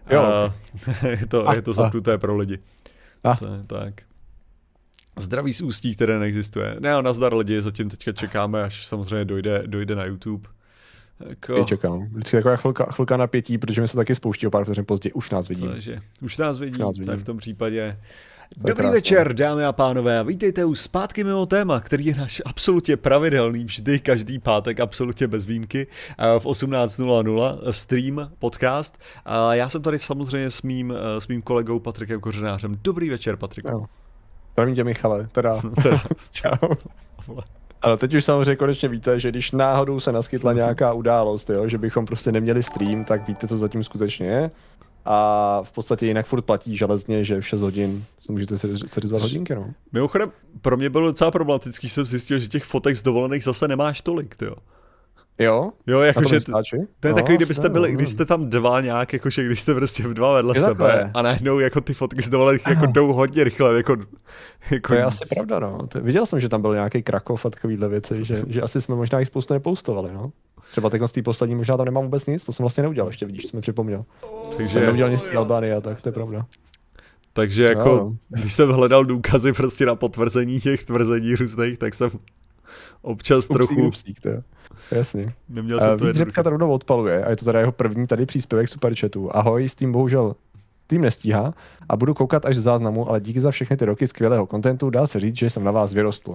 Jo, je to zapnuté pro lidi. Tak. Zdraví z ústí, které neexistuje. Ne, nazdar lidi, zatím teďka čekáme, až samozřejmě dojde na YouTube. Jako... Čekám. Vždycky taková chvilka napětí, protože mi se taky spouští o pár vteřin později. Už nás vidím. Takže, už nás vidím. Tak v tom případě. Dobrý večer, dámy a pánové, a vítejte u Zpátky mimo téma, který je náš absolutně pravidelný, vždy každý pátek, absolutně bez výjimky, v 18:00 stream, podcast. A já jsem tady samozřejmě s mým kolegou Patrikem Kořenářem. Dobrý večer, Patriku. No. Zdravím tě, Michale, teda. Čau. Ale teď už samozřejmě konečně víte, že když náhodou se naskytla nějaká událost, jo, že bychom prostě neměli stream, tak víte, co zatím skutečně je. A v podstatě jinak furt platí železně, že v 6 hodin se můžete seřezat hodinky, no. Mimochodem, pro mě bylo docela problematický, že jsem zjistil, že těch fotek z dovolených zase nemáš tolik, tyjo. Jo? Jo, jakože to je takový, kdybyste byli, když jste tam dva nějak, jakože když jste prostě dva vedle sebe a najednou jako ty fotky z dovolených jako jdou hodně rychle, jako... To je asi pravda, no. Viděl jsem, že tam byl nějaký Krakov a takovýhle věci, že asi jsme možná jich spoustu nepoustovali, no. Třeba teď z té poslední možná tam nemám vůbec nic, to jsem vlastně neudělal, ještě vidíš, co mi připomněl. Takže jsem neudělal nic z Albánie, tak to je pravda. Takže jako, když jsem hledal důkazy prostě na potvrzení těch tvrzení různých, tak jsem občas trochu... Jasně. Neměl jsem to Řepka to rovnou odpaluje a je to teda jeho první tady příspěvek Superchatu. Ahoj, s tím bohužel tým nestíhá a budu koukat až z záznamu, ale díky za všechny ty roky skvělého kontentu, dá se říct, že jsem na vás vyrostl.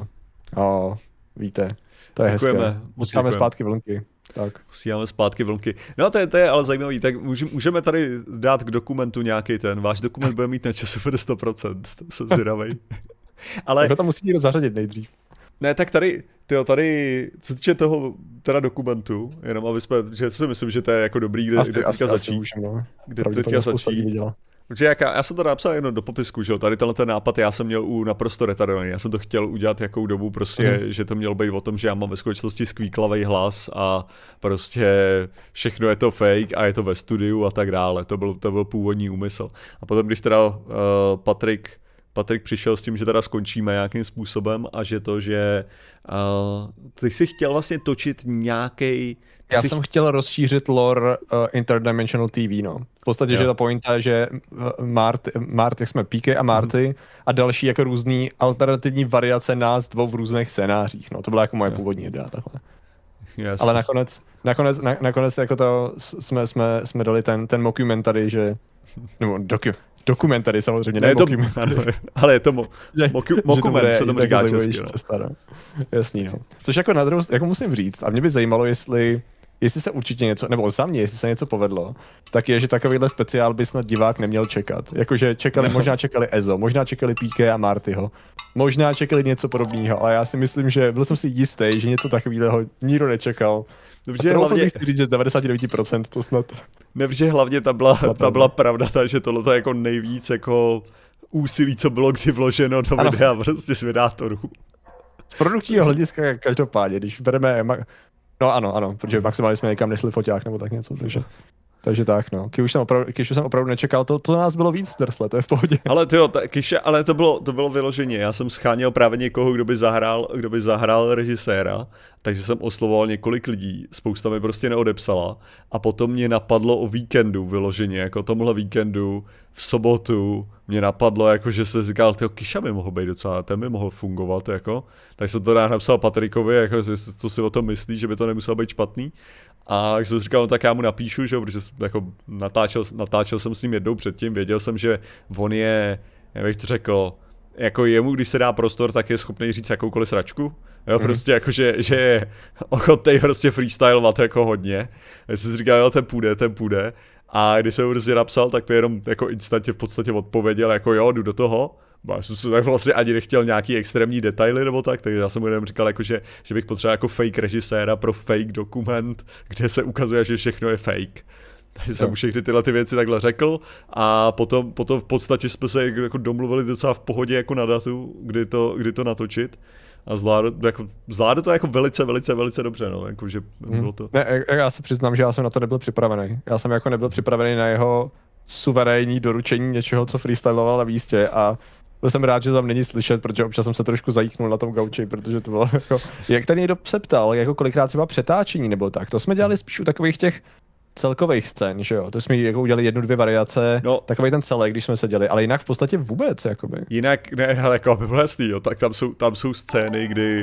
Víte, to je hezké. Posíláme zpátky vlnky. Tak. Posíláme zpátky vlnky. No to je ale zajímavý, tak můžeme tady dát k dokumentu nějaký ten. Váš dokument bude mít na ČSFD 100%, to jsem zvědavej. Ale to tam musí někdo zařadit nejdřív. Ne, tak tady, co týče toho teda dokumentu, jenom aby jsme, že si myslím, že to je jako dobrý, kde teďka začít. Kde teďka začít. Protože já jsem to napsal jenom do popisku, že jo, tady tenhle ten nápad já jsem měl u naprosto retardovaný, já jsem to chtěl udělat jakou dobu prostě, že to mělo být o tom, že já mám ve skutečnosti skvíklavý hlas a prostě všechno je to fake a je to ve studiu a tak dále, to byl původní úmysl. A potom, když teda Patrik přišel s tím, že teda skončíme nějakým způsobem a že ty jsi chtěl vlastně točit nějaký... Já jsem chtěl rozšířit lore Interdimensional TV, no. V podstatě, že ta pointa je, že Marty, jak jsme PK a Marty a další jako různý alternativní variace nás dvou v různých scénářích, no. To byla jako moje původní idea, takhle. Yes. Ale nakonec jako to jsme dali ten mockumentary, že... Nebo dokumentary samozřejmě, ne mockumentary. Ale je to mockument, co tomu říká česky. No. Jasný, no. Což jako na druhou, jako musím říct, a mě by zajímalo, jestli se určitě něco, nebo za mě, jestli se něco povedlo, tak je, že takovýhle speciál by snad divák neměl čekat. Jakože možná čekali Ezo, možná čekali PK a Martyho, možná čekali něco podobného, ale já si myslím, že byl jsem si jistý, že něco takového nikdo nečekal. Dobře, hlavně... říct, že z 99% to snad... Nevře, hlavně ta byla pravda ta, že tohle je jako nejvíc jako úsilí, co bylo kdy vloženo do videa prostě z vydátorů. Z produkčního hlediska každopádně, když bereme... No ano, protože maximálně jsme někam nešli foťák nebo tak něco, takže tak, no. Když jsem opravdu nečekal, to nás bylo víc drsle, to je v pohodě. Ale ale to bylo vyloženě. Já jsem scháněl právě někoho, kdo by zahrál režiséra, takže jsem oslovoval několik lidí, spousta mi prostě neodepsala a potom mě napadlo o víkendu vyloženě, jako tomhle víkendu v sobotu mě napadlo, jako že se říkal, Kyša by mohl být docela, ten by mohl fungovat, jako. Tak jsem to napsal Patrikovi, jako, co si o tom myslí, že by to nemuselo být špatný. A když jsem říkal, no tak já mu napíšu, že protože jako natáčel jsem s ním jednou předtím, věděl jsem, že on je, jak bych to řekl, jako jemu, když se dá prostor, tak je schopný říct jakoukoliv sračku. Jo, prostě jako, že je ochotný prostě freestylovat jako hodně. Já jsem si říkal, jo, ten půjde. A když jsem mu prostě napsal, tak to jenom jako instantně v podstatě odpověděl, jako jo, jdu do toho. Já jsem si tak vlastně ani nechtěl nějaký extrémní detaily nebo tak, takže já jsem mu jenom říkal, jako, že bych potřeboval jako fake režiséra pro fake dokument, kde se ukazuje, že všechno je fake. Takže jsem mu všechny tyhle ty věci takhle řekl a potom v podstatě jsme se jako domluvili docela v pohodě jako na datu, kdy to natočit. A zvládl to jako velice dobře, no, jakože bylo to... Ne, já se přiznám, že já jsem na to nebyl připravený. Já jsem jako nebyl připravený na jeho suverénní doručení něčeho, co freestyloval na místě a byl jsem rád, že tam není slyšet, protože občas jsem se trošku zajíknul na tom gauči, protože to bylo jako... Jak tady někdo se ptal, jako kolikrát třeba přetáčení nebo tak, to jsme dělali spíš u takových těch celkových scén, že jo? To jsme jako udělali 1-2 variace, No. takový ten celek, když jsme seděli, ale jinak v podstatě vůbec, jakoby. Jinak, ne, ale jako aby bylo jasný, jo, tak tam jsou scény, kdy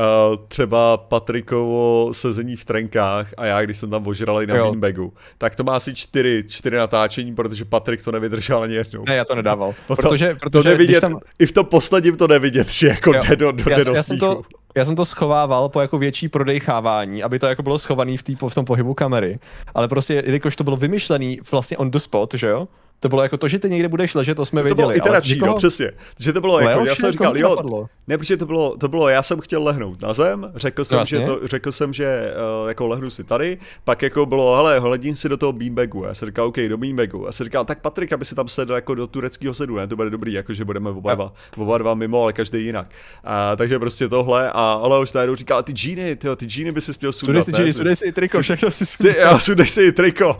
třeba Patrikovo sezení v trenkách a já, když jsem tam ožralej na beanbagu, tak to má asi 4 natáčení, protože Patrik to nevydržel ani jednou. Ne, já to nedával. Protože to nevidět, tam... i v tom posledním to nevidět, že jako jde do sníhu. Já jsem to schovával po jako větší prodejchávání, aby to jako bylo schovaný v tom pohybu kamery, ale prostě, jelikož to bylo vymyšlený vlastně on the spot, že jo? To bylo jako to, že ty někde budeš ležet, to jsme věděli. To bylo iterační, někoho... no přesně. Že to bylo jako, já jsem říkal, jo, ne, protože to bylo, já jsem chtěl lehnout na zem, řekl jsem, že jako lehnu si tady, pak jako bylo, hele, hledím si do toho beanbagu, já jsem říkal, OK, do beanbagu, já jsem říkal, tak Patrik, aby si tam sedl jako do tureckého sedu, ne, to bude dobrý, jakože budeme oba dva mimo, ale každý jinak. Takže prostě tohle, ale už najednou říkal, ty džíny by si měl sundat. Sudej si i triko, všechno si sundat. Já sudej si i triko.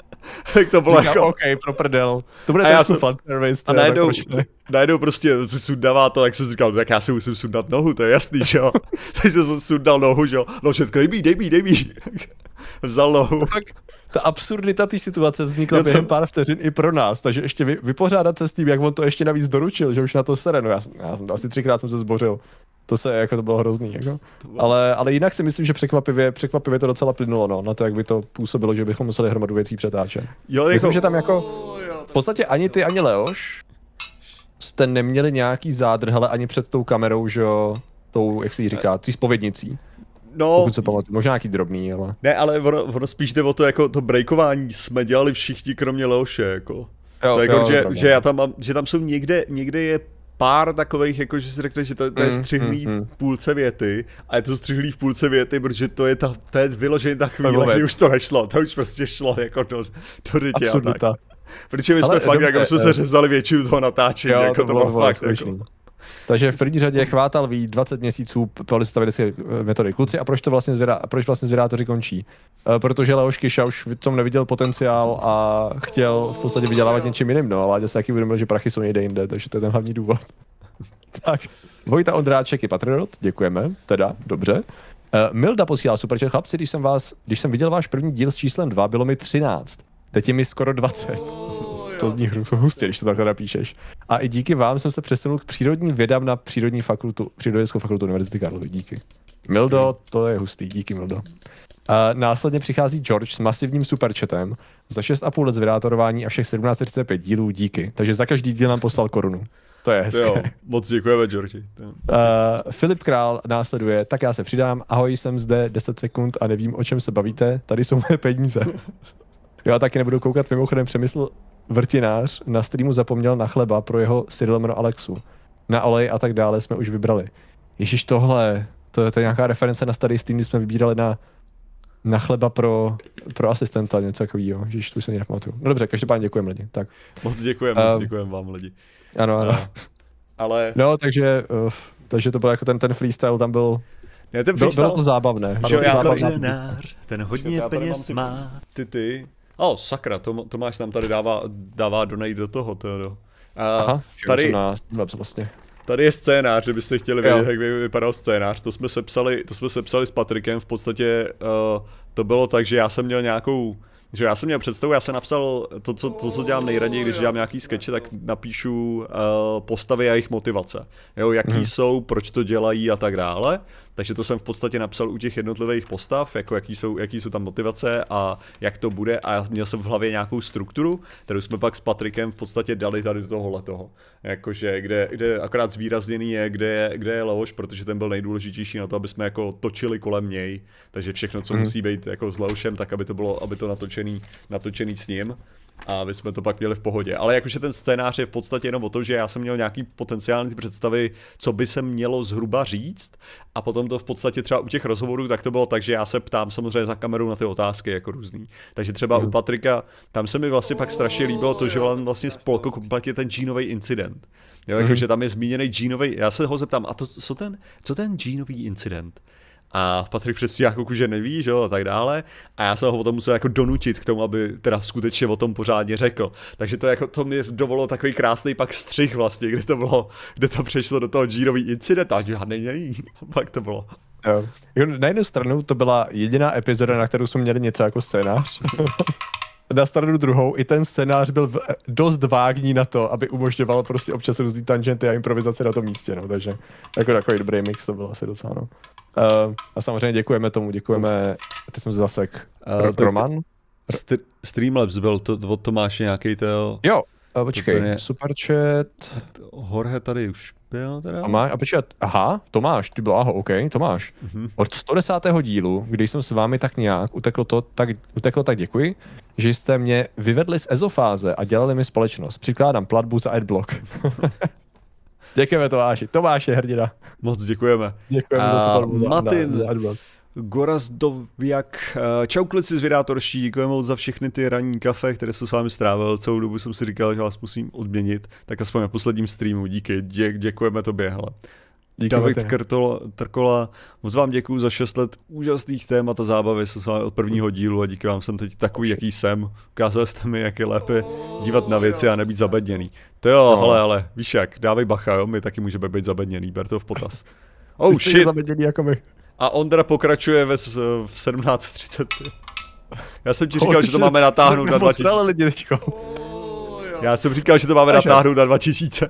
Tak to bylo jako... OK, pro prdel. To bude trošku fan service. A najednou prostě si sundává to, tak jsem říkal, tak já si musím sundat nohu, to je jasný, že jo. Takže jsem sundal nohu, že jo. No všetko, dej mi. Vzal nohu. Ta absurdita té situace vznikla během pár vteřin i pro nás, takže ještě vypořádat se s tím, jak on to ještě navíc doručil, že už na to sere. No já jsem to asi 3krát jsem se zbořil. To bylo hrozný, jako. Ale jinak si myslím, že překvapivě to docela plynulo, no, na to, jak by to působilo, že bychom museli hromadu věcí přetáčet. Myslím, že tam jako, v podstatě ani ty, ani Leoš jste neměli nějaký zádrhele ani před tou kamerou, že jo, tou, jak se jí říká, tý zpovědnicí. No, pokud se pamatuju, možná nějaký drobný, ale... Ne, ale ono spíš jde o to, jako to breakování jsme dělali všichni, kromě Leoše, jako. Jo, to jako, že tam jsou někde je pár takových, jako že si řekli, že to je střihlý v půlce věty a je to střihlý v půlce věty, protože to je vyloženě ta chvíle, kdy už to nešlo, to už prostě šlo jako do rytě a tak. Protože my jsme fakt, jako jsme se řezali většinu toho natáčení, jo, jako to bylo fakt, jako. Takže v první řadě chvátal ví 20 měsíců polystavické metody. Kluci, a proč vlastně zvědátoři končí? Protože Leoš Kyša už v tom neviděl potenciál a chtěl v podstatě vydělávat něčím jiným, no, ale já se taky uvědomil, že prachy jsou někde jinde, takže to je ten hlavní důvod. Tak, Vojta Ondráček je Patronot, děkujeme, teda, dobře. Milda posílá superchat, chlapci, když jsem viděl váš první díl s číslem 2, bylo mi 13, teď je mi skoro 20. To zní hustě, když to takhle napíšeš. A i díky vám jsem se přesunul k přírodním vědám na Přírodovědeckou fakultu Univerzity Karlovy. Díky. Mildo, to je hustý, díky Mildo. A následně přichází George s masivním superchatem za 6,5 let zvědátorování a všech 1745 dílů, díky. Takže za každý díl nám poslal korunu. To je hezké. Jo, moc děkujeme, Georgi. Filip Král následuje, tak já se přidám. Ahoj, jsem zde 10 sekund a nevím, o čem se bavíte. Tady jsou moje peníze. Já taky nebudu koukat, mimochodem Přemysl Vrtinář na streamu zapomněl na chleba pro jeho Cyrilomeno Alexu. Na olej a tak dále jsme už vybrali. Ježíš, tohle, to je nějaká reference na starý stream, kdy jsme vybírali na chleba pro asistenta, něco takového. Ježíš, to už se ani nepamatuju. No dobře, každopádně děkujeme lidi. Tak. Moc děkujeme vám lidi. Ano. Ale... No, takže to byl jako ten freestyle, tam byl... Ne, ten freestyle... Bylo to zábavné. Že jako ženář, ten hodně peněz má. Ty. Sakra, Tomáš nám tady dává donate do toho, Teodo. Aha, vlastně. Tady je scénář, kdybyste chtěli vědět, jak by vypadal scénář. To jsme sepsali s Patrikem, v podstatě to bylo tak, že já jsem měl představu, já jsem napsal to, co dělám nejraději, když dělám nějaký sketche, tak napíšu postavy a jejich motivace. Jo, jaký jsou, proč to dělají a tak dále. Takže to jsem v podstatě napsal u těch jednotlivých postav, jako jaký jsou tam motivace a jak to bude, a měl jsem v hlavě nějakou strukturu, kterou jsme pak s Patrikem v podstatě dali tady do tohohletoho. Jakože kde akorát zvýrazněný je, kde je Leoš, protože ten byl nejdůležitější na to, aby jsme jako točili kolem něj. Takže všechno, co musí být jako s Leošem, tak aby to natočený s ním. A my jsme to pak měli v pohodě. Ale jakože ten scénář je v podstatě jenom o tom, že já jsem měl nějaký potenciální představy, co by se mělo zhruba říct, a potom to v podstatě třeba u těch rozhovorů tak to bylo tak, že já se ptám samozřejmě za kamerou na ty otázky jako různý. Takže třeba u Patrika, tam se mi vlastně pak strašně líbilo to, že on vlastně spolkl kompletně ten Jeanový incident. Jo, jakože tam je zmíněný Jeanový, já se ho zeptám, a to co ten Jeanový incident? A Patrik přesně jako že neví, že jo, a tak dále. A já se ho potom musel jako donutit k tomu, aby teda skutečně o tom pořádně řekl. Takže to mi dovolilo takový krásný pak střih vlastně, kde to přešlo do toho Jeanový incident, a žádnej není. Pak to bylo. Jo. Na jednu stranu to byla jediná epizoda, na kterou jsme měli něco jako scénář. Na stranu druhou i ten scénář byl dost vágní na to, aby umožňoval prostě občas různý tangenty a improvizace na tom místě, no, takže jako takový dobrý mix to bylo asi docela, no. A samozřejmě děkujeme tomu, teď jsem zasek, Roman. Streamlabs byl to od Tomáše nějaký to... Jo, počkej, Superchat. Jorge tady už byl teda? Tomáš, a počkej, Tomáš, ty byl, OK, Tomáš. Od 110. dílu, kdy jsem s vámi tak nějak uteklo tak děkuji, že jste mě vyvedli z ezofáze a dělali mi společnost. Přikládám platbu za adblock. Děkujeme Tomáš je hrdina. Moc děkujeme. Děkujeme za to platbu Martin za adblock. Gorazdoviak, čau kluci z Vydátorští, děkujeme moc za všechny ty ranní kafe, které jsem s vámi strávil, celou dobu jsem si říkal, že vás musím odměnit, tak aspoň na posledním streamu, díky, děkujeme tobě, hele. David Trkola, moc vám děkuju za 6 let úžasných témat a zábavy se s vámi od prvního dílu a díky vám jsem teď takový, jaký jsem. Ukázali jste mi, jak je lépe dívat na věci a nebýt zabedněný. To jo, ale víš jak, dávej bacha, jo, my taky můžeme být zabedněný, ber to v potaz. Oh shit. Zabedněný jako my. A Ondra pokračuje v 17:30. Já jsem ti říkal, že to máme natáhnout na 2000. Já jsem říkal, že to máme natáhnout na 2000.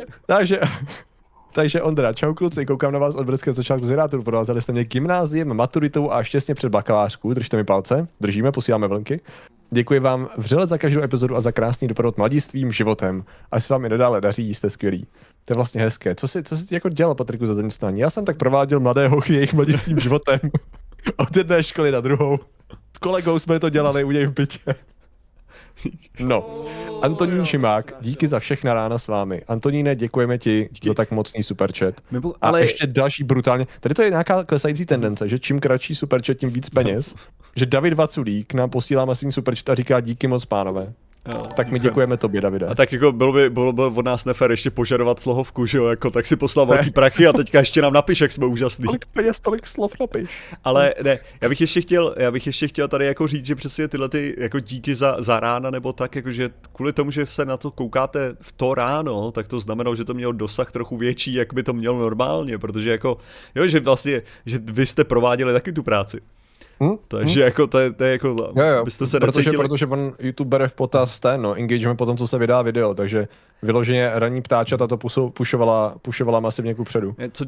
Takže Ondra, čau kluci, koukám na vás od brzkého začátku z Vydátorů, provázeli jste mě gymnáziem, maturitou a štěstně před bakalářku, držte mi palce, držíme, posíláme vlnky. Děkuji vám vřele za každou epizodu a za krásný doprovod mladistvím životem. Až se vám i nadále daří, jste skvělí. To je vlastně hezké. Co jsi jako dělal, Patriku, za zaměstnání? Já jsem tak prováděl mladé hochy jejich mladistvím životem. Od jedné školy na druhou. S kolegou jsme to dělali u něj v bytě. No, Antonín Šimák, díky za všechna rána s vámi. Antoníne, děkujeme ti za tak mocný superchat. A ještě další brutálně. Tady to je nějaká klesající tendence, že čím kratší superchat, tím víc peněz. Že David Vaculík nám posílá masivní superchat a říká díky moc, pánové. Jo, tak my děkujeme tobě, Davide. A tak jako bylo by od nás nefér ještě požadovat slohovku, že jo, jako tak si poslal velký prachy a teďka ještě nám napiš, jak jsme úžasný. Tolik peněz, tolik slov napiš. Ale ne, já bych ještě chtěl tady jako říct, že přesně tyhle ty jako díky za rána nebo tak, jakože kvůli tomu, že se na to koukáte v to ráno, tak to znamenalo, že to mělo dosah trochu větší, jak by to mělo normálně, protože jako, jo, že vlastně, že vy jste prováděli taky tu práci. Takže jako to je jako, byste se protože on YouTube bere v potaz engagement po tom, co se vydá video, takže vyloženě ranní ptáčata to pušovala masivně kupředu. Co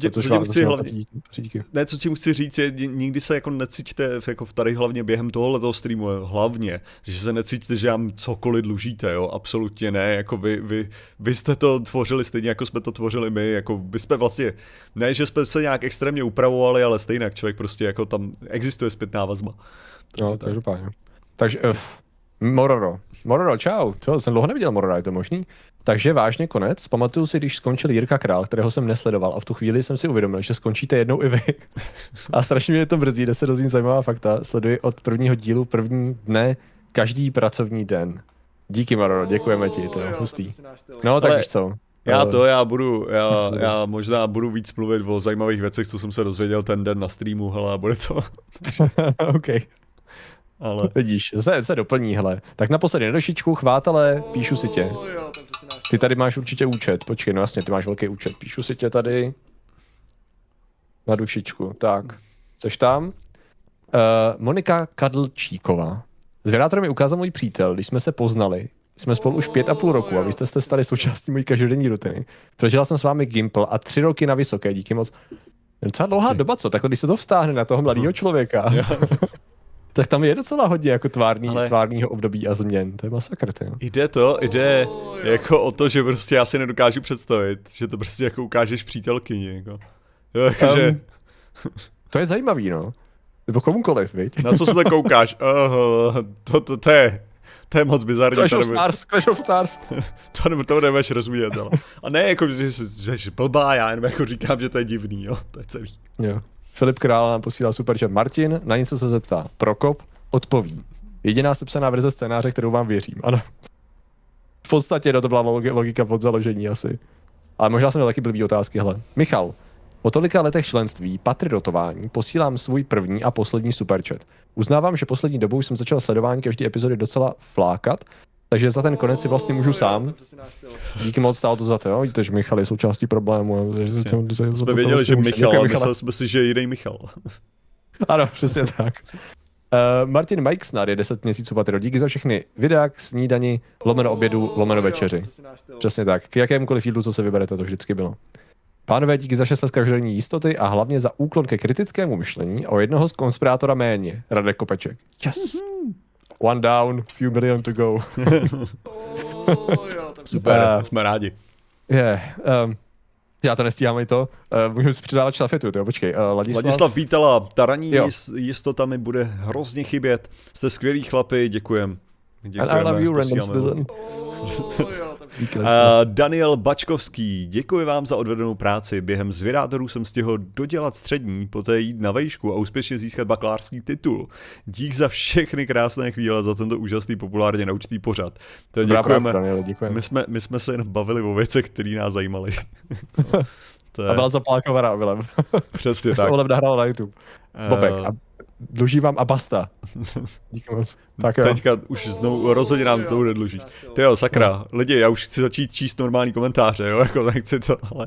tím chci říct je, nikdy se jako necítíte jako tady hlavně během tohoto streamu, hlavně, že se necítíte, že vám cokoliv dlužíte, jo, absolutně ne, jako vy jste to tvořili stejně, jako jsme to tvořili my, jako vy jsme vlastně, ne, že jsme se nějak extrémně upravovali, ale stejně člověk prostě jako tam existuje zpětná vazba. No, každopádně. Takže, Mororo, čau. To jsem dlouho neviděl Morora, je to možný? Takže vážně konec. Pamatuju si, když skončil Jirka Král, kterého jsem nesledoval a v tu chvíli jsem si uvědomil, že skončíte jednou i vy. A strašně mě to mrzí, kde se dozvím zajímavá fakta. Sleduji od prvního dílu, první dne, každý pracovní den. Díky, Mororo, děkujeme ti, to je hustý. No, tak víš co. Já možná budu víc mluvit o zajímavých věcech, co jsem se dozvěděl ten den na streamu, hele, a bude to. OK. Ale vidíš, se doplní, hele. Tak naposledy na došičku, chvátele, píšu si tě. Ty tady máš určitě účet, počkej, no jasně, ty máš velký účet. Píšu si tě tady na dušičku, tak. Jseš tam? Monika Kadlčíková. S Vydátorem mi ukázal můj přítel, když jsme se poznali. Jsme spolu už 5,5 roku a vy jste se stali součástí mojí každodenní rutiny. Prožila jsem s vámi Gimple a 3 roky na vysoké, díky moc. Docela dlouhá doba, co? Takhle, když se to vztáhne na toho mladého člověka. Tak tam je docela hodně jako tvárního období a změn. To je masakr, ty. Jde jako o to, že prostě já si nedokážu představit, že to prostě jako ukážeš přítelkyni, jako. Jo, jakože... To je zajímavý, no. Nebo komukoliv, viď? Na co se to koukáš? To je moc bizarní. Clash of Stars. To nebudeš rozumět, ale. A ne jako, že jsi blbá, já jenom jako říkám, že to je divný, jo. To je celý. Jo. Filip Král nám posílá superchat. Martin na něco se zeptá. Prokop odpoví. Jediná sepsaná verze scénáře, kterou vám věřím. Ano. V podstatě to byla logika pod založení asi. Ale možná jsem měl taky blbý otázky, hele. Michal, po tolika letech členství, patry dotování, posílám svůj první a poslední superchat. Uznávám, že poslední dobou jsem začal sledování každé epizody docela flákat, Takže za ten konec si vlastně můžu sám. Díky moc, stálo to za to, jo? Víte, že Michal je součástí problému. Jsme věděli, že Michal, a mysleli jsme si, že je jiný Michal. Ano, přesně tak. Martin Meixnar je 10 měsíců patro. Díky za všechny videa k snídani, lomeno obědu, lomeno večeři. Přesně tak. K jakémukoliv jídlu, co se vyberete, to vždycky bylo. Pánové, díky za 6 let každodenní jistoty a hlavně za úklon ke kritickému myšlení o jednoho z konspirátora méně. Radek Kopeček. Yes! One down, few million to go. Super, jsme rádi. Já to nestíhám i to. Můžeme si přidávat štafetu, jo, počkej. Ladislav Vítala, ta ranní jistota mi bude hrozně chybět. Jste skvělí chlapi, děkujem. And I love you, random citizen. Daniel Bačkovský, děkuji vám za odvedenou práci. Během zvědátorů jsem stihl dodělat střední, poté jít na vejšku a úspěšně získat bakalářský titul. Dík za všechny krásné chvíle, za tento úžasný populárně naučný pořad. To děkujeme. My jsme se jen bavili o věcech, které nás zajímaly. A byla zapákovaná Vilem. Přesně tak. Jsem nahrál na YouTube. Bobek. Dluží vám a basta. Díky moc. Tak jo. Teďka už rozhodně nám znovu nedlužíš. Ty jo, sakra, lidi, já už chci začít číst normální komentáře, jo, jako nechci to, ale...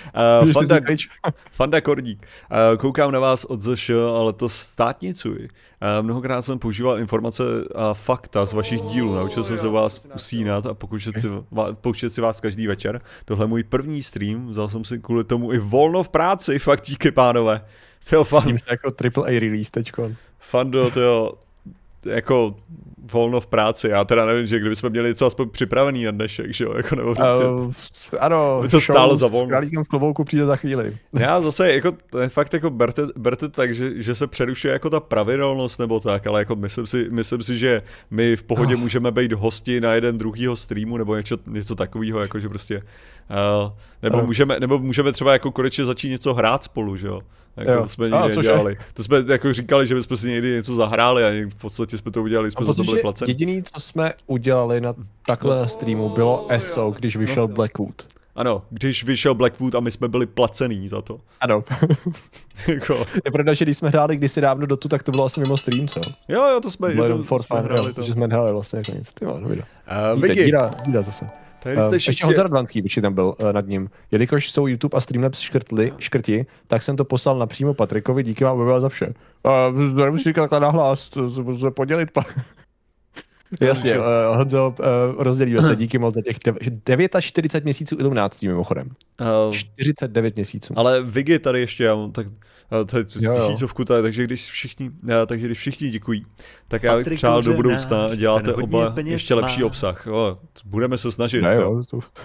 Fanda Kordík. Koukám na vás od ZŠ, ale to státnicuji. Mnohokrát jsem používal informace a fakta z vašich dílů. Naučil jsem se vás usínat a pouštět si vás každý večer. Tohle je můj první stream, vzal jsem si kvůli tomu i volno v práci, fakt díky pánové. Cítím se jako AAA release teďko. Fando, to jako volno v práci, já teda nevím, že kdybychom měli něco aspoň připravený na dnešek, že jo, jako nebo prostě, ano, by to stálo za volno. S králíkem v klobouku přijde za chvíli. Já zase, jako, fakt jako berte tak, že se přerušuje jako ta pravidelnost nebo tak, ale jako myslím si, že my v pohodě můžeme být hosti na jeden druhýho streamu nebo něco takového, jako že prostě, nebo můžeme třeba jako konečně začít něco hrát spolu, že jo. Jako to jsme nikdy nedělali. To jsme jako říkali, že bychom si někdy něco zahráli a v podstatě jsme to udělali, jsme za to byli placeni. Jediný, co jsme udělali na takhle streamu, bylo ESO, když vyšel Blackwood. Ano, když vyšel Blackwood a my jsme byli placený za to. Ano. Jako. Je pravda, že když jsme hráli kdysi dávno Dotu, tak to bylo asi mimo stream, co? Jo, to jsme hráli. Takže jsme hráli vlastně jako nic. Ty máš, Vicky. Díra zase. Ještě Honza Radvanský určitě tam byl nad ním. Jelikož jsou YouTube a Streamlabs škrti, tak jsem to poslal napřímo Patrikovi, díky vám objevila za vše. Nemusíš říkat takhle nahlas, to se můžeme podělit pak. Jasně, Honzo, rozdělíme se, díky moc za těch 49 měsíců iluminácí mimochodem. 49 měsíců. Ale Vicky tady ještě, já mám tak... To je tisícovku tady, takže když všichni děkují, tak já bych přál do budoucna děláte oba ještě lepší obsah. Jo, budeme se snažit. Ne, jo.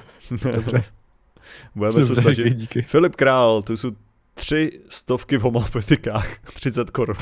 Budeme se snažit. Díky. Filip Král, to jsou 300 v homopatikách, 30 korun.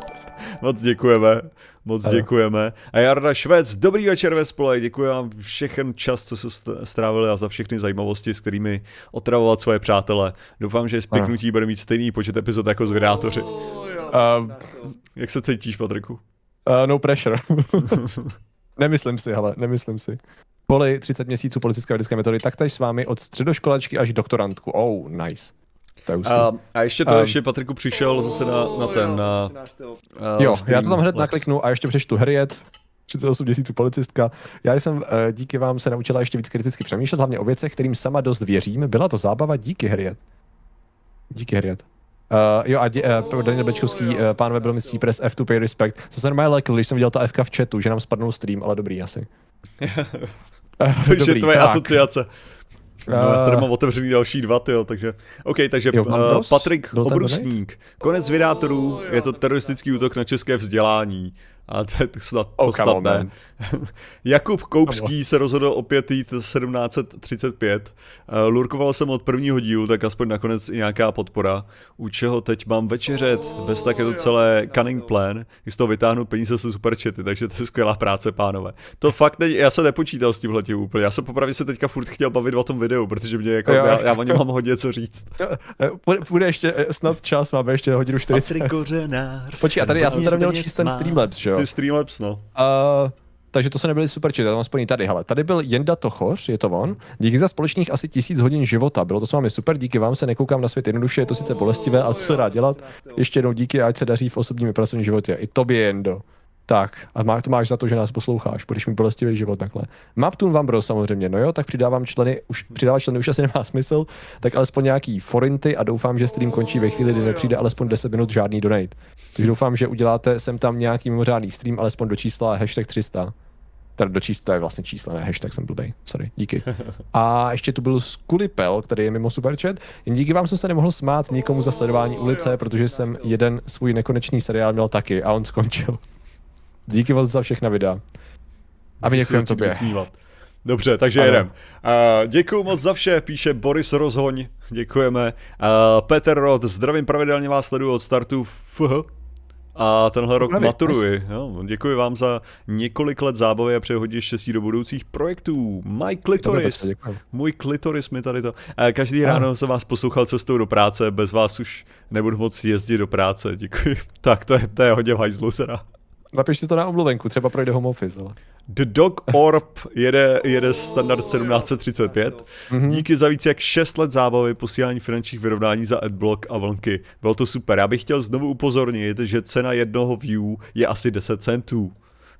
Moc děkujeme. A Jarda Švec, dobrý večer ve spole, děkuji vám všechen čas, co se strávili a za všechny zajímavosti, s kterými otravovat svoje přátele. Doufám, že Spiknutí bude mít stejný počet epizod jako Zvědátoři. Jak se cítíš, Patriku? No pressure. Nemyslím si. Poli 30 měsíců politické vědecké metody, taktéž s vámi od středoškolačky až doktorantku. Oh, nice. A ještě Patriku přišel zase na jo, já to tam hned nakliknu a ještě přečtu Harriet, 38 měsíců policistka. Já jsem díky vám se naučila ještě víc kriticky přemýšlet, hlavně o věcech, kterým sama dost věřím. Byla to zábava, díky Harriet. Jo a Daniel Bečkovský, pánové, byl mistí press F to pay respect. Co se normálně lekl, když jsem viděl ta Fka v chatu, že nám spadnul stream, ale dobrý asi. To je tvoje asociace. Tady mám otevřený další 2, takže... OK, takže Patrik Obrusník. Konec Zvědátorů, je to teroristický útok na české vzdělání. A to je snad podstatné. Jakub Koupský se rozhodl opět jít 1735. Lurkoval jsem od prvního dílu, tak aspoň nakonec i nějaká podpora. U čeho teď mám večeřet, bez tak je to celé cunning plan. I z toho vytáhnu peníze se superchaty, takže to je skvělá práce, pánové. To fakt není, já se nepočítal s tímhletím úplně. Já jsem popravdě se teďka furt chtěl bavit o tom videu, protože mě jako, já o něm mám hodně co říct. Bude ještě snad čas, máme ještě hodinu 40. Počkej, a tady já jsem tady měl číst ten Streamlabs, že jo? Ty Streamlabs, no. Takže to se nebyly super čity, tam aspoň tady, hele. Tady byl Jenda Tochoř, je to on. Díky za společných asi 1000 hodin života, bylo to s vámi super, díky vám se nekoukám na svět jednoduše, je to sice bolestivé, ale co se dá dělat? Ještě jednou díky, ať se daří v osobním i pracovním životě. I tobě, Jendo. Tak, a to máš za to, že nás posloucháš, budeš mít bolestivý život takhle. Maptoon Vambros samozřejmě, no jo, tak přidávat členy už asi nemá smysl, tak alespoň nějaký forinty a doufám, že stream končí ve chvíli, kdy nepřijde alespoň 10 minut žádný donate. Takže doufám, že uděláte sem tam nějaký mimořádný stream, alespoň do čísla hashtag 300. Teda do čísla, to je vlastně číslo, ne hashtag, jsem blbej, sorry, díky. A ještě tu byl Skulipel, který je mimo superchat. Jen díky vám jsem se nemohl smát nikomu za sledování ulice, protože jsem jeden svůj nekonečný seriál měl taky a on skončil. Díky moc za všechna videa. A my děkujeme tobě. Dobře, takže jedem. Děkuju moc za vše, píše Boris Rozhoň, děkujeme. Petr Roth, zdravím, pravidelně vás sleduju od startu. A tenhle rok maturuji. Jo, děkuji vám za několik let zábavy a přeji hodně štěstí do budoucích projektů. My klitoris, můj klitoris mi tady to. Každý ráno jsem vás poslouchal cestou do práce, bez vás už nebudu moc jezdit do práce, děkuji. Tak to je hodně v hajzlu teda. Zapiš si to na omluvenku, třeba projde home office. Ale. The Dog Orb jede standard 1735. Díky za víc jak 6 let zábavy, posílání finančních vyrovnání za adblock a vlnky. Bylo to super. Já bych chtěl znovu upozornit, že cena jednoho view je asi 10 centů.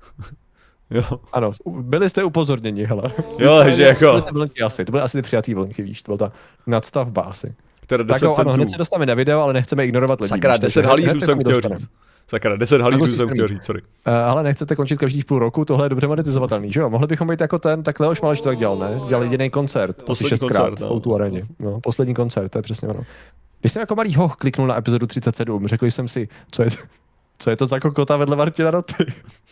Jo. Ano, byli jste upozorněni, hele. Jo, že jako... To byly asi ty přijatý vlnky, víš, to byla ta nadstavba asi. Teda 10 centů. Ano, hned se dostáváme na video, ale nechceme ignorovat lidi. Sakra, 10 halířů jsem chtěl říct. Sakra, 10 halířů jsem chtěl říct, sorry. Ale nechcete končit každých půl roku, tohle je dobře monetizovatelný, že jo? Mohli bychom být jako ten, tak Leoš Maleš to tak dělal, ne? Dělal jediný koncert, poslední 6krát v Outu areně. No, poslední koncert, to je přesně ono. Když jsem jako malý hoch kliknul na epizodu 37, řekl jsem si, co je to za kokota vedle Martina Roty?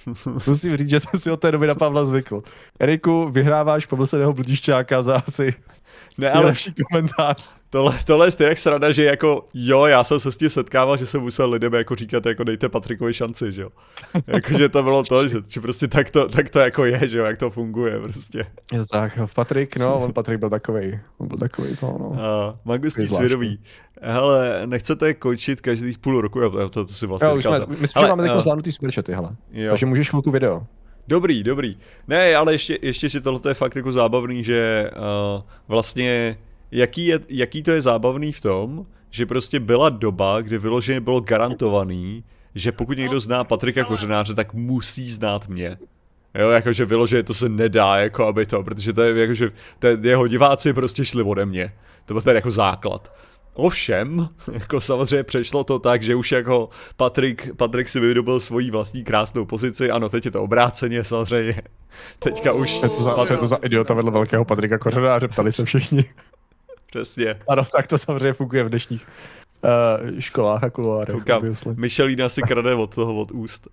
Musím říct, že jsem si od té doby na Pavla zvykl. Eriku, vyhráváš pomyslného bludišťáka za asi nejlepší komentář. Tohle je stejně sranda, že jako jo, já jsem se s tím setkával, že jsem musel lidem jako říkat, jako dejte Patrikovi šanci, že jo. Jakože to bylo to, že prostě tak to jako je, že jo, jak to funguje prostě. Je to tak, Patrik byl takovej, to, no. Mangustý svědomí. Hele, nechcete končit každých půl roku, to si vlastně říkal. Myslím, že máme takovou zvládnutý superchaty, hele. Jo. Takže můžeš chvilku video. Dobrý. Ne, ale ještě že tohle je fakt jako zábavný, že vlastně jaký to je zábavný v tom, že prostě byla doba, kdy vyloženě bylo garantovaný, že pokud někdo zná Patrika Kořenáře, tak musí znát mě. Jo, jakože vyloženě to se nedá, jako aby to, protože to je jakože, jeho diváci prostě šli ode mě. To byl ten jako základ. Ovšem, jako samozřejmě přešlo to tak, že už jako Patrik si vydobil svoji vlastní krásnou pozici, ano, teď je to obráceně samozřejmě. Teďka už... Co je to za idiota vedle velkého Patrika Kořenáře, ptali se všichni. Přesně. Ano, tak to samozřejmě funguje v dnešních školách a kuloárech. Michelína si krade od úst.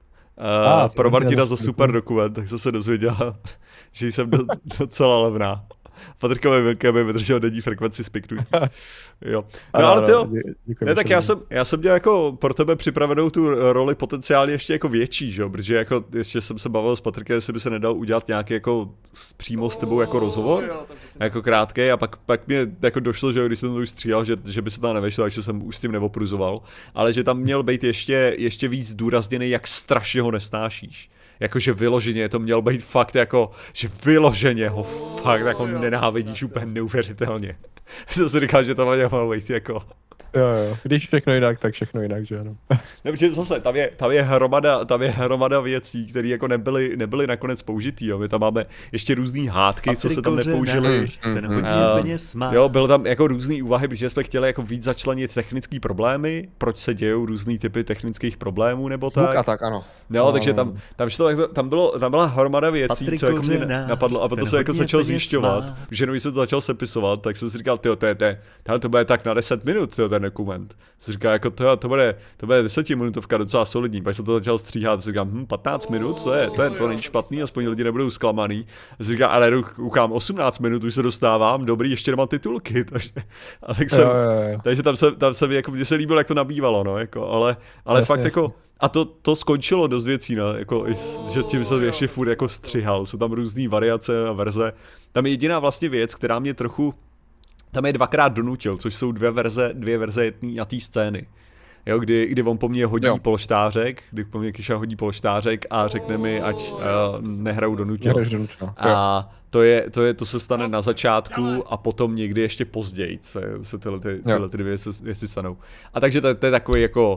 Pro Martina za super dokument, tak jsem se dozvěděl, že jsem docela levná. Patrikové Vilké by vydržel denní frekvenci spiknutí. Jo. No ale tyjo, ne, tak já jsem dělal jako pro tebe připravenou tu roli potenciálně ještě jako větší, že jo, protože jako ještě jsem se bavil s Patrikem, jestli by se nedal udělat nějaký jako přímo s tebou jako rozhovor, jako krátkej a pak mě jako došlo, že když jsem to už stříhal, že by se tam nevešlo, takže jsem už s tím neopruzoval, ale že tam měl být ještě víc zdůrazněný, jak strašně ho nesnášíš. Jakože vyloženě to měl být fakt jako, že vyloženě ho fakt jako nenávidíš úplně neuvěřitelně. Jsem si říkal, že to mělo být jako... Jo, když všechno jinak, tak všechno jinak, že ano. Protože zase, tam je hromada věcí, které jako nebyly nakonec použitý, jo. My tam máme ještě různý hádky, co se tam nepoužili. Jo, bylo tam jako různý úvahy, protože jsme chtěli jako víc začlenit technické problémy, proč se dějou různý typy technických problémů, nebo tak. A tak, ano. Jo, takže tam byla hromada věcí, co jako mě napadlo, a potom se jako začal zjišťovat, že když se to začal sepisovat, tak jsem si říkal, to bude tak na 10 minut, ten dokument. Jsi říkal, jako to bude 10minutovka docela solidní, pak se to začal stříhat, si říkám, 15 minut, to není špatný, aspoň lidi nebudou zklamaný. Jsi říkal, ale koukám 18 minut, už se dostávám, dobrý, ještě nemám titulky, takže tam se jako mně se líbilo, jak to nabývalo, no, jako, ale fakt jako, a to skončilo dost věcí, no, jako, že tím se ještě furt jako střihal, jsou tam různý variace a verze. Tam je jediná vlastně věc, která mě trochu tam je dvakrát donutil, což jsou dvě verze na té scény. Jo, kdy on po mně hodí polštářek, kdy po mně Kyša hodí polštářek a řekne mi, ať nehraju donutilo. A to se stane na začátku a potom někdy ještě později se tyhle ty dvě věci stanou. A takže to je takový jako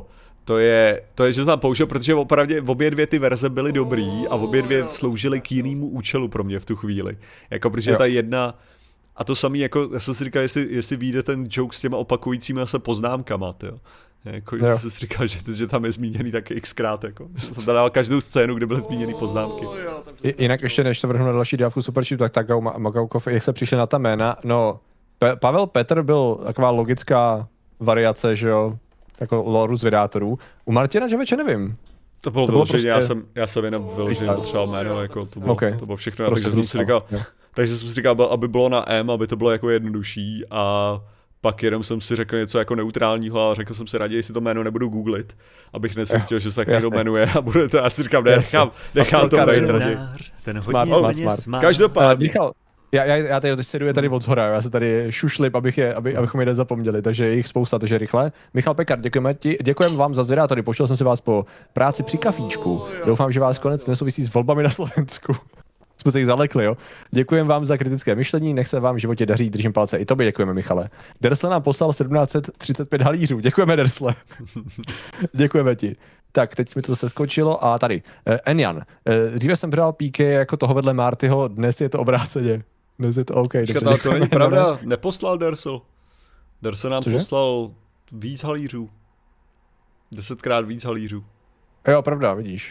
To je, že jsem použil, protože opravdu obě dvě ty verze byly dobrý a obě dvě sloužily k jinému účelu pro mě v tu chvíli. Jako protože ta jedna, a to samý, jako já jsem si říkal, jestli vyjde ten joke s těma opakujícími se poznámkama, jo. Jako, že jsem si říkal, že tam je zmíněný tak xkrát, jako. Jsem dal každou scénu, kde byly zmíněný poznámky. Jinak ještě než to vrhnu na další dávku Superchipu, tak Takao Magaukov, jak se přišli na ta jména, no, Pavel Petr byl taková logická variace, že jo, jako lore z vydátorů. U Martina Žaveče nevím. To bylo vyloženě, prostě... já jsem jenom vyloženě potřeboval jméno, jako to bylo všechno, prostě takže jsem si říkal, aby bylo na M, aby to bylo jako jednodušší a pak jenom jsem si řekl něco jako neutrálního a řekl jsem si raději, jestli to jméno nebudu googlit, abych nesistil, že se tak někdo jmenuje a bude to, já si říkám, nechám to být raději. Smart. Každopádně. Já tady sleduji tady od zhora, já se tady šušlip, abychom je nezapomněli, takže je jich spousta, takže rychle. Michal Pekar, děkujeme vám za zvědátory, pošel jsem si vás po práci při kafíčku. Doufám, že vás konec nesouvisí s volbami na Slovensku. Jsme se jich zalekli, jo. Děkujeme vám za kritické myšlení, nech se vám v životě daří, držím palce. I tobě děkujeme, Michale. Dersle nám poslal 1735 halířů, děkujeme, Dersle. Děkujeme ti. Tak, teď mi to zase skočilo a tady. Enjan, dříve jsem bral PK jako toho vedle Martyho, dnes je to obráceně. Dnes je to OK. Počkat, to není pravda, neposlal Dersel. Dersel nám poslal víc halířů. 10krát víc halířů. Jo, pravda, vidíš.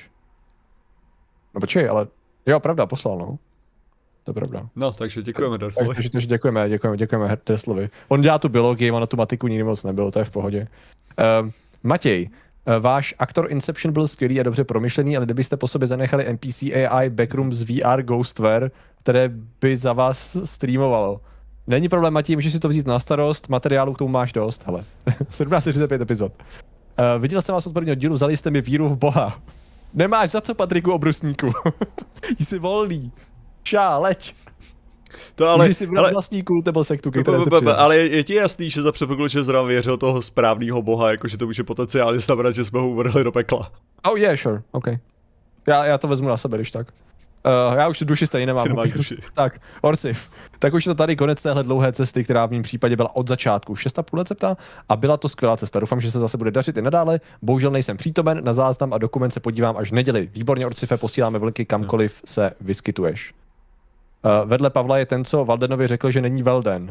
No počkej, ale jo, pravda, poslal, no. To je pravda. No, takže děkujeme Derslovi. Takže děkujeme Derslovi. On dělá tu biologii, on na tu matiku nikdy moc nebyl, to je v pohodě. Matěj, váš aktor Inception byl skvělý a dobře promyšlený, ale kdybyste po sobě zanechali NPC AI Backrooms VR Ghostware, které by za vás streamovalo. Není problém, Matěj, můžeš si to vzít na starost, materiálu k tomu máš dost, hele. 1745 epizod. Viděl jsem vás od prvního dílu, vzali jste mi víru v Boha. Nemáš za co, Patriku Obrusníku. Jsi volný. Šá, leď. To ale, můžeš si vybrat vlastní kult nebo sektu, které se ale je ti jasný, že za předpokladu, že zrovna věřil toho správného Boha, jakože to může potenciálně znamenat, že jsme ho uvrhli do pekla. Oh yeah, sure, OK. Já to vezmu na sebe, když tak. Já už duši stejně nemám. Duši. Tak, Orsif. Tak už je to tady konec téhle dlouhé cesty, která v mém případě byla od začátku 6,5 let se ptá a byla to skvělá cesta. Doufám, že se zase bude dařit i nadále. Bohužel nejsem přítomen, na záznam a dokument se podívám až v neděli. Výborně, Orsife, posíláme vlky kamkoliv se vyskytuješ. Vedle Pavla je ten, co Valdenovi řekl, že není Velden.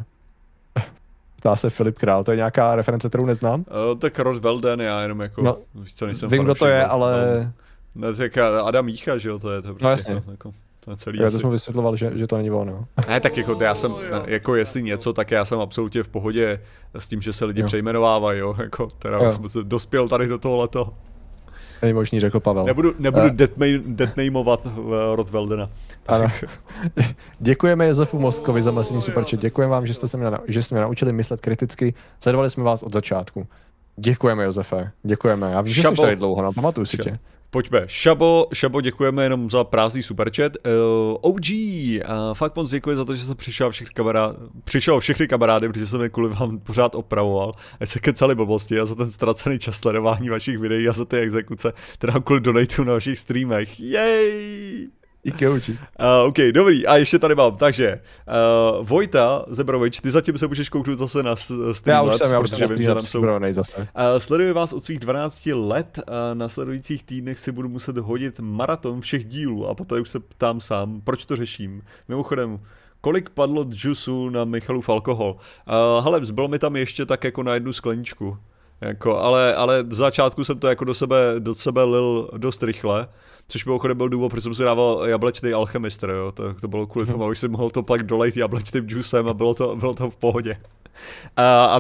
Ptá se Filip Král, to je nějaká reference, kterou neznám? Tak Rod Velden, já jenom jako, no, co nejsem vím, kdo to je, ale... No, tak Adam Mícha, že jo, to je to prostě, no, jasně. To je celý. Já to jsem vysvětloval, že to není ono, jo. Ne, tak jako já jsem, jako jestli něco, tak já jsem absolutně v pohodě s tím, že se lidi přejmenovávají, jo, jako teda jsem dospěl tady do toholeto. Není možný, řekl Pavel. Nebudu deadnameovat Rod Veldena. Ano. Děkujeme Josefu Mostkovi za masivní superchat. Děkujeme vám, že jste mě naučili myslet kriticky. Sledovali jsme vás od začátku. Děkujeme, Josefe. Děkujeme. Já vím, že jsi tady dlouho, no, pamatuju si tě. Pojďme. Šabo, děkujeme jenom za prázdný superchat. OG, fakt moc děkuji za to, že jsem přišel všechny kamarády, protože jsem je kvůli vám pořád opravoval. A se kecali blbosti a za ten ztracený čas sledování vašich videí a za ty exekuce, teda kvůli donatu na vašich streamech. Jej! Díky, OG. OK, dobrý. A ještě tady mám. Takže, Vojta Zebrovič, ty zatím se můžeš kouknout zase na Streamlabs, protože vím, že tam jsou. Zase. Sleduji vás od svých 12 let. Na sledujících týdnech si budu muset hodit maraton všech dílů a poté už se ptám sám, proč to řeším. Mimochodem, kolik padlo džusu na Michalův alkohol? Hele, zbylo mi tam ještě tak jako na jednu skleničku. Jako, ale z začátku jsem to jako do sebe lil dost rychle. Což mimochodem byl důvod, proč jsem si dával jablečný alchemistr, jo. To bylo kvůli tomu, abych si mohl to pak dolejt jablečným džusem a bylo to v pohodě. A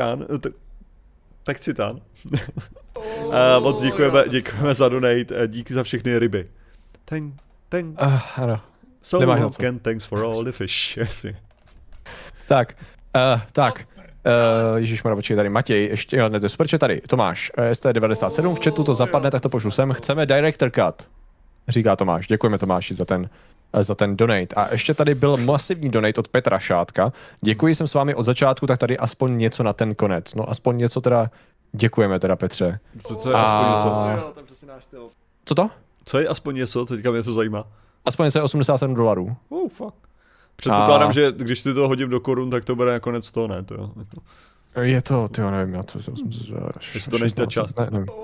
Tekcitán. Moc děkujeme za donate, díky za všechny ryby. Ano. So thanks for all the fish. Tak. Ježišmarja, počkej, tady Matěj, ještě, jo, ne, to je superchat tady, Tomáš, ST97, v chatu to zapadne, tak to pošlu sem, chceme director cut, říká Tomáš, děkujeme Tomáši za ten donate. A ještě tady byl masivní donate od Petra Šátka, děkuji, jsem s vámi od začátku, tak tady aspoň něco na ten konec, no aspoň něco teda, děkujeme teda Petře. Co je aspoň něco? Co to? Co je aspoň něco, teďka mě to zajímá. Aspoň něco je $87. Oh, fuck. Předpokládám, že když ty to hodím do korun, tak to bude nakonec to, ne? To, je to, tyjo, nevím, já to jestli to není ta část. Nevím.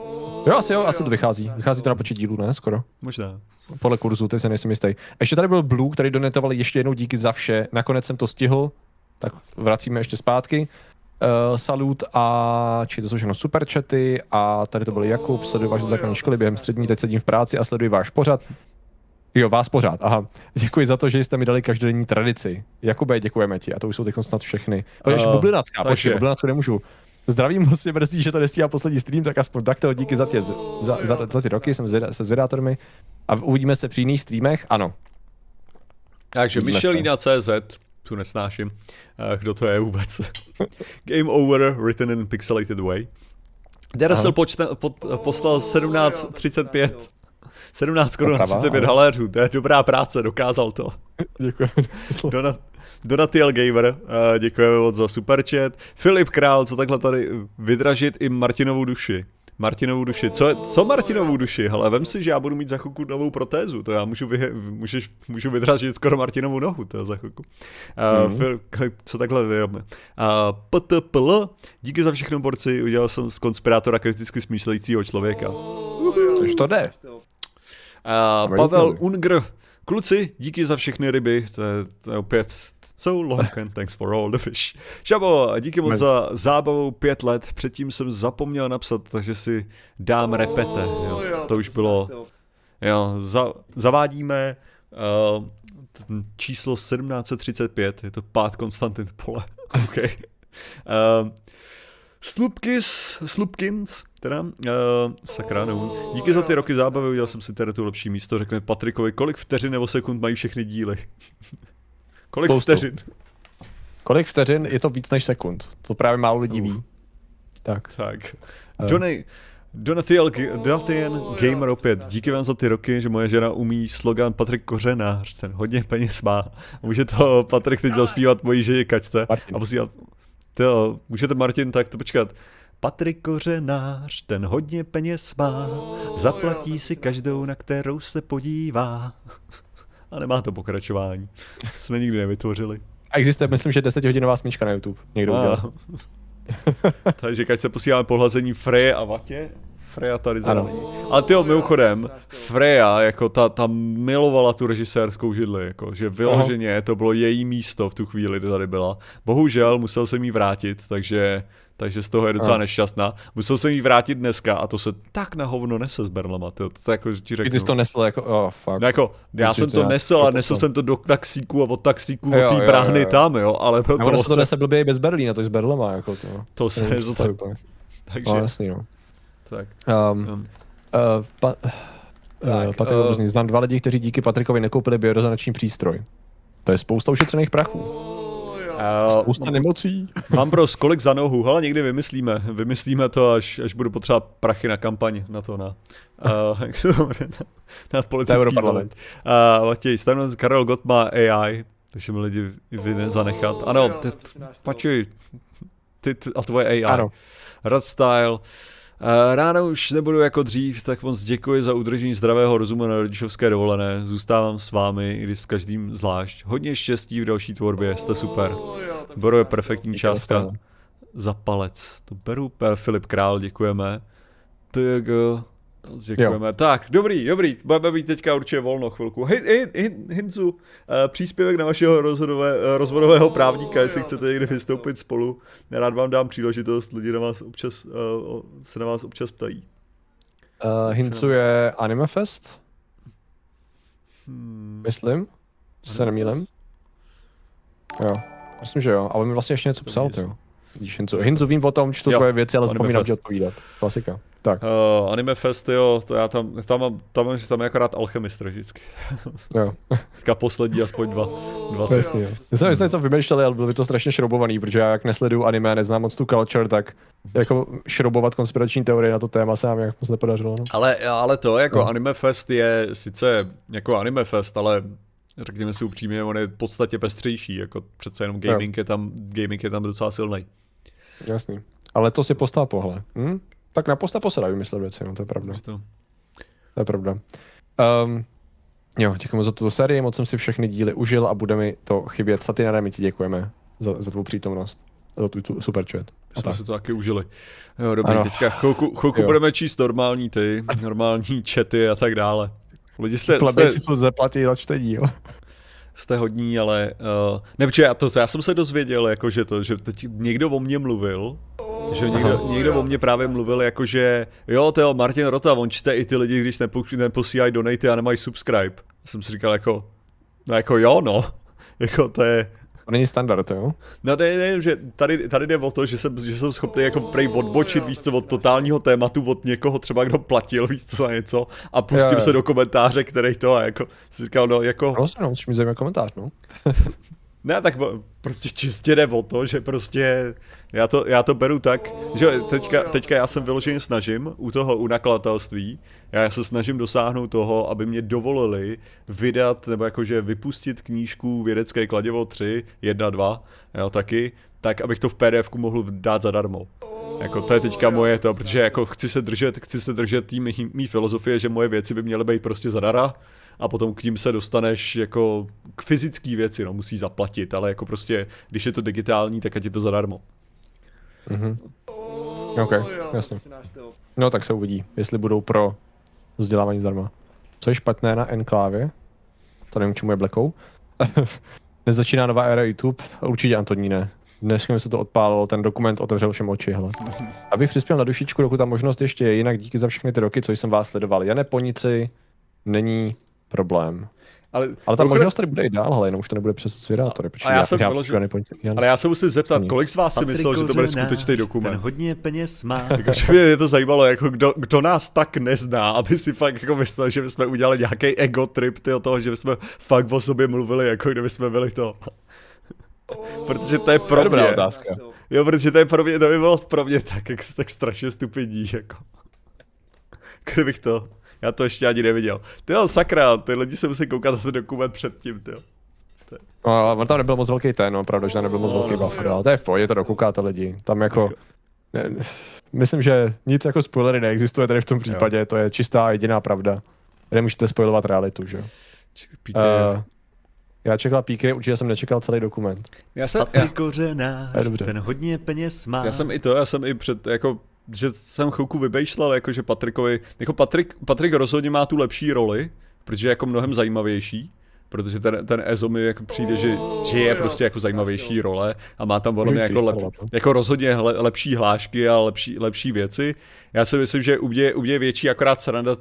Jo, asi to vychází. Vychází to na počet dílů, ne? Skoro. Možná. Podle kurzu, teď se nejsem jistý. Ještě tady byl Blue, který donetoval ještě jednou díky za vše. Nakonec jsem to stihl, tak vracíme ještě zpátky. Salut a či to jsou všechno super chaty a tady to byl Jakub, sleduji váš základní školy během střední, teď sedím v práci a sleduji váš pořad. Jo, vás pořád, aha. Děkuji za to, že jste mi dali každodenní tradici. Jakube, děkujeme ti a to už jsou teď snad všechny. Ještě Bublinacká, počkej, Bublinackou nemůžu. Zdravím, moc mě mrzí, že to nestíhá poslední stream, tak aspoň takto díky za ty roky, jsem se zvědátormi a uvidíme se při jiných streamech, ano. Takže Michelina.cz, tu nesnáším, kdo to je vůbec. Game over, written in pixelated way. Derasel poslal 1735. 17 korun 35 haléřů, to je dobrá práce, dokázal to. Děkuji. Donatiel Gamer, děkujeme moc za superchat. Filip Král, co takhle tady vydražit i Martinovu duši. Martinovu duši. Co Martinovu duši? Hele, vem si, že já budu mít za chvilku novou protézu, to já můžu vydražit skoro Martinovu nohu, to je za chvilku. Co takhle vyrobíme? PTPL, díky za všechno, borci, udělal jsem z konspirátora kriticky smýšlejícího člověka. Což to jde. Pavel Unger, kluci, díky za všechny ryby, to je opět so long and thanks for all the fish. Šabo, díky moc za zábavu 5 let, předtím jsem zapomněl napsat, takže si dám repete, jo. To už bylo, jo, zavádíme číslo 1735, je to pád Konstantin Pole, okay. Slupkins, teda, sakra, nevím. Díky za ty roky zábavy, udělal jsem si tady tu lepší místo, řekne Patrikovi, kolik vteřin nebo sekund mají všechny díly? Kolik vteřin? Kolik vteřin je to víc než sekund, to právě málo lidí ví. Tak. Donatiel Gamer opět, díky vám za ty roky, že moje žena umí slogan Patrik Kořenář, ten hodně peněz má. Může to Patrik teď zaspívat mojí ženě Kačce a můžete Martin tak to počkat. Patrik Kořenář, ten hodně peněz má, zaplatí si každou, na kterou se podívá. A nemá to pokračování. Jsme nikdy nevytvořili. A existuje, myslím, že 10hodinová smyčka na YouTube. Někdo udělal. Takže keď se posíláme pohlazení Freje a Vatě. Freja tady zrovna. Ale tyjo, mimochodem, Freja, jako ta milovala tu režisérskou židli, jako, že vyloženě to bylo její místo v tu chvíli, kdy tady byla. Bohužel musel jsem jí vrátit, takže z toho je docela nešťastná. Musel jsem jí vrátit dneska a to se tak na hovno nese s berlema, to jako ti řeknu. Ty jsi to nesl jako, fuck. No, jako, já jsem to nesl a nesl jsem to do taxíku a od taxíku od té bráhny tam, jo, ale to se to nese blbě i bez Berlína, to je s Berlema, jako to. To se nezostane. Takže. No, jasný, no. Tak. Patrik Různý. Znám 2 lidi, kteří díky Patrikovi nekoupili biorezonanční přístroj. To je spousta ušetřených prachů. Spousta nemocí. Mám bros, kolik za nohu? Hele, někdy vymyslíme to, až budu potřebovat prachy na kampaň na to, na politický parlament. Matěj, Karel Gott má AI, takže mi lidi zanechat. Ano, pačuj, ty a tvoje AI. Ano. Radstyle. Ráno už nebudu jako dřív, tak moc děkuji za udržení zdravého rozumu na rodičovské dovolené. Zůstávám s vámi, i když s každým zvlášť. Hodně štěstí v další tvorbě, jste super. Boro je perfektní částka za palec. To beru, Filip Král, děkujeme. Děkujeme. Tak, dobrý, budeme být teďka určitě volno chvilku. Hinzu, příspěvek na vašeho rozvodového právníka, jestli chcete někde vystoupit spolu. Rád vám dám příležitost, lidi se na vás občas ptají. Hinzu je Anime Fest? Myslím, se nemýlím. Jo, myslím, že jo, ale mi vlastně ještě něco psal, jo. Hinzu, vím o tom, čtu tvoje věci, ale zapomínám ti odpovídat. Klasika. Tak. Anime Fest, jo, to já tam je akorát alchemist vždycky. Jo. Teďka poslední aspoň dva. Jasný, jo. Já jsem něco vymýšlel, ale bylo by to strašně šroubovaný, protože já jak nesleduju anime, neznám moc tu culture, tak jako šroubovat konspirační teorie na to téma se nám nějak moc nepodařilo. No. Ale to jako Anime Fest je sice jako Anime Fest, ale řekněme si upřímně, on je v podstatě pestřejší, jako přece jenom gaming je tam docela silnej. Jasný. Ale to si postav pohle. Tak na posta se dá vymyslet věci, no, to je pravda. To je pravda. Jo, děkujeme za tuto sérii, moc jsem si všechny díly užil a bude mi to chybět. Satynare, my ti děkujeme za tvou přítomnost. za tu super chat. Jsme si to taky užili. Jo, dobrý, teďka chvilku budeme číst normální chaty a tak dále. Lidi jste jsou zaplatí za čtení, jo. Jste hodní, ale já jsem se dozvěděl, jako, že teď někdo o mně mluvil, že někdo o mně právě mluvil, jakože jo, to je Martin Rota, on čte i ty lidi, když neposílají donaty a nemají subscribe. Já jsem si říkal jako to je... To není standard, jo? No ne, že tady jde o to, že jsem schopný jako prej odbočit, víš co, od totálního tématu, od někoho třeba, kdo platil, víš co, za něco a pustím se do komentáře, který to a jako si říkal, no jako... Prostě, musíš mi zajímat komentář, no. Ne, tak prostě čistě jde o to, že prostě já to beru tak, že teďka já jsem vyloženě snažím u nakladatelství, já se snažím dosáhnout toho, aby mě dovolili vydat, nebo jakože vypustit knížku Vědecké kladivo 3, 1, 2, jo, taky, tak abych to v PDF-ku mohl dát zadarmo. Jako to je teďka moje to, protože jako chci se držet mý filozofie, že moje věci by měly být prostě zadara. A potom k tím se dostaneš jako k fyzické věci, no musí zaplatit, ale jako prostě, když je to digitální, tak ať je to zadarmo. OK, jasně. No tak se uvidí, jestli budou pro vzdělávání zdarma. Co je špatné na Enklávě? To nevím, čemu je blekou. Nezačíná nová éra YouTube? Určitě Antoní ne. Dneska mi se to odpálilo, ten dokument otevřel všem oči, hele. Abych přispěl na dušičku, dokud ta možnost ještě je, jinak díky za všechny ty roky, co jsem vás sledoval. Jane Ponici, není problém. Ale ta možnost tady bude i dál, ale jenom už to nebude přes svědátory. Ale já se musím zeptat, kolik z vás si myslel, že to bude skutečný dokument? Ten hodně peněz má. Takže mě to zajímalo, jako kdo nás tak nezná, aby si fakt jako myslel, že bychom udělali nějaký ego trip toho, že bychom fakt o sobě mluvili, jako kdyby jsme byli to. Protože to je pro mě. Otázka. Jo, protože to je pro mě, to by bylo pro mě tak strašně stupidní, jako. Kdybych to... Já to ještě ani neviděl. Tyjo, sakra, ty lidi se musí koukat na ten dokument předtím, tyjo. No, on tam nebyl moc velký ten, no, pravda, že tam nebyl moc velký buffer, ale to je v pohodě, to dokoukáte lidi. Tam jako... myslím, že nic jako spoilery neexistuje tady v tom případě, to je čistá jediná pravda. Nemůžete spoilovat realitu, že jo. Já čekal píky, určitě jsem nečekal celý dokument. Ten hodně peněz má. Já jsem i před, jako... že jsem chvilku vybejšlel, jakože Patrikovi, jako Patrik rozhodně má tu lepší roli, protože je jako mnohem zajímavější, protože ten Ezo mi jako přijde, že je prostě jako zajímavější role a má tam velmi jako rozhodně lepší hlášky a lepší věci. Já si myslím, že u mě je větší akorát sranda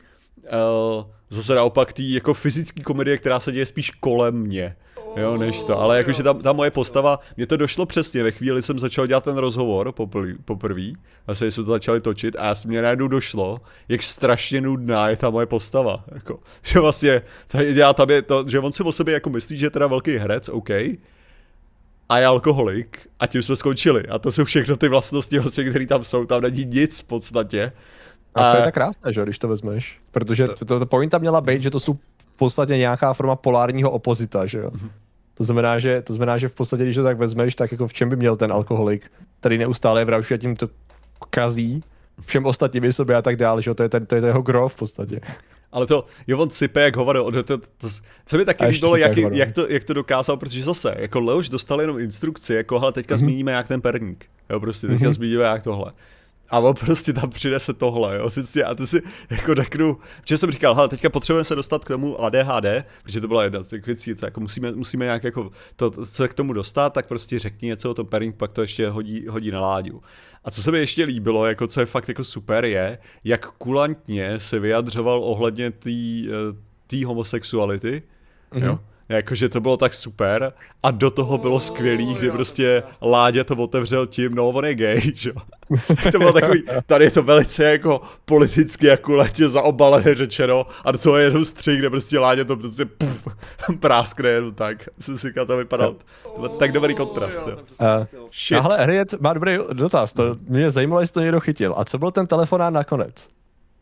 zase naopak tý jako fyzický komedie, která se děje spíš kolem mě. Jo, než to, ale jakože ta moje postava, mně to došlo přesně, ve chvíli jsem začal dělat ten rozhovor poprvé, vlastně jsme to začali točit a mě najednou došlo, jak strašně nudná je ta moje postava, jako, že vlastně, tam je to, že on si o sobě jako myslí, že je teda velký herec, OK, a je alkoholik a tím jsme skončili a to jsou všechno ty vlastnosti, vlastně, které tam jsou, tam není nic v podstatě. A to je tak krásné, že, když to vezmeš, protože to pointa měla být, že to jsou v podstatě nějaká forma polárního opozita, že jo. To znamená, že v podstatě, když to tak vezmeš, tak jako v čem by měl ten alkoholik, který neustále je vravší a tím to kazí všem ostatním i sobě a tak dále, že jo, to je jeho gro v podstatě. Ale to, jo, on sype jak hovado, co mi taky líbilo, jak to dokázal, protože zase, jako Leoš dostal jenom instrukci, jako hele, teďka zmíníme jak ten perník, jo, prostě teďka zmíníme jak tohle. A on prostě tam přinese tohle, jo, a ty si jako řeknu, že jsem říkal, hele, teďka potřebujeme se dostat k tomu ADHD, protože to byla jedna z těch věcí, co jako musíme nějak jako se k tomu dostat, tak prostě řekni něco o tom pairing, pak to ještě hodí na láďu. A co se mi ještě líbilo, jako co je fakt jako super je, jak kulantně se vyjadřoval ohledně té homosexuality, jo. Jakože to bylo tak super a do toho bylo skvělý, kdy prostě Láďa to otevřel tím, no on je gay, že jo. To bylo takový, tady je to velice jako politicky jako letě zaobalené řečeno a do toho je jenom střih, kde prostě Láďa to prostě práskne jenom tak. Jsem si říkal, to vypadalo, to byl tak dobrý kontrast, jo. Tahle Harriet má dobrý dotaz, to mě zajímalo, jestli to někdo chytil. A co byl ten telefonát nakonec?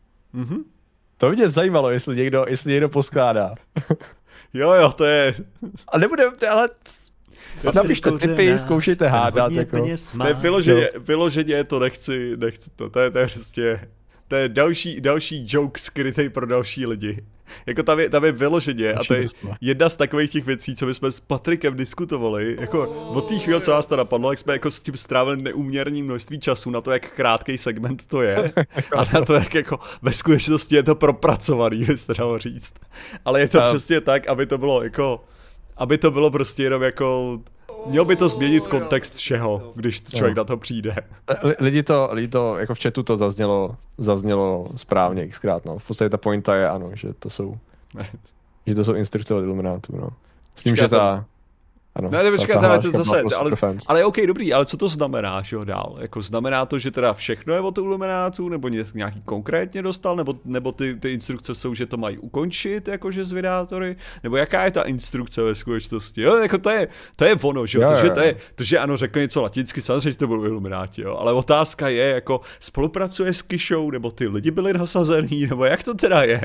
To mě zajímalo, jestli někdo poskládá. Jo, to je... A nebudeme, ale... Napište tipy, zkoušejte hádat, jako... To je vyloženě to nechci to je prostě... To je další joke skrytej pro další lidi. Jako tam je vyloženě a to je jedna z takových těch věcí, co my jsme s Patrikem diskutovali, jako od té chvíle, co nás to napadlo, jak jsme jako s tím strávili neuměrné množství času na to, jak krátký segment to je a na to, jak jako ve skutečnosti je to propracovaný, byste dalo říct. Ale je to přesně tak, aby to bylo prostě jenom jako... Měl by to změnit kontext všeho, když člověk na to přijde. Lidi to, jako v chatu to zaznělo správně xkrát, no. V podstatě ta pointa je, ano, že to jsou instrukce od Illuminátů, no. S tím, že ta... Ano, ne, počkat, to zase, ale OK, dobrý, ale co to znamená, že jo, dál? Jako znamená to, že teda všechno je od Illuminátů, nebo nějaký konkrétně dostal, nebo ty instrukce jsou, že to mají ukončit, jakože z vydátory, nebo jaká je ta instrukce ve skutečnosti, jo, jako to je ono, že jo, to, že ano, řekne něco latinsky, samozřejmě, že to budou Illumináti, jo, ale otázka je, jako spolupracuje s Kishou, nebo ty lidi byli nasazený, nebo jak to teda je?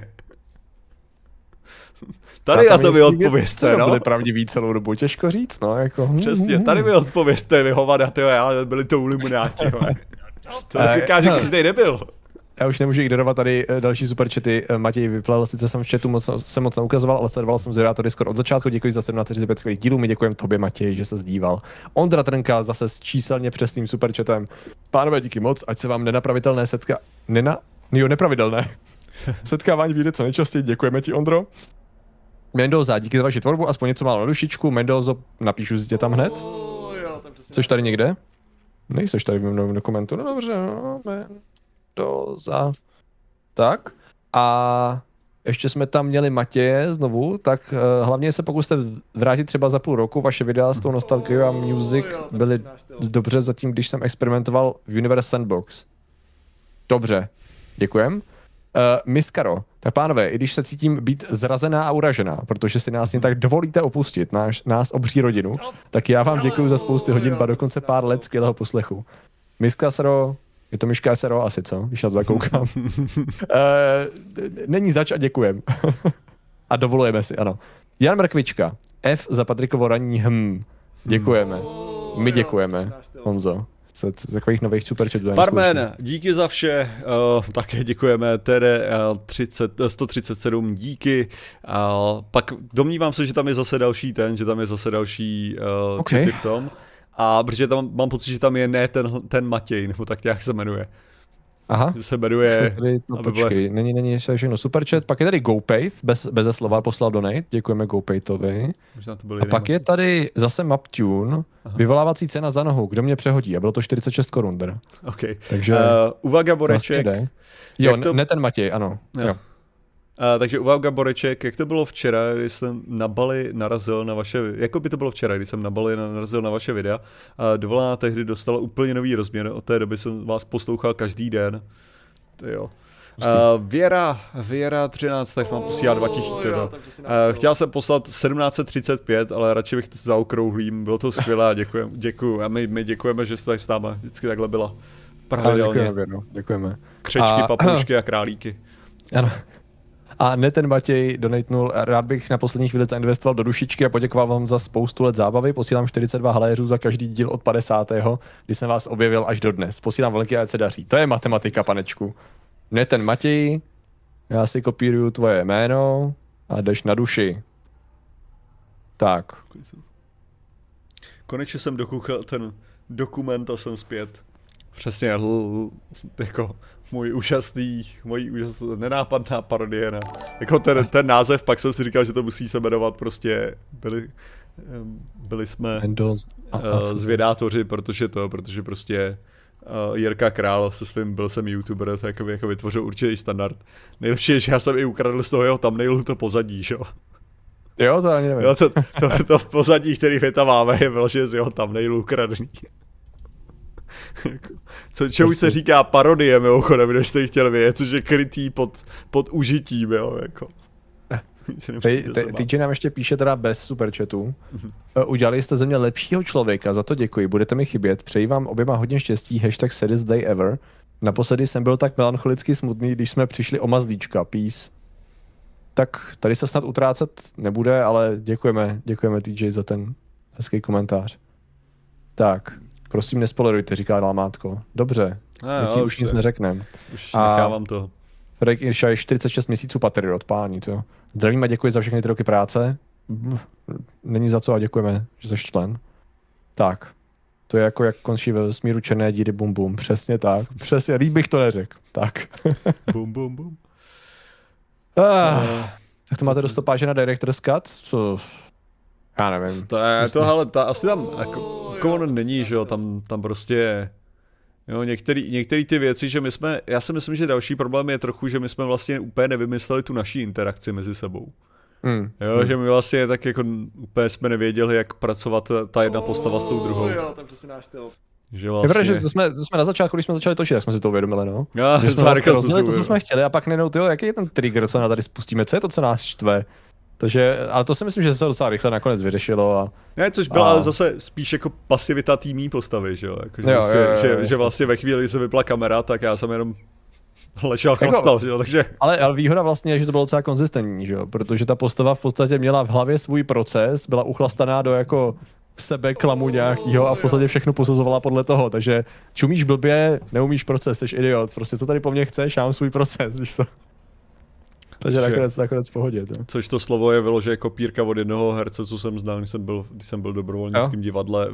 Tady na to mi odpovězte, no. Byli pravdiví celou dobu, těžko říct, no, jako. Přesně, tady mi odpovězte, vy hovada, ale byli to Illumináti, jo. To říká, že každý nebyl. Já už nemůžu ignorovat tady další superchaty. Matěj vyplal, sice jsem v chatu jsem moc neukazoval, ale sledoval jsem Zvědátor Discord od začátku. Děkuji za 1745 skvělých dílů, my děkujeme tobě, Matěj, že se zdíval. Ondra Trnka zase s číselně přesným superchatem. Pánové, díky moc, ať se vám nenapravitelné nepravidelné setkávání vyjde co nejčastěji. Děkujeme ti, Ondro. Mendoza, díky za vaši tvorbu, aspoň něco málo na dušičku. Mendozo, napíšu si tě tam hned. Což tady někde? Nejseš tady v mém dokumentu, no dobře, no, Mendoza. Tak. A ještě jsme tam měli Matěje znovu, tak hlavně se pokuste vrátit třeba za půl roku. Vaše videa s tou Nostalgia Music byly dobře zatím, když jsem experimentoval v Universe Sandbox. Dobře, děkujem. Miskaro, tak pánové, i když se cítím být zrazená a uražená, protože si nás jen tak dovolíte opustit, nás obří rodinu, tak já vám děkuji za spousty hodin, ba dokonce pár let skvělého poslechu. Miskasero, je to Miška Sero asi, co? Když na to tak koukám. Není zač a děkujem. A dovolujeme si, ano. Jan Mrkvička, F za Patrikovo ranní Děkujeme. My děkujeme, Honzo. Takových nových superchatů. Barman, díky za vše, také děkujeme, Tere 137, díky. Pak domnívám se, že tam je zase další chaty v tom. A protože tam mám pocit, že tam je ne ten Matěj, nebo tak nějak se jmenuje. Aha. Se jmenuje... Počkej, není všechno superchat, pak je tady GoPay, beze slova poslal donate, děkujeme GoPaytovi. A pak je tady zase Maptune, vyvolávací cena za nohu, kdo mě přehodí, a bylo to 46 korun. OK. Takže... Uvaga, Boreček. Jo, ne ten Matěj, ano. Jo. Takže uvaga, Boreček, jak to bylo včera, když jsem na Bali narazil na vaše, jako by to bylo včera, když jsem na Bali narazil na vaše videa, Dovolená tehdy dostala úplně nový rozměr, od té doby jsem vás poslouchal každý den. To jo. Věra 13, tak mám posílat 2000. Chtěl jsem poslat 1735, ale radši bych to zaokrouhlím, bylo to skvělé, děkuju. A my děkujeme, že jste s námi vždycky takhle byla pravidelně. Děkujeme. Křečky, papušky a králíky. Ano. A ne ten Matěj donatnul, rád bych na poslední chvíli zainvestoval do dušičky a poděkoval vám za spoustu let zábavy. Posílám 42 haléřů za každý díl od 50. kdy jsem vás objevil až do dnes. Posílám velký, ať se daří. To je matematika, panečku. Ne ten Matěj, já si kopíruju tvoje jméno a jdeš na duši. Tak. Konečně jsem dokoukal ten dokument a jsem zpět. Přesně, jako mojí úžasný, nenápadná parodie na, jako ten název, pak jsem si říkal, že to musí se jmenovat prostě, byli jsme zvědátoři, protože prostě Jirka Král se svým byl jsem youtuber, tak jako vytvořil určitý standard. Nejlepší je, že já jsem i ukradl z toho jeho thumbnailu to pozadí, že jo? Jo, to ani nevím. Jo, to pozadí, který my tam máme, je vyloženě z jeho thumbnailu ukradený. Čemu se říká parodie, mimochodem, když jste chtěli vědět, což je krytý pod užitím, jo, jako. Teď nám ještě píše teda bez superchatu. Udělali jste ze mě lepšího člověka, za to děkuji, budete mi chybět, přeji vám oběma hodně štěstí, #saddest day ever. Naposledy jsem byl tak melancholicky smutný, když jsme přišli o mazlíčka, peace. Tak tady se snad utrácet nebude, ale děkujeme TJ za ten hezký komentář. Tak. Prosím, nespoilerujte, říká Dalmátko. Dobře, my ti už nic neřekneme. Už nechávám to. Fredrik Irša je 46 měsíců Patriot, páni, to. Zdravím a děkuji za všechny ty roky práce. Není za co a děkujeme, že jsi člen. Tak, to je jako jak končí ve vesmíru černé díry bum bum. Přesně tak, přesně, líp bych to neřekl. Tak. Bum bum bum. Tak to máte do stopáže na Director's Cut? Co? Já nevím. To hele, asi tam jako ono není, že jo, tam prostě jo, některé ty věci, že já si myslím, že další problém je trochu, že my jsme vlastně úplně nevymysleli tu naší interakci mezi sebou. Že my vlastně tak jako úplně jsme nevěděli, jak pracovat ta jedna postava s tou druhou. Jo, to je přesně náš styl. Že vlastně... že to jsme na začátku, když jsme začali točit, tak jsme si to uvědomili, no. Že jsme vlastně rozdělili to, co jsme chtěli, a pak nejednou, jaký je ten trigger, co na tady spustíme, co je to, co nás štve. Takže, ale to si myslím, že se docela rychle nakonec vyřešilo a... Ne, což byla ale zase spíš jako pasivita té mý postavy, že jo? Že vlastně ve chvíli, kdy se vypla kamera, tak já jsem jenom ležel chlastal, že jo, takže... Ale výhoda vlastně je, že to bylo docela konzistentní, že jo? Protože ta postava v podstatě měla v hlavě svůj proces, byla uchlastaná do jako sebe klamu nějakýho a v podstatě všechno posuzovala podle toho, takže čumíš blbě, neumíš proces, jsi idiot, prostě co tady po mně chceš, já mám svůj proces, víš co? Takže nakonec v pohodě. To. Což to slovo je vyloženě kopírka od jednoho herce, co jsem znal, když jsem byl dobrovolnickým divadle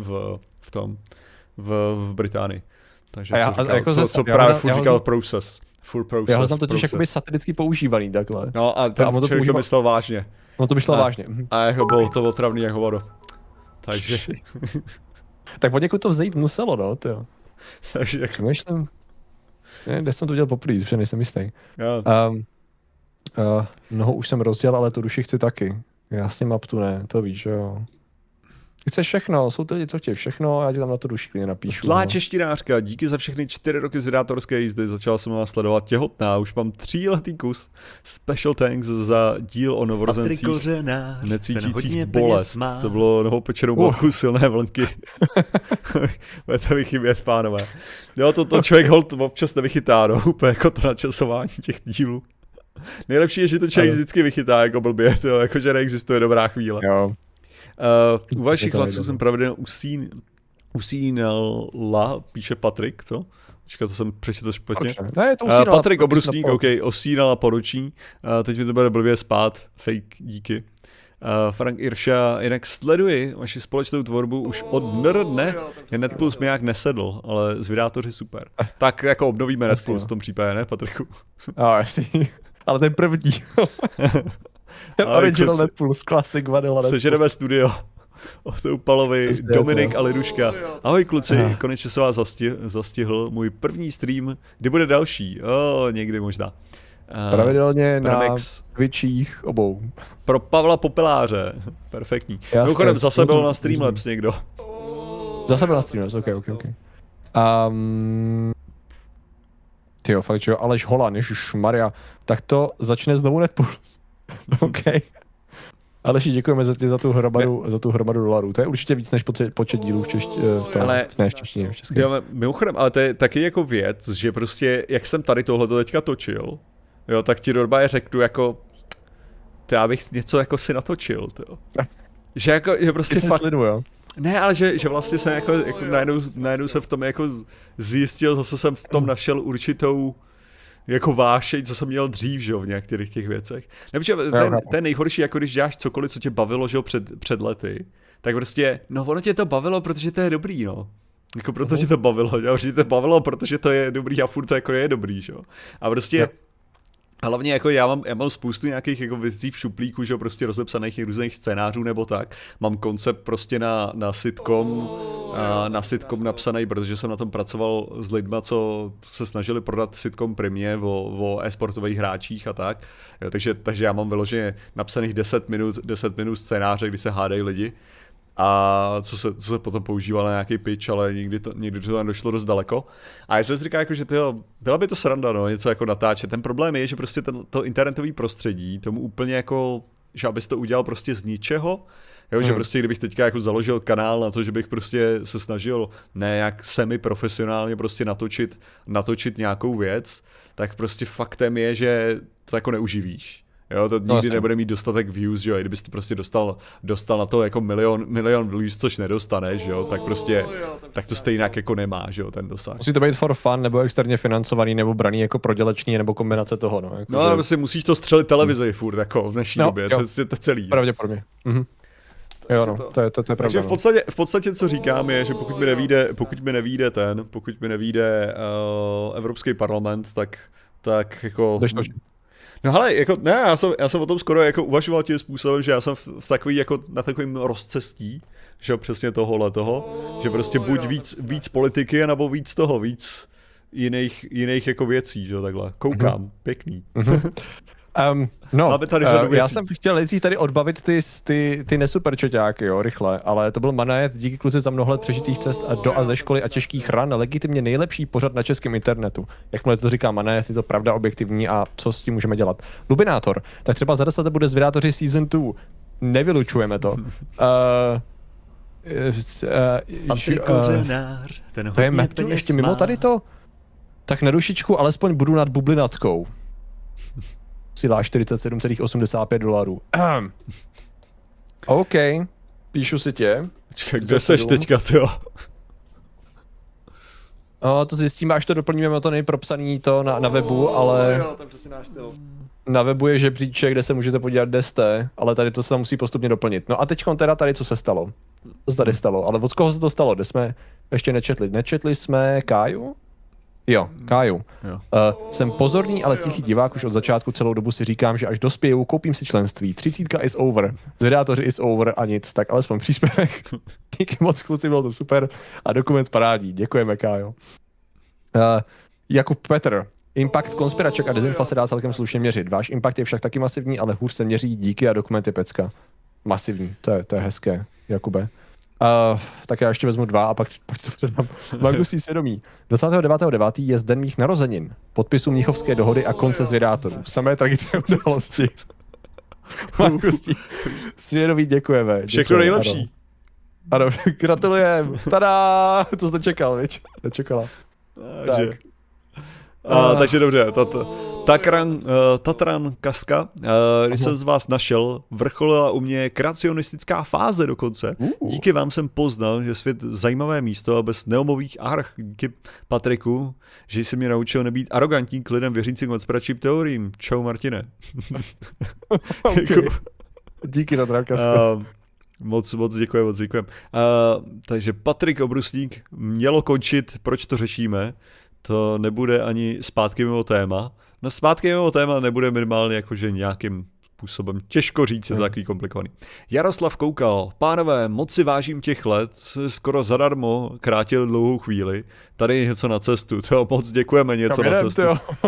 v Británii. Takže co právě furt říkal process. Full process. Já ho znám totiž jakoby satiricky používaný takhle. No a ten člověk to myslel vážně. No to myslel vážně. A jako bylo to otravný jak hovado. Takže... Tak od někud to vzejít muselo, no, tyjo. Takže... Přemýšlím. Kde jsem to udělal poprvé, protože nejsem jistý. Nohu už jsem rozdělal, ale tu duši chci taky. Jasně maptu ne, to víš, jo. Chceš všechno, jsou to lidi, co chtějí všechno, a já ti tam na to duši klidně napíšu. Zlá češtinářka, díky za všechny 4 roky z vydátorské jízdy, začala jsem vás sledovat těhotná, už mám 3letý kus. Special thanks za díl o novorozencích necítících bolest. To bylo novopečenou vodku silné vlnky. Budete mi chybět, pánové. Jo, to člověk holt občas nevychytá, no, úplně jako to načasování těch dílů. Nejlepší je, že to člověk vždycky vychytá jako blbě, jakože neexistuje dobrá chvíle. Jo. U vašich hlasů jsem pravidelně usínala, píše Patrik, co? Počkat, to jsem přečetl špatně. Ne, to Patrik Obrusník, osínala poručí, teď mi to bude blbě spát, fake, díky. Frank Irša, jinak sleduji vaši společnou tvorbu už od dne, je Netplus mi nějak nesedl, ale z vydátoři super. Tak jako obnovíme Netplus v tom případě, ne Patriku? Jasný, ale ten první. Original Netplus, Classic Vanilla Netplus. Sežereme studio. Upalovi, Dominik a Liduška. Ahoj kluci, konečně se vás zastihl můj první stream. Kdy bude další? Někdy možná. Pravidelně na Twitchích obou. Pro Pavla Popeláře. Perfektní. Mimochodem zase byl na Streamlabs někdo. Zase byl na Streamlabs, ok. Tyjo, fakt, že jo, Aleš Holan, ježišmarja, tak to začne znovu Netplus. OK. Aleši, děkujeme za tu hromadu dolarů. To je určitě víc než počet dílů v češtině, v české. Mimochodem, ale to je taky jako věc, že prostě, jak jsem tady tohleto teďka točil, jo, tak ti normálně řeknu jako, já bych něco jako si natočil, jo. Že prostě fakt... Slidu, jo. Ne, ale že vlastně jsem jako najednou jsem v tom jako zjistil, zase jsem v tom našel určitou jako vášeň, co jsem měl dřív, že jo, v některých těch věcech. Nebo to je nejhorší, jako když děláš cokoliv, co tě bavilo, že jo, před lety, tak prostě, no ono tě to bavilo, protože to je dobrý, no. Jako proto tě to bavilo, jo, že tě to bavilo, protože to je dobrý a furt to jako je dobrý, že jo. A prostě, hlavně jako já mám spoustu nějakých jako věcí v šuplíku, že jo, prostě rozepsaných různých scénářů nebo tak. Mám koncept prostě na sitcom napsaný, protože jsem na tom pracoval s lidma, co se snažili prodat sitcom Primě o e-sportových hráčích a tak. Jo, takže já mám vyloženě napsaných 10 minut scénáře, kdy se hádají lidi. A co se potom používalo na nějaký pitch, ale nikdy to nedošlo dost daleko. A já jsem si říkal, jako, že byla by to sranda, no, něco jako natáčet. Ten problém je, že prostě to internetový prostředí, tomu úplně jako, že abys to udělal prostě z ničeho, jo, že prostě kdybych teďka jako založil kanál na to, že bych prostě se snažil jak semi-profesionálně prostě natočit nějakou věc, tak prostě faktem je, že to jako neuživíš. Jo, to nikdy nebude mít dostatek views, že jo, i kdybyste prostě dostal na to jako milion views, což nedostaneš, že jo, tak prostě, tak to stejně jako nemá, že jo, ten dosah. Musí to být for fun, nebo externě financovaný, nebo braný jako prodělečný, nebo kombinace toho, no. Jako no, ale prostě musíš to střelit televizi furt, jako v dnešní době, to je celý. Pravděpodobně. Jo, no, to je pravda. Takže v podstatě, co říkám, je, že pokud mi nevyjde Evropský parlament, tak jako... No hele, jako, ne, já jsem o tom skoro jako uvažoval tím způsobem, že já jsem v takový, jako na takovým rozcestí, že přesně toho, že prostě buď víc politiky, nebo víc jiných jako věcí, že takhle. Koukám, pěkný. No, já jsem chtěl nejdřív tady odbavit ty nesuperčeťáky, jo, rychle, ale to byl Manajet, díky kluci za mnoho let přežitých cest do a ze školy a těžkých ran, legitimně nejlepší pořad na českém internetu. Jakmile to říká Manajet, je to pravda objektivní a co s tím můžeme dělat. Lubinátor, tak třeba za 10 let bude Zvědátoři Season 2, nevylučujeme to. To je Maptu ještě mimo tady to? Tak na dušičku alespoň budu nad bublinatkou. Silá $47,85. OK, píšu si tě. Čekaj, kde seš teďka, tyjo? No, to zjistíme, až to doplníme, to nejpropsaný to na webu, ale... Jo, tam přesně náš styl. Na webu je žebříček, kde se můžete podívat, kde jste, ale tady to se tam musí postupně doplnit. No a teďkon teda tady, co se stalo? Co se tady stalo? Ale od koho se to stalo? Kde jsme ještě nečetli? Nečetli jsme Káju? Jo, Káju. Jsem pozorný, ale tichý divák, už od začátku celou dobu si říkám, že až dospěju, koupím si členství. 30 is over, Zvědátoři is over a nic, tak alespoň příspěvek. Díky moc, kluci, bylo to super a dokument parádí. Děkujeme, Kájo. Jakub Petr. Impact konspiraček a dezinfa se dá celkem slušně měřit. Váš impact je však taky masivní, ale hůř se měří, díky a dokument je pecka. Masivní, to je hezké, Jakube. Tak já ještě vezmu 2 a pak to předám. Magusí svědomí. 29.9. je den mých narozenin. Podpisu Mnichovské dohody a konce Zvědátorů. Samé tragické události. Magusí svědomí, děkujeme. Všechno nejlepší. Ano, gratulujem. Tada! To jsi nečekal, viď? Nečekala. Tak. Takže dobře, Tatran Kaska, když jsem z vás našel, vrcholila u mě kreacionistická fáze dokonce. Díky vám jsem poznal, že svět zajímavé místo a bez neomových arch. Díky Patriku, že jsi mě naučil nebýt arrogantní k lidem věřícím konspiračním teoriím. Čau, Martine. Okay. Díky, Tatran Kaska. Moc děkujem. Takže Patrik Obrusník, mělo končit, proč to řešíme. To nebude ani zpátky mimo téma. No zpátky mimo téma nebude minimálně jakože nějakým způsobem. Těžko říct, je to takový komplikovaný. Jaroslav Koukal. Pánové, moc si vážím těch let, skoro zadarmo krátili dlouhou chvíli. Tady něco na cestu, to moc děkujeme, něco na cestu.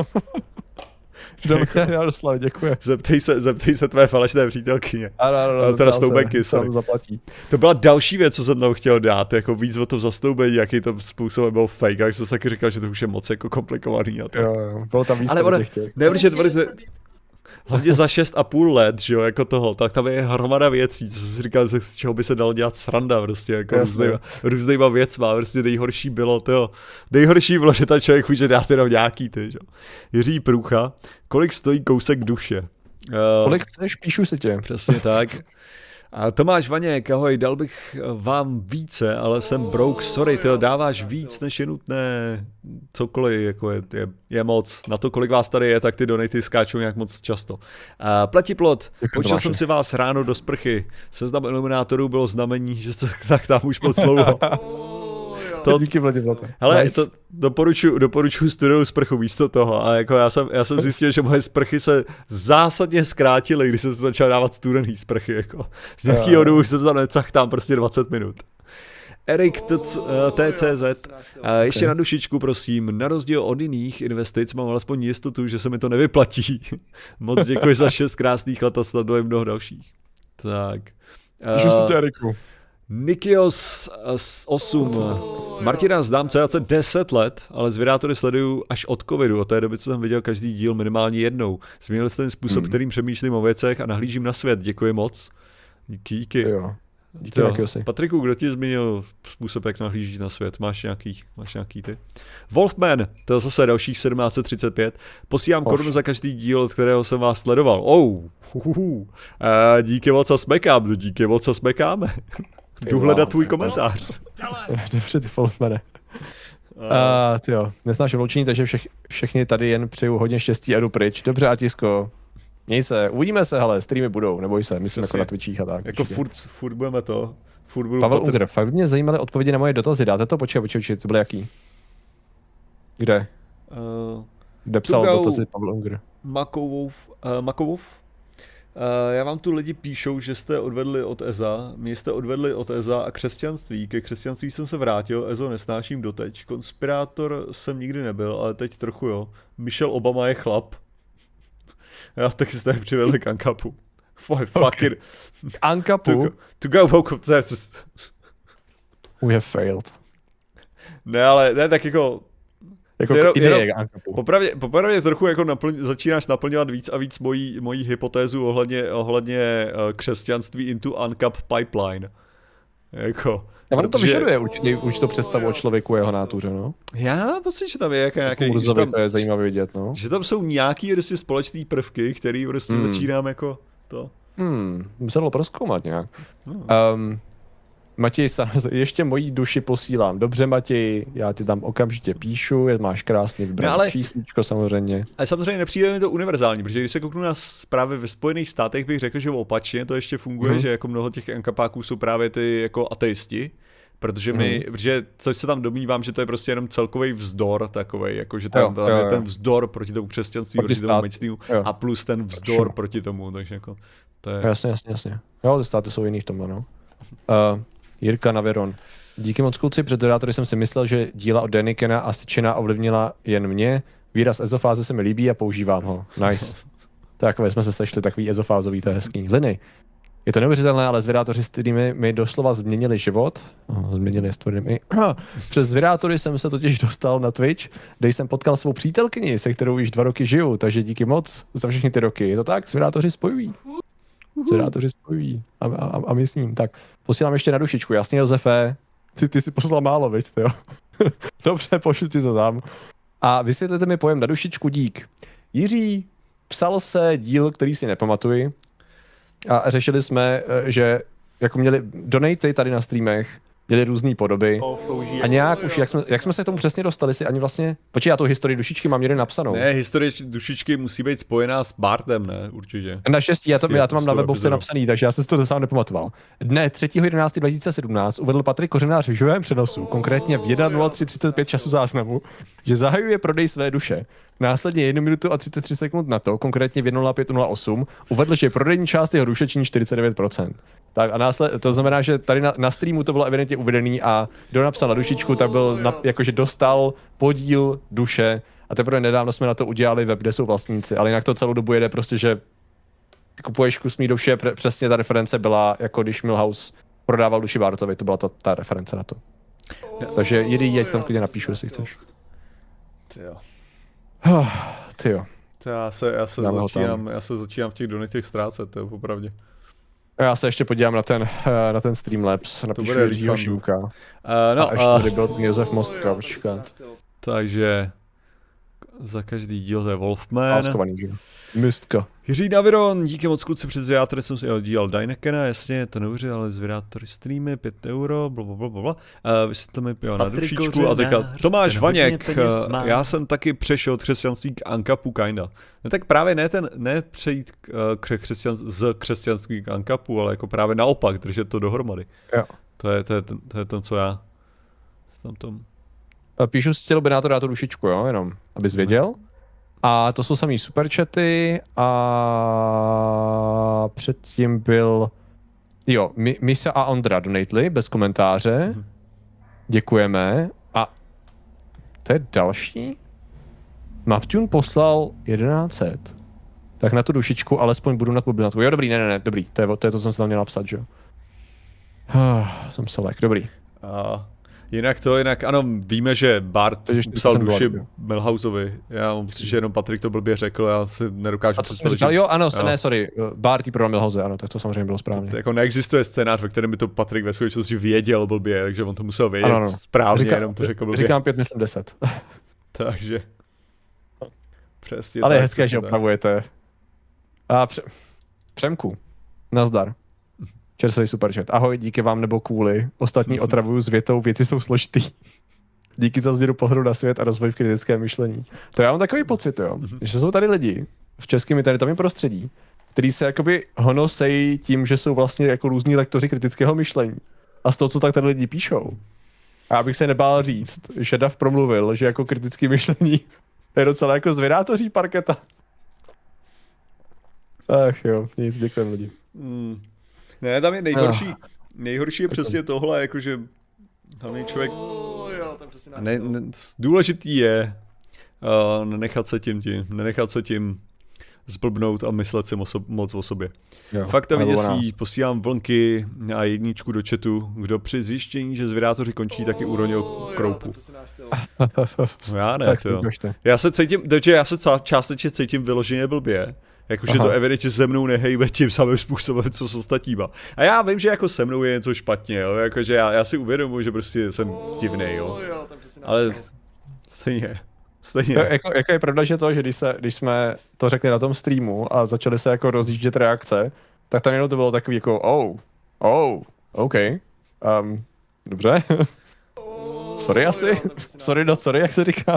Dobře, Jaroslav, děkuji. Zeptej se tvé falešné přítelkyně. Ano, teda snoubenky, zaplatí. To byla další věc, co jsem tam chtěl dát, jako víc o tom zasnoubení, jaký to způsobem byl fake, a jak jsem taky říkal, že to už je moc jako komplikovaný. A to. Jo, bylo tam víc těch. Hlavně za 6,5 let, že jo, jako toho, tak tam je hromada věcí, co jsi říkal, z čeho by se dalo dělat sranda, prostě, jako různýma věcma, prostě nejhorší bylo, že ta člověk může dát jenom nějaký, ty, že jo. Jiří Průcha, kolik stojí kousek duše? Kolik chceš, píšu si tě. Přesně tak. A Tomáš Vaněk, ahoj, dal bych vám více, ale jsem broke, sorry, ty dáváš víc, než je nutné, cokoliv, jako je moc, na to, kolik vás tady je, tak ty donaty skáčou nějak moc často. Platiplot, počal jsem si vás ráno do sprchy, seznam iluminátorů bylo znamení, že tak tam už moc dlouho. Díky, Platiplot. Hele, nice. doporučuji studenou sprchu místo toho a jako já jsem zjistil, že moje sprchy se zásadně zkrátily, když jsem se začal dávat studený sprchy, jako. Z nějakého důvodu jsem za necach tam prostě 20 minut. Erik TCZ, ještě na dušičku, prosím, na rozdíl od jiných investic mám alespoň jistotu, že se mi to nevyplatí. Moc děkuji za 6 krásných let a sleduje mnoho dalších. Tak. Píšu si tě, Eriku. Nikios 8. Martina znám CAC 10 let, ale Zvědátory sleduju až od covidu. Od té doby, co jsem viděl každý díl minimálně jednou. Změnil jste ten způsob, kterým přemýšlím o věcech a nahlížím na svět. Děkuji moc. Díky. Díky Makiosi. Patriku, kdo ti zmínil způsob, jak nahlížíš na svět? Máš nějaký ty? Wolfman, to je zase dalších 1735. Posílám korunu za každý díl, od kterého jsem vás sledoval. Díky moc a smekám, díky moc a smekáme. Jdu hledat tvůj komentář. Dobře, ty Wolfmane. Tyjo, neznáš vloučení, takže všechny tady jen přeju hodně štěstí a jdu pryč. Dobře, Atisko. Měj se, uvidíme se, hele, streamy budou, neboj se, myslím jako na Twitchích a tak. Jako furt budeme to, Pavel Unger, fakt mě zajímaly odpovědi na moje dotazy, dáte to? Počkej, to byly jaký? Kde? Kde psal dotazy Pavel Unger? Makovov. Já vám tu lidi píšou, že jste odvedli od EZA, mě jste odvedli od EZA a křesťanství. Ke křesťanství jsem se vrátil, EZO nesnáším doteď. Konspirátor jsem nikdy nebyl, ale teď trochu jo. Michelle Obama je chlap. Já taky jste přivedli k Ankapu. Fucking... Ankapu? To go woke up, We have failed. Ne, ale ne, tak jako ideje Ankapu. Popravdě trochu jako začínáš naplňovat víc a víc mojí hypotézu ohledně křesťanství into Ankap pipeline. Jako... A to vyžaduje už to představu o člověku a jeho nátuře, no. Já mám pocit, že tam je nějaký... To je zajímavé vidět, no. Že tam jsou nějaký prostě společný prvky, který prostě začínám jako to. Muselo prozkoumat nějak. Matěj, ještě mojí duši posílám. Dobře, Matěj, já ti tam okamžitě píšu, máš krásný vybrané čísličko samozřejmě. Ale samozřejmě nepřijde mi to univerzální, protože když se kouknu na zprávy ve Spojených státech, bych řekl, že opačně to ještě funguje, že jako mnoho těch ankapáků jsou právě ty jako ateisti. Protože což se tam domnívám, že to je prostě jenom celkový vzdor takovej, jako že tam je ten vzdor proti tomu křesťanství, proti tomu mainstreamu a plus ten vzdor proti tomu, takže jako to je... Jasně. Jo, ty státy jsou jiný v tomhle, no. Jirka Naveron. Díky moc kluci, před dodátory jsem si myslel, že díla od Denikena a Sičena ovlivnila jen mě. Výraz ezofáze se mi líbí a používám ho. Nice. Takové jsme se sešli, takový ezofázový, to je hezký. Liny. Je to neuvěřitelné, ale zvědátoři s kterými mi doslova změnili život. Změnili s kterými. Přes zvědátory jsem se totiž dostal na Twitch, kde jsem potkal svou přítelkyni, se kterou již 2 roky žiju, takže díky moc za všechny ty roky. Je to tak? Zvědátoři spojují. Zvědátoři spojují. A my s ním. Tak, posílám ještě na dušičku. Jasně, Josefe. Ty si poslal málo, viď, jo? Dobře, pošlu ti to tam. A vysvětlete mi pojem na dušičku dík. Jiří, psal se díl, který si nepamatuji. A řešili jsme, že jako měli donaty tady na streamech, měli různé podoby. A nějak už, jak jsme se k tomu přesně dostali, si ani vlastně... Počkej, já tu historii dušičky mám někde napsanou. Ne, historie dušičky musí být spojená s Bartem, ne? Určitě. Naštěstí, já to mám na webovce napsaný, takže já jsem si to sám nepamatoval. Dne 3.11.2017 uvedl Patrik Kořenář v živém přenosu, konkrétně v 1.03.35 času záznamu, že zahajuje prodej své duše. Následně 1 minutu a 33 sekund na to, konkrétně v 1.05.08, uvedl, že prodejní část jeho duše činí 49%. Tak a to znamená, že tady na streamu to bylo evidentně uvedený a kdo napsal na dušičku, tak byl jakože dostal podíl duše a teprve nedávno jsme na to udělali web, kde jsou vlastníci, ale jinak to celou dobu jede prostě, že kupuješ kus mý duše, přesně ta reference byla, jako když Milhouse prodával duši Bartovi, to byla ta reference na to. Takže jedi, jeď tam klidně napíšu, jestli chceš. Tyjo. Já se začínám v těch donatech ztrácet, to je popravdě. Já se ještě podívám na ten Streamlabs, napíšu Jiřího Šivka. A ještě tady byl Josef Mostka, počkat. Takže za každý díl to je Wolfman. Láskovaný díl. Mistka. Jiří Naviron, díky moc kluci, před zvědátory jsem si dělal Dynekena, jasně, to neuvěřil, ale zvědátory streamy, 5 €, blablabla. Vysvětlil mi na dušičku a teďka Tomáš Vaněk, já jsem taky přešel od křesťanství k Ankapu kinda. No tak právě ne přejít z křesťanství k Ankapu, ale jako právě naopak, držet to dohromady. Jo. To je to, co já tam tom. Píšu si chtěl by na to dát tu dušičku, jo, jenom, abys věděl. A to jsou samý superchaty a předtím byl, jo, Misa a Ondra donately, bez komentáře. Děkujeme. A to je další? Maptune poslal 1100. Tak na tu dušičku alespoň budu na tu. Jo, dobrý, ne, dobrý, to je to, co jsem si tam měl napsat, že jo. Jsem selek, dobrý. Jinak ano, víme, že Bart psal duši Blood, Milhouseovi. Já mám pocit, že jenom Patrik to blbě řekl, já si nedokážu... A co jsi říkal? Jo, ano, ne, sorry, Bart pro Milhouse, ano, tak to samozřejmě bylo správně. To jako neexistuje scénář, ve kterém by to Patrik ve skutečnosti věděl blbě, takže on to musel vědět správně, jenom to řekl blbě. Říkám 5, myslím 10. Takže... Přesně. Ale tak, je hezké, že opravujete. A Přemku, nazdar. Čerstvý superchat. Ahoj, díky vám nebo kvůli. Ostatní otravuju s větou, věci jsou složitý. Díky za změnu pohledu na svět a rozvoj v kritickém myšlení. To já mám takový pocit, jo, že jsou tady lidi v českém internetovém prostředí, kteří se jakoby honosejí tím, že jsou vlastně jako různí lektoři kritického myšlení. A z toho, co tak tady lidi píšou. A já bych se nebál říct, že Dav promluvil, že jako kritické myšlení je docela jako zvědátoří parketa. Ach jo, nic, děkujem lidi. Ne, tam je nejhorší je přesně tohle, jakože hlavně člověk... důležitý je nenechat se tím zblbnout a myslet si moc o sobě. Jo, Fakta vyděsí, posílám vlnky a jedničku do chatu, kdo při zjištění, že zvědátoři končí, taky uronil kroupu. No já ne, jo. Já se částečně cítím vyloženě blbě. Jakože to evidentně se mnou nehejbe tím samým způsobem, co s ostatníma. A já vím, že jako se mnou je něco špatně, jo? Jakože já si uvědomuji, že prostě jsem divnej, jo. Ale stejně. Jako je pravda, že to, že když jsme to řekli na tom streamu a začali se jako rozjíždět reakce, tak tam jenom to bylo takový jako OK. Dobře. Sorry asi. Sorry, jak se říká.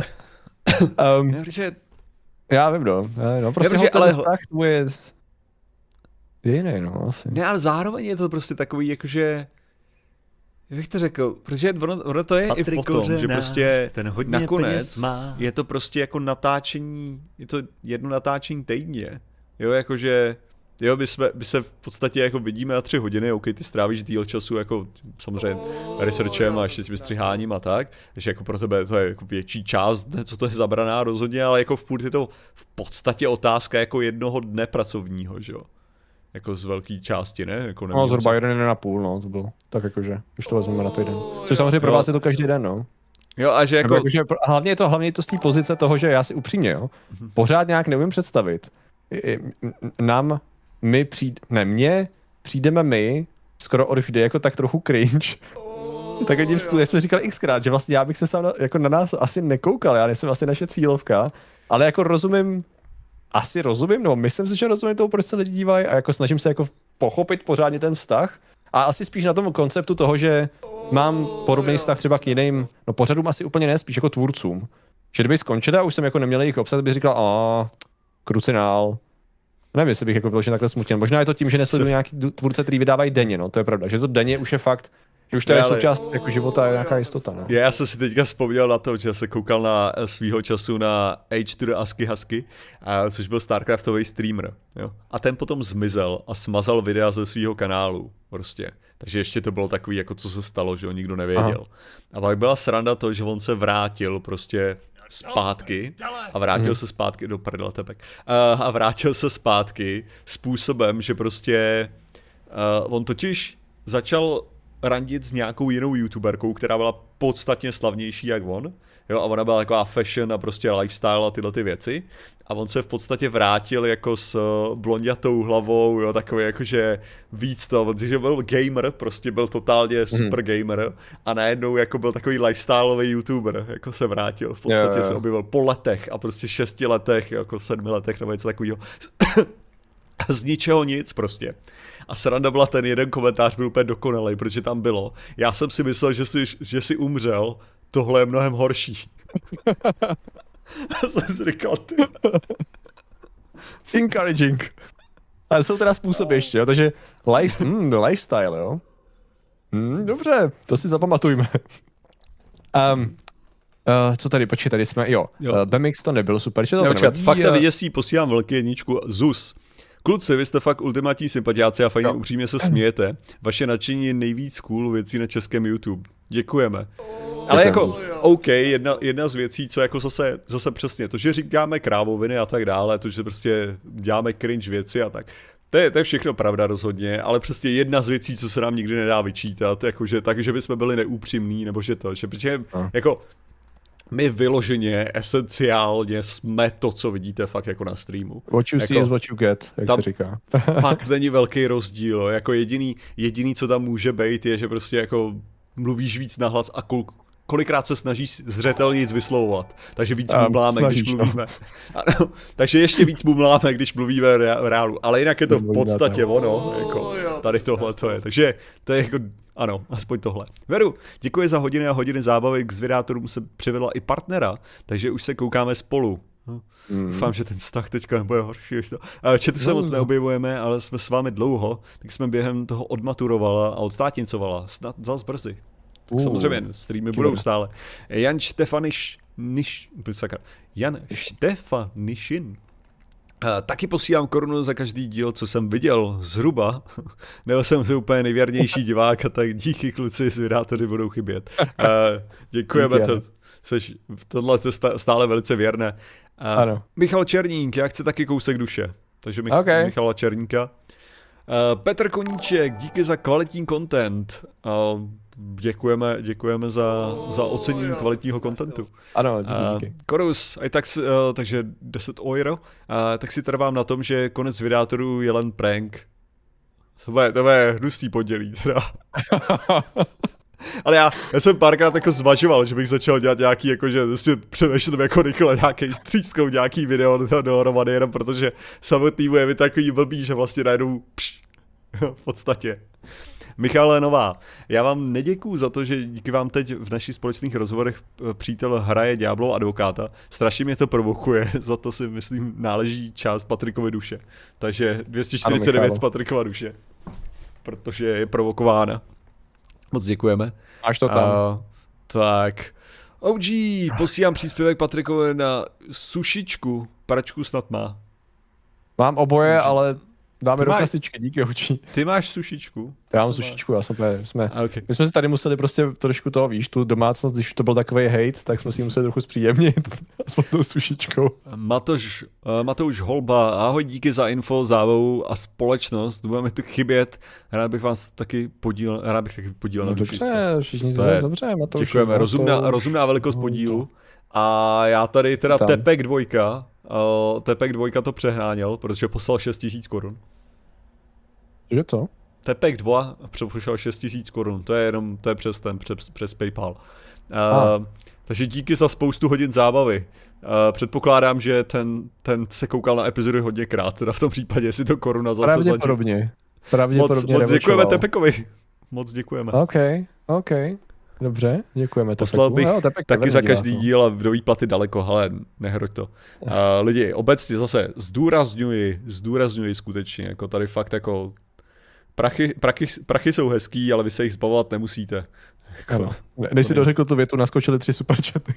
Já vím, prostě ten vztah je jiný, asi. Ne, ale zároveň je to prostě takový, jakože, jak bych to řekl, protože ono to je Patrik i o tom, že prostě nakonec je to prostě jako natáčení, je to jedno natáčení týdně, jo, jakože, jo, by se v podstatě jako vidíme na 3 hodiny, OK, ty strávíš díl času jako samozřejmě researchem a ještě tím střiháním a tak, takže jako pro tebe to je jako větší část, co to je zabraná rozhodně, ale jako je to v podstatě otázka jako jednoho dne pracovního, že jo. Jako z velké části, ne? Jako no zhruba 1,5, no, to bylo. Tak jakože, když to vezmeme na týden. Což samozřejmě pro vás je to každý den, no. Jo, a že jako... Jakože, hlavně je to z té pozice toho, že já si upřímně, jo, pořád nějak neumím představit. Mně přijdeme my skoro od vždy jako tak trochu cringe. Tak tím způsobem jsme říkali xkrát, že vlastně já bych se sám jako na nás asi nekoukal, já nejsem asi naše cílovka, ale jako rozumím, nebo myslím si, že rozumím tomu, proč se lidi dívají a jako snažím se jako pochopit pořádně ten vztah a asi spíš na tom konceptu toho, že mám podobný vztah třeba k jiným, no pořadům asi úplně ne, spíš jako tvůrcům. Že kdyby skončil a už jsem jako neměl jejich obsah, bych říkal, krucinál. Nevím, jestli bych jako byl takhle smutněn. Možná je to tím, že nesleduju nějaký tvůrce, který vydávají denně, no, to je pravda. Že to denně už je fakt, že už to je součást jako života, je nějaká jistota, no. Já jsem si teďka vzpomněl na to, že se koukal na svýho času na Age to the ASCII Husky, což byl Starcraftový streamer, jo. A ten potom zmizel a smazal videa ze svýho kanálu, prostě. Takže ještě to bylo takový, jako co se stalo, že ho nikdo nevěděl. A pak byla sranda to, že on se vrátil prostě zpátky a vrátil se zpátky do prdele tepek. A vrátil se zpátky způsobem, že prostě on totiž začal randit s nějakou jinou youtuberkou, která byla podstatně slavnější jak on. Jo, a ona byla taková fashion a prostě lifestyle a tyhle ty věci. A on se v podstatě vrátil jako s blondětou hlavou, jo, takový jakože víc to, protože byl gamer, prostě byl totálně super gamer a najednou jako byl takový lifestyleový youtuber, jako se vrátil, v podstatě se objevil po letech a prostě 6 letech, jako 7 letech nebo něco takového. Z ničeho nic prostě. A sranda byla, ten jeden komentář byl úplně dokonalý, protože tam bylo. Já jsem si myslel, že jsi umřel, tohle je mnohem horší. A jsem si říkal, ty. Encouraging. Ale jsou teda způsoby ještě, jo, takže lifestyle, jo. Dobře, to si zapamatujme. Co tady, počkej, tady jsme, jo. BMX to nebyl super, že to nevadí. Fakta vyděsí, posílám velký jedničku, ZUS. Kluci, vy jste fakt ultimátní sympatiáci a fajně upřímně se smějete. Vaše nadšení je nejvíc cool věcí na českém YouTube. Děkujeme. Ale jako, OK, jedna z věcí, co jako zase přesně, to, že říkáme krávoviny a tak dále, to, že prostě děláme cringe věci a tak, To je všechno pravda rozhodně, ale přesně jedna z věcí, co se nám nikdy nedá vyčítat, jakože tak, že bychom byli neúprimní, nebo že to, že protože jako my vyloženě, esenciálně jsme to, co vidíte fakt jako na streamu. What you see jako, is what you get, jak se říká. Fakt není velký rozdíl, jako jediný, co tam může být, je, že prostě jako mluvíš víc nahlas a kolikrát se snažíš zřetelně vyslovovat, takže víc mumláme, když mluvíme. Ano, takže ještě víc mumláme, když mluvíme reálu, ale jinak je to v podstatě ono, jako tady tohle to je, takže to je jako, ano, aspoň tohle. Veru, děkuji za hodiny a hodiny zábavy, k zvědátorům se přivedla i partnera, takže už se koukáme spolu. Doufám, že ten vztah teďka nebude horší. Četu se moc neobjevujeme, ale jsme s vámi dlouho, tak jsme během toho odmaturovala a odstátnicovala, snad zas brzy. Tak samozřejmě, streamy budou stále. Jan Štefanišin. Taky posílám korunu za každý díl, co jsem viděl, zhruba. Nebo jsem to úplně nejvěrnější divák, a tak díky kluci, zvědátory budou chybět. Děkujeme, tohle je stále velice věrné. Michal Černík, já chci taky kousek duše. Takže Michala Černíka. Petr Koníček, díky za kvalitní content. Děkujeme za ocenění kvalitního kontentu. Ano, díky. Korus, takže 10 euro. Tak si trvám na tom, že konec Zvědátorů je len prank. To je hnusný poddělí teda. Ale já jsem párkrát jako zvažoval, že bych začal dělat nějaký, jakože si přemýšlím jako rychle nějaký střískou nějaký video dohromady, jenom protože samotnýmu je mi takový blbý, že vlastně najednou v podstatě. Michale Nová, já vám neděkuju za to, že díky vám teď v našich společných rozhovorech přítel hraje ďáblova advokáta. Strašně mě to provokuje, za to si myslím náleží část Patrikovy duše. Takže 249 Patrikova duše, protože je provokována. Moc děkujeme. Až to tam. Tak. OG, posílám příspěvek Patrikovi na sušičku. Pračku snad má. Mám oboje, ale dáme do kasičky, díky oči. Ty máš sušičku? Já mám sušičku, my jsme si tady museli prostě trošku toho, víš, tu domácnost, když to byl takovej hejt, tak jsme si museli trochu zpříjemnit s tou sušičkou. Matouš Holba, ahoj, díky za info, zábavu a společnost, budeme tu chybět, rád bych taky podíl na dušičce. Dobře, všichni dobře, Matouš. Děkujeme, rozumná velikost podílu. A já tady teda Tepek 2, Tepek 2 to přehnáněl, protože poslal 6 000 korun. Že to? Tepek 2 poslal 6 000 korun, to je přes PayPal. Takže díky za spoustu hodin zábavy. Předpokládám, že ten se koukal na epizody hodněkrát, teda v tom případě, jestli to koruna za Pravděpodobně. Moc děkujeme Tepekovi. Moc děkujeme. OK. Dobře, děkujeme. Poslal bych taky za každý díl a do výplaty daleko, ale nehroď to. Lidi, obecně zase zdůrazňuji skutečně, jako tady fakt jako prachy jsou hezký, ale vy se jich zbavovat nemusíte. Ano. Než si dořekl tu větu, naskočili 3 superchaty.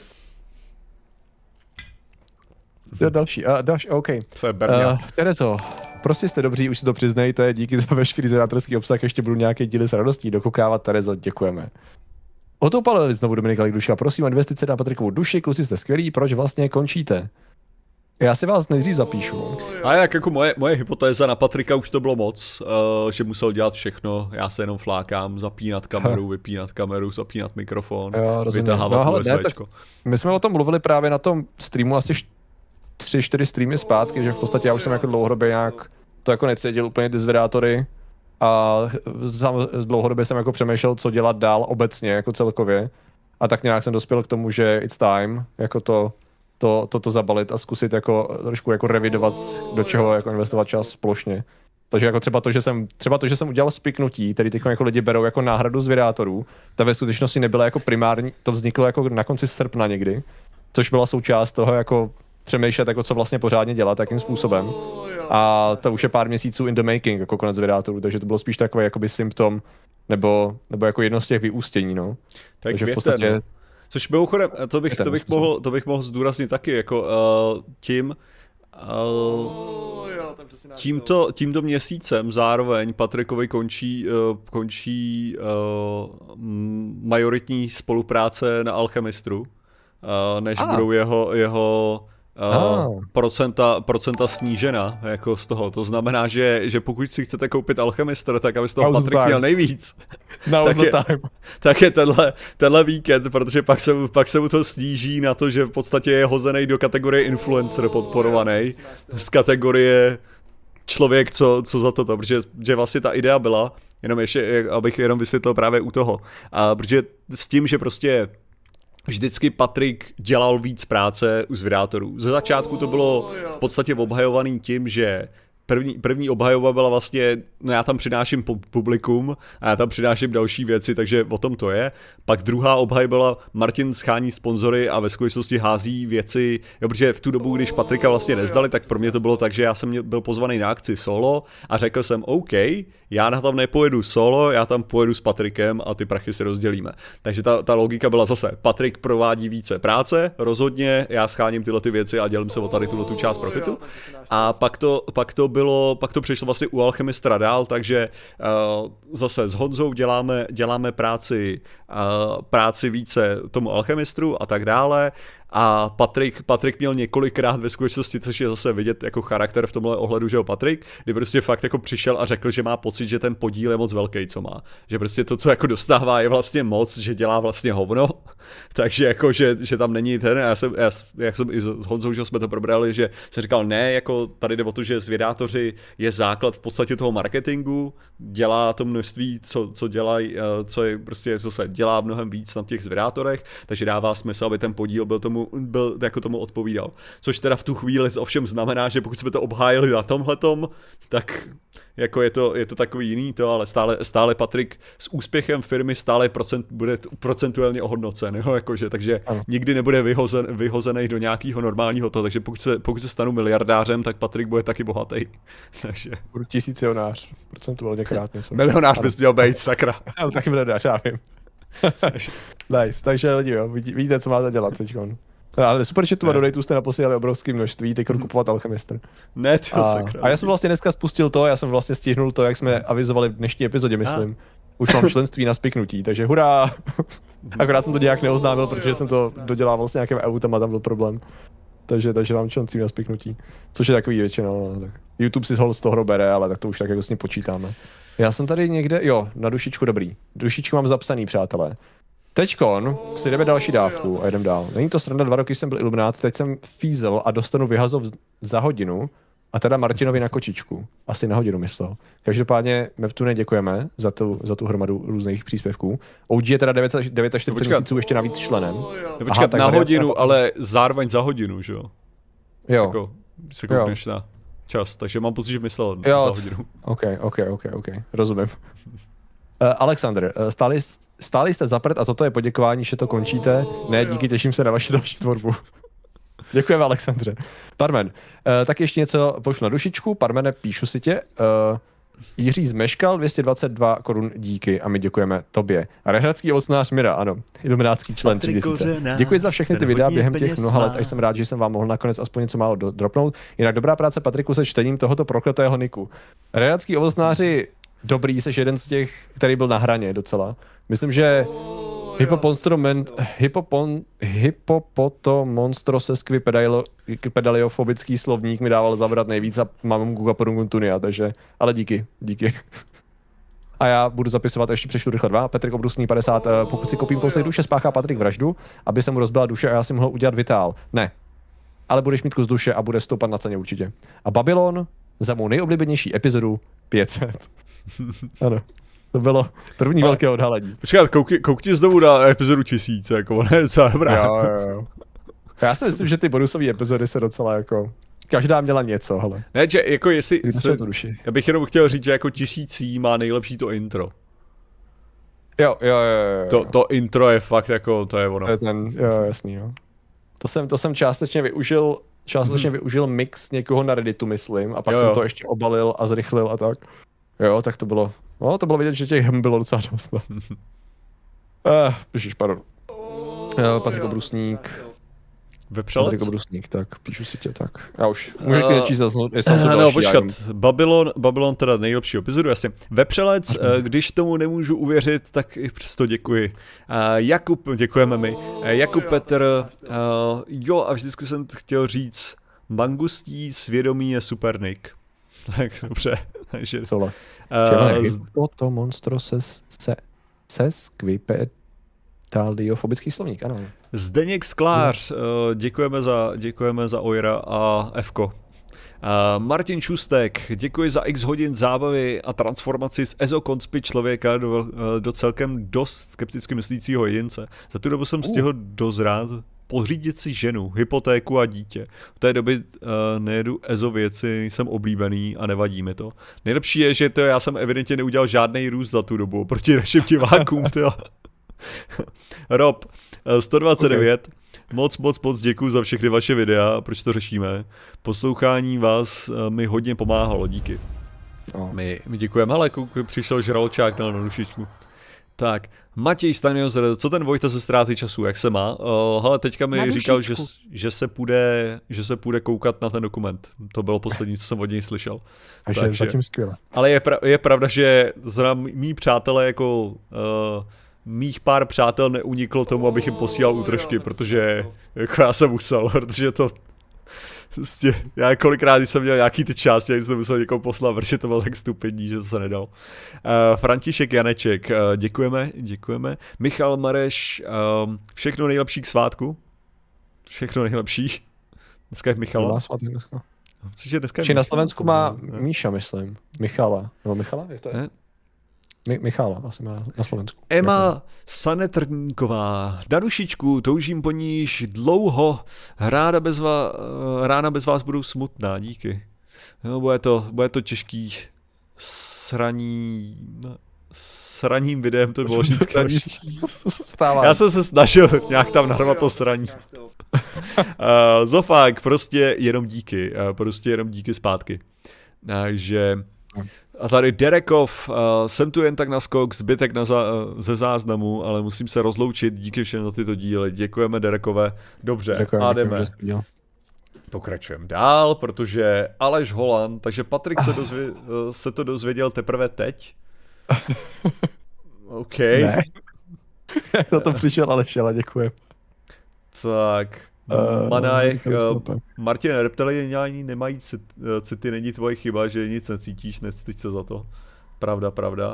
Další, OK. To je Terezo, prostě jste dobří, už si to přiznejte, díky za veškerý zvědátorský obsah, ještě budu nějaké díly s radostí dokoukávat, Terezo, děkujeme. Otoupal znovu Dominika Likduša, prosím, investice na Patrikovou duši, kluci jste skvělí, proč vlastně končíte? Já si vás nejdřív zapíšu. A jak jako moje hypotéza na Patrika už to bylo moc, že musel dělat všechno, já se jenom flákám, zapínat kameru, vypínat kameru, zapínat mikrofon, vytahávat USBčko. My jsme o tom mluvili právě na tom streamu asi 3-4 streamy zpátky, že v podstatě já už jsem jako dlouhodobě nějak to jako necítil úplně ty zvědátory a dlouhodobě jsem jako přemýšlel, co dělat dál obecně, jako celkově. A tak nějak jsem dospěl k tomu, že it's time, jako to zabalit a zkusit jako trošku jako revidovat, do čeho jako investovat čas plošně. Takže jako třeba to, že jsem udělal spiknutí, který teď jako lidi berou jako náhradu zvědátorů, ta ve skutečnosti nebyla jako primární, to vzniklo jako na konci srpna někdy, což byla součást toho jako přemýšlet, jako co vlastně pořádně dělat, jakým způsobem. A to už je pár měsíců in the making, jako konec zvědátorů, takže to bylo spíš takový jakoby symptom, nebo jako jedno z těch vyústění, no. Takže v podstatě... Což mimochodem, to bych mohl zdůraznit taky, jako tímto měsícem zároveň Patrikovi končí majoritní spolupráce na Alchemistru, než budou jeho procenta snížena jako z toho. To znamená, že pokud si chcete koupit Alchemister, tak aby z toho Patrik měl nejvíc. Tak je tenhle víkend, protože pak se mu to sníží na to, že v podstatě je hozený do kategorie influencer podporovaný z kategorie člověk, co za toto, protože vlastně ta idea byla, jenom ještě, abych jenom vysvětlil právě u toho, protože s tím, že prostě vždycky Patrik dělal víc práce u zvědátorů. Ze začátku to bylo v podstatě obhajovaný tím, že první obhajoba byla vlastně, no já tam přináším publikum a já tam přináším další věci, takže o tom to je. Pak druhá obhajoba byla Martin schání sponzory a ve skutečnosti hází věci, protože v tu dobu, když Patrika vlastně nezdali, tak pro mě to bylo tak, že já jsem byl pozvaný na akci solo a řekl jsem OK, já na tam nepojedu solo, já tam pojedu s Patrikem a ty prachy si rozdělíme. Takže ta logika byla zase, Patrik provádí více práce, rozhodně, já scháním tyhle ty věci a dělím se o tady tu část profitu. A pak to přišlo vlastně u Alchemistra dál, takže zase s Honzou děláme práci více tomu Alchemistru a tak dále. A Patrik měl několikrát ve skutečnosti, což je zase vidět jako charakter v tomhle ohledu, že jo, Patrik, kdy prostě fakt jako přišel a řekl, že má pocit, že ten podíl je moc velký, co má. Že prostě to, co jako dostává, je vlastně moc, že dělá vlastně hovno. Takže jako, že tam není ten, jak jsem i s Honzou, že jsme to probrali, že jsem říkal, ne, jako tady jde o to, že zvědátoři je základ v podstatě toho marketingu, dělá to množství, co dělají, co je prostě zase dělá mnohem víc na těch zvědátorech, takže dává smysl, aby ten podíl byl tomu odpovídal. Což teda v tu chvíli ovšem znamená, že pokud jsme to obhájili na tomhletom, tak jako je to takový jiný to, ale stále Patrik s úspěchem firmy stále bude procentuálně ohodnocen, jo, jakože, takže nikdy nebude vyhozený do nějakého normálního toho, takže pokud se stanu miliardářem, tak Patrik bude taky bohatý. Takže budu tisícionář, procentuálně krát něco. Milionář bys měl být, sakra. Ale taky miliardář, já vím. Nice, takže lidi, jo, vidíte, co máte dělat teďkon. Ale super, že tu a donatů jste naposílali obrovské množství, teď kupovat Alchemistr. Ne, to sakra. A já jsem vlastně dneska spustil to, já jsem vlastně stihnul to, jak jsme avizovali v dnešní epizodě, myslím. Už mám členství na spiknutí, takže hurá! Akorát jsem to nějak neoznámil, protože jsem to dodělával s nějakým autem a tam byl problém. Takže mám členství na spiknutí. Což je takový většinou, no, tak. YouTube si z toho bere, ale tak to už tak jako s ním počítáme. Já jsem tady někde, jo, na dušičku dobrý. Dušičku mám zapsaný, přátelé. Teďkon si jdeme další dávku a jdem dál. Není to sranda, 2 roky jsem byl iluminát, teď jsem fízel a dostanu vyhazov za hodinu a teda Martinovi na kočičku. Asi na hodinu myslel. Každopádně Meptune děkujeme za tu hromadu různých příspěvků. OG je teda 49 měsíců ještě navíc členem. Počkat, na hodinu, ale zároveň za hodinu, že jo? Jo. Jako, se koukneš na čas, takže mám pocit, že myslel za hodinu. OK, rozumím. Alexander, stáli jste zapřed a toto je poděkování, že to končíte. Ne, díky, těším se na vaši další tvorbu. Děkujeme, Alexandře. Parmen, tak ještě něco pošlu na dušičku. Parmene, píšu si tě. Jiří Zmeškal, 222 korun díky a my děkujeme tobě. Rehradský ovocnář Mira, ano, iluminátský člen 3000. Děkuji za všechny ty videa během těch mnoha let a jsem rád, že jsem vám mohl nakonec aspoň něco málo dropnout. Jinak dobrá práce Patriku se čtením tohoto prokletého niku. Rehradský ovocnáři, dobrý, jsi jeden z těch, který byl na hraně docela. Myslím, že Hippopotomonstroseskvy pedaliofobický slovník mi dával zabrat nejvíc a mám Gugaporunguntunia, takže, ale díky. A já budu zapisovat, ještě přešlu rychle 2. Petrik Obrusný 50, pokud si kopím kousek duše, spáchá Patrik vraždu, aby se mu rozbila duše a já si mohl udělat vitál. Ne. Ale budeš mít kus duše a bude stoupat na ceně určitě. A Babylon za mou nejoblíbenější epizodu 500. Ano. To bylo první velké odhalení. Počkat, koukni znovu na epizodu 1000, jako ona je docela dobrá. Jo. Já si myslím, že ty bonusové epizody se docela jako... Každá měla něco, hele. Ne, že jako jestli... Já bych jenom chtěl říct, že jako 1000 má nejlepší to intro. Jo. To intro je fakt jako, to je ono. To je jo, jasný, jo. To jsem částečně využil mix někoho na Redditu, myslím, a pak jsem to ještě obalil a zrychlil a tak. Jo, tak to bylo... No, to bylo vidět, že těch bylo docela dost. Ježiš, pardon. Patrik Obrusník. Vepřelec? Patrik Obrusník, tak píšu si tě tak. Já už můžu klidně číst, jestli jsem to další. No počkat, Babylon teda nejlepší epizodu, jasně. Vepřelec, když tomu nemůžu uvěřit, tak i přesto děkuji. Jakub, děkujeme mi. Jakub Petr, jo a vždycky jsem chtěl říct, Mangustí svědomí je super nick. Tak dobře. Takže, Souhlas. To monstro se skvipedaliofobický slovník, ano. Zdeněk Sklář, děkujeme za Ojra a Fko. Martin Šustek, děkuji za x hodin zábavy a transformaci z ezokonspy člověka do celkem dost skepticky myslícího jedince. Za tu dobu jsem stihl dozrát, pořídit si ženu, hypotéku a dítě. V té doby nejedu ezo věci, jsem oblíbený a nevadí mi to. Nejlepší je, že já jsem evidentně neudělal žádný růst za tu dobu, proti našim divákům. Rob, 129. Okay. Moc děkuji za všechny vaše videa, proč to řešíme. Poslouchání vás mi hodně pomáhalo, díky. My děkujeme, ale přišel žraločák na dušičku. Tak, Matěj Staniozer, co ten Vojta ze ztráty času, jak se má? Hele, teďka mi říkal, že se půjde koukat na ten dokument. To bylo poslední, co jsem od něj slyšel. Takže zatím skvěle. Ale je pravda, že mý přátelé jako... mých pár přátel neuniklo tomu, abych jim posílal útržky, protože jako já jsem musel, protože to já kolikrát, když jsem měl nějaký ty části, jak jsem musel někomu poslat, protože to bylo tak stupidní, že to se nedal. František Janeček, děkujeme. Michal Mareš, všechno nejlepší k svátku. Všechno nejlepší. Dneska je Michala. Či na Slovensku má Míša, myslím. Michala. Nebo Michala? Jak to je? Michala, asi má na Slovensku. Emma Sanetrníková. Na dušičku, toužím po níž dlouho. Rána bez vás budou smutná, díky. No, bude to těžký sraním videem, to bylo vždycky. Já jsem se snažil nějak tam narvat to sraní. Zofák, prostě jenom díky zpátky. Takže... A tady Derekov, jsem tu jen tak na skok, zbytek ze záznamu, ale musím se rozloučit, díky všem za tyto díly, děkujeme Derekové, dobře, a jdeme. Pokračujeme dál, protože Aleš Holand, takže Patrik se to dozvěděl teprve teď. OK. Ne. Jak za to přišel Aleš, ale děkujem. Tak... Manajek, Martin, reptiliáni nemají city, není tvoje chyba, že nic necítíš, nestyď se za to. Pravda.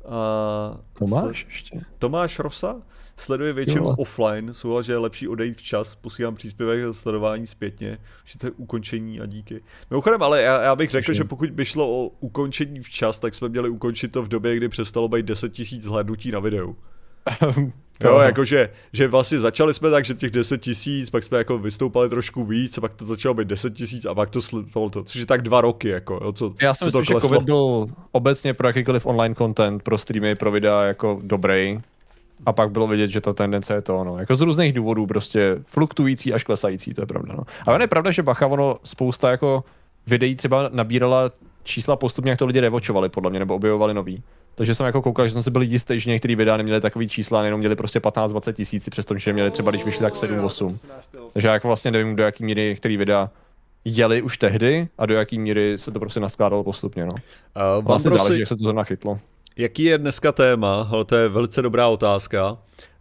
Tomáš ještě? Tomáš Rosa? Sleduje většinou offline, souhlas, že je lepší odejít včas, posílám příspěvek za sledování zpětně, že to je ukončení a díky. Mimochodem, ale já bych řekl, že pokud by šlo o ukončení včas, tak jsme měli ukončit to v době, kdy přestalo být 10 000 zhlédnutí na videu. Jo, jakože, že vlastně začali jsme tak, že těch 10 000, pak jsme jako vystoupali trošku víc, a pak to začalo být 10 000 a pak to slipalo to, což je tak 2 roky, jako, jo, co já si myslím, že COVID byl obecně pro jakýkoliv online content, pro streamy, pro videa jako dobrý. A pak bylo vidět, že ta tendence je to, jako z různých důvodů prostě fluktující až klesající, to je pravda, no. Ale je pravda, že bacha, spousta jako videí třeba nabírala čísla postupně, jak to lidi revočovali podle mě, nebo objevovali nový. Takže jsem jako koukal, že jsem si byl jistý, že některý videa neměli takový čísla, jenom měli prostě 15-20 tisíc, přestože měli třeba, když vyšli tak 7-8. Takže já jako vlastně nevím, do jaký míry některý videa jeli už tehdy a do jaký míry se to prostě naskládalo postupně, no. Vlastně záleží, jak se to zrovna chytlo. Jaký je dneska téma? Hele, to je velice dobrá otázka.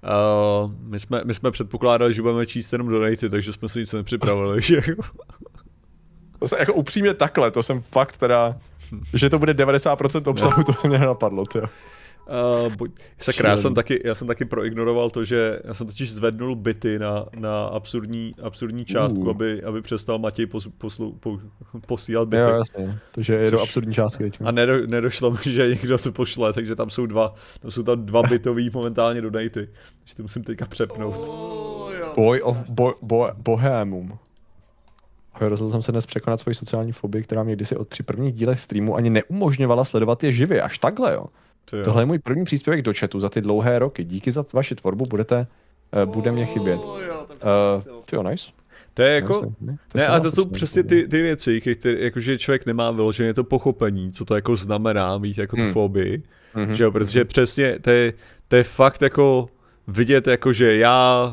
My jsme předpokládali, že budeme číst jenom donaty, takže jsme si nic nepřipravili. To se jako upřímně takhle, to jsem fakt teda, že to bude 90% obsahu, to mě nenapadlo, tyjo. Sakra, já jsem taky proignoroval to, že já jsem totiž zvednul bity na absurdní částku, aby přestal Matěj posílat bity. Jo, jasně, takže je do absurdní částky teď. A nedošlo mi, že někdo to pošle, takže tam jsou dva bitový momentálně donaty, takže to musím teďka přepnout. Boy of Bohemum. Rozhodl jsem se dnes překonat svoji sociální fobii, která mě kdysi při prvních dílech streamu ani neumožňovala sledovat je živě, až takhle, jo. Tohle je můj první příspěvek do chatu za ty dlouhé roky. Díky za vaši tvorbu, bude mě chybět. Tyjo, nice. To je jako, a to jsou přesně ty věci, jakože člověk nemá vyloženě to pochopení, co to jako znamená mít jako tu fobii, že jo, protože přesně to je fakt jako vidět, jako že já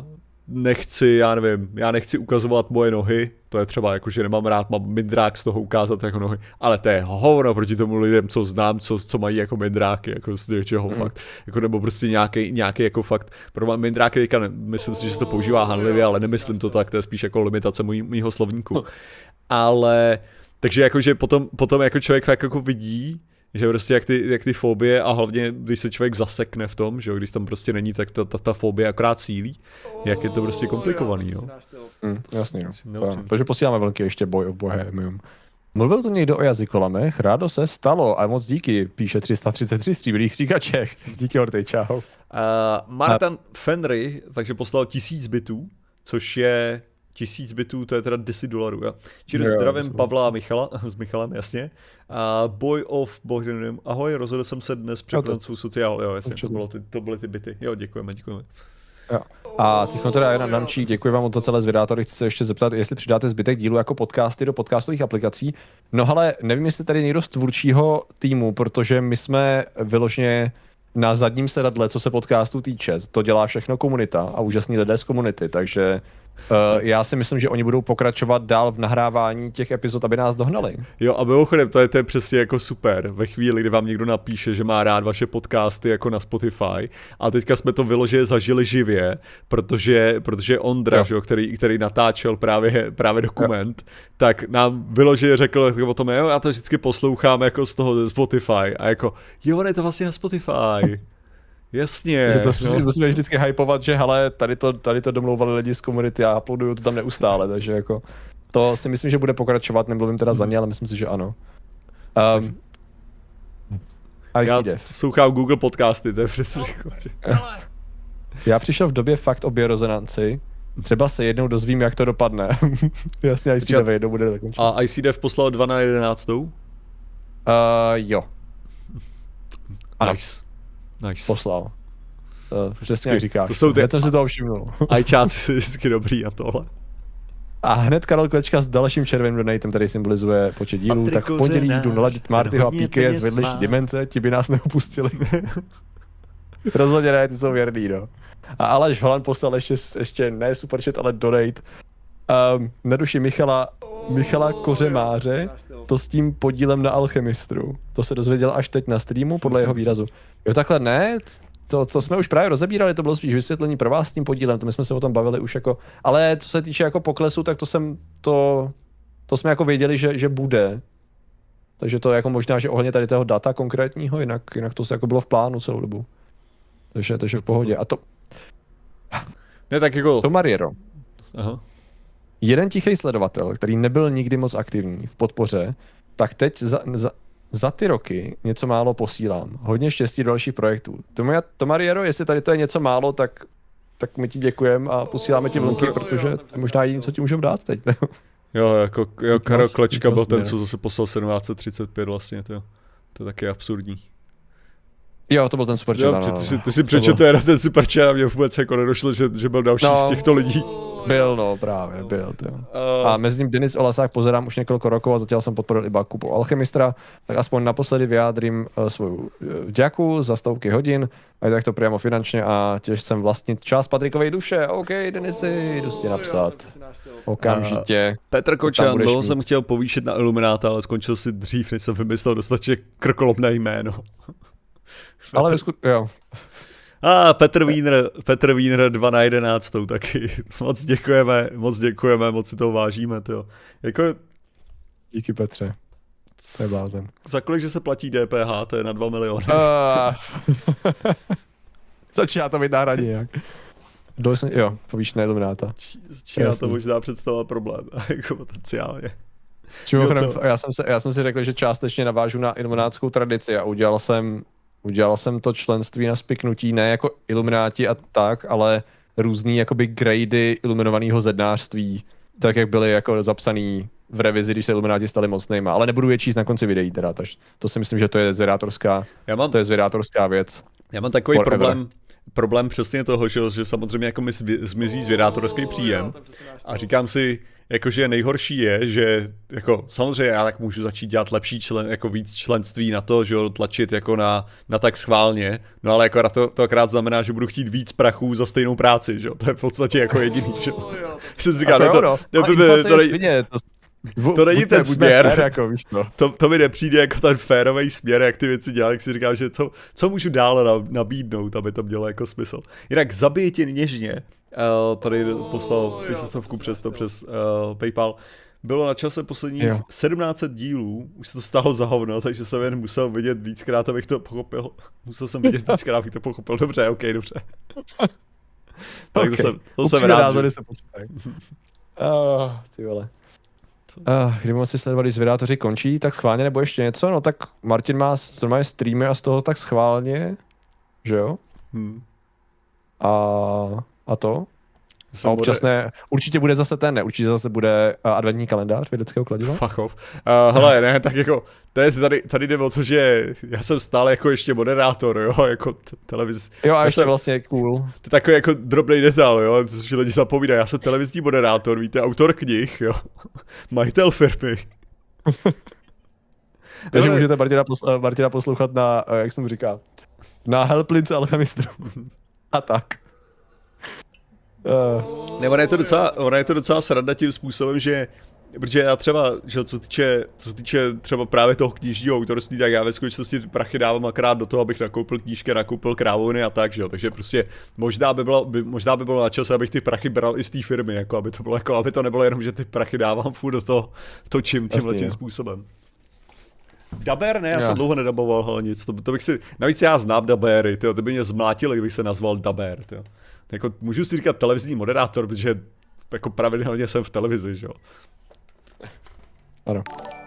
já nechci ukazovat moje nohy, to je třeba jako, že nemám rád, mám mindrák z toho ukázat jako nohy, ale to je hovno proti tomu lidem, co znám, co mají jako mindráky, jako z něčeho fakt, jako nebo prostě nějaký jako fakt, pro mindráky teďka, myslím si, že se to používá hanlivě, ale nemyslím to tak, to je spíš jako limitace mýho slovníku, ale, takže jakože potom jako člověk fakt jako vidí, že prostě jak ty fobie a hlavně když se člověk zasekne v tom, že jo, když tam prostě není, tak ta fobie akorát sílí, jak je to prostě komplikovaný, jo. Jasný, jo. Takže posíláme velký ještě Boy of Bohemium. Mluvil tu někdo o jazykolamech? Rádo se stalo a moc díky, píše 333 stříbrných stříkaček. Díky Hortej, čau. Martin Fenry, takže poslal 1000 bitů, což je 1000 bitů, to je teda $10, jo. Čili zdravím Pavla a Michala, s Michalem, jasně. Boy of Bohemium, ahoj, rozhodl jsem se dnes překonat svou sociál, jo, jasně, to byly ty bity, jo, děkujeme. Jo. A teď teda Jan Adamčík, děkuji vám za celé zvědátory, chci se ještě zeptat, jestli přidáte zbytek dílu jako podcasty do podcastových aplikací. No ale nevím, jestli tady někdo z tvůrčího týmu, protože my jsme vyloženě na zadním sedadle, co se podcastů týče. To dělá všechno komunita a úžasní lidé z komunity, takže já si myslím, že oni budou pokračovat dál v nahrávání těch epizod, aby nás dohnali. Jo, a mimochodem, to je přesně jako super. Ve chvíli, kdy vám někdo napíše, že má rád vaše podcasty jako na Spotify, a teďka jsme to vyloženě zažili živě, protože Ondra, že, který natáčel právě dokument, tak nám vyloženě řekl o tom, jo, já to vždycky poslouchám jako z toho Spotify a jako, jo, je to vlastně na Spotify. Jasně. Že to musíme vždycky hypovat, že hele, tady to domlouvali lidi z komunity a uploaduju to tam neustále, takže jako to si myslím, že bude pokračovat, nemluvím teda za ně, ale myslím si, že ano. Já souchám Google podcasty, to je přesně Já přišel v době fakt o biorezonanci, třeba se jednou dozvím, jak to dopadne. Jasně, ICDev jednou bude zakončit. A ICDev poslal 2/11? Jo. Ano. Nice. Poslal. Přesně jak říkáš. To jsou ty... Hned jsem si toho všimnul. Ajčáci jsou vždycky dobrý a tohle. A hned Karel Klečka s dalším červeným donatem, který symbolizuje počet dílů, tak v pondělí jdu naladit Martyho a PK z vedlejší dimenze, ti by nás neopustili. Rozhodně ne, ty jsou věrný, no. A Aleš Holan poslal ještě ne superchat, ale donate. Neduši Michala Kořemáře, to s tím podílem na Alchemistru. To se dozvěděl až teď na streamu, podle jeho výrazu. Jo, takhle ne, to jsme už právě rozebírali, to bylo spíš vysvětlení pro vás s tím podílem, to my jsme se o tom bavili už jako, ale co se týče jako poklesu, tak to jsme jako věděli, že bude. Takže to je jako možná, že ohledně tady toho data konkrétního, jinak to se jako bylo v plánu celou dobu. Takže v pohodě. A to... Ne, tak jako... To Mariero. Aha. Jeden tichý sledovatel, který nebyl nikdy moc aktivní v podpoře, tak teď za ty roky něco málo posílám. Hodně štěstí do dalších projektů. To Mariero, jestli tady to je něco málo, tak my ti děkujeme a posíláme ti vlnky, protože to možná jediné, co ti můžeme dát teď. Jo, Karel Klečka byl ten, co zase poslal 1735 vlastně, to je taky absurdní. Jo, to byl ten superchat. Ty si přečetl ten superchat a mě vůbec jako nedošlo, že byl další z těchto lidí. Byl, to jo. A mezi ním Denis Olasák pozerám už několik rokov a zatím jsem podporil iba kupu Alchemistra, tak aspoň naposledy vyjádřím svou vďaku za stovky hodin, a tak to přímo finančně a těž jsem vlastnit část Patrikovej duše. OK, Denisi, jdu si napsat. Okamžitě. Petr Kočan, dlouho jsem chtěl povýšit na Ilumináta, ale skončil si dřív, než jsem vymyslel dostatečně krkolomné jméno. Ale jo. Petr Wiener 2/11 taky. Moc děkujeme, moc si toho vážíme, tyjo. Jako... Díky Petře. To je blázen. Za kolik, že se platí DPH, to je na 2 miliony. Začíná to být na hraně nějak. Jo, povýšené Ilumináta. Začíná to možná představovat problém, jako potenciálně. Já jsem si řekl, že částečně navážu na iluminátskou tradici a udělal jsem to členství na spiknutí, ne jako ilumináti a tak, ale různý jakoby grady iluminovaného zednářství, tak jak byly jako zapsaný v revizi, když se ilumináti stali mocnejma, ale nebudu je číst na konci videí teda, takže to si myslím, že to je zvědátorská věc. Já mám takový problém, problém přesně toho, že samozřejmě jako mi zmizí zvědátorský příjem a říkám si, jakože nejhorší je, že jako samozřejmě já tak můžu začít dělat lepší jako víc členství na to, že jo, tlačit jako na tak schválně, no ale jako to akorát znamená, že budu chtít víc prachů za stejnou práci, že jo, to je v podstatě jako jediný, že jo. Jsem si říkal, to není ten směr, fér, jako, víš to mi nepřijde jako ten férový směr, jak ty věci dělat, jak si říkám, že co můžu dále nabídnout, aby to mělo jako smysl. Jinak zabij tě něžně, tady poslal 500 přes PayPal, bylo na čase posledních 1700 dílů, už se to stalo za hovno, takže jsem jen musel vidět víckrát, abych to pochopil. Dobře, ok, dobře. Tak okay. to jsem rád, že... ty vole. Kdyby moc si sledovat, když zvědátoři končí, tak schválně nebo ještě něco, no tak Martin má streamy a z toho tak schválně, že jo? A to? A občas ne, určitě bude zase určitě zase bude adventní kalendář vědeckého kladiva. Fuck off. Hele, ne, tak jako, tady jde o to, že já jsem stále jako ještě moderátor, jo, jako televiz. Jo, a ještě vlastně cool. To je takový jako drobný detail, jo, což lidi zapomínají, já jsem televizní moderátor, víte, autor knih, jo, majitel firmy. Takže můžete Martina poslouchat na, jak jsem říkal, na Helplince Alchemistrů. A tak. Ne, ona je to docela sranda tím způsobem, že protože já třeba, že co se týče třeba právě toho knižního autorství, tak já ve skutečnosti ty prachy dávám akorát do toho, abych nakoupil knížky, nakoupil krávovny a tak, že jo, takže prostě možná by bylo na čase, abych ty prachy bral i z té firmy, jako aby to nebylo jenom, že ty prachy dávám furt do toho tímhletím způsobem. Daber ne, já jsem dlouho nedaboval, ale nic, to bych si, navíc já znám dabéry, ty by mě zmlátili, kdybych se nazval daber, tyjo. Jako, můžu si říkat televizní moderátor, protože jako pravidelně jsem v televizi, že jo. Ano.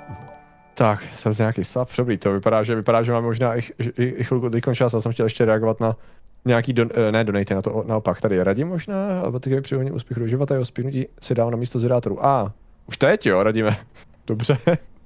Tak, jsem z nějaký sub, dobrý, to vypadá, že máme možná i chvilku teď čas, já jsem chtěl ještě reagovat na nějaký, donate na to, naopak, tady je Radim možná, ale taky přihodně úspěchu do života, jeho spíhnutí si dál na místo zvědátorů. Už teď jo, radíme. Dobře.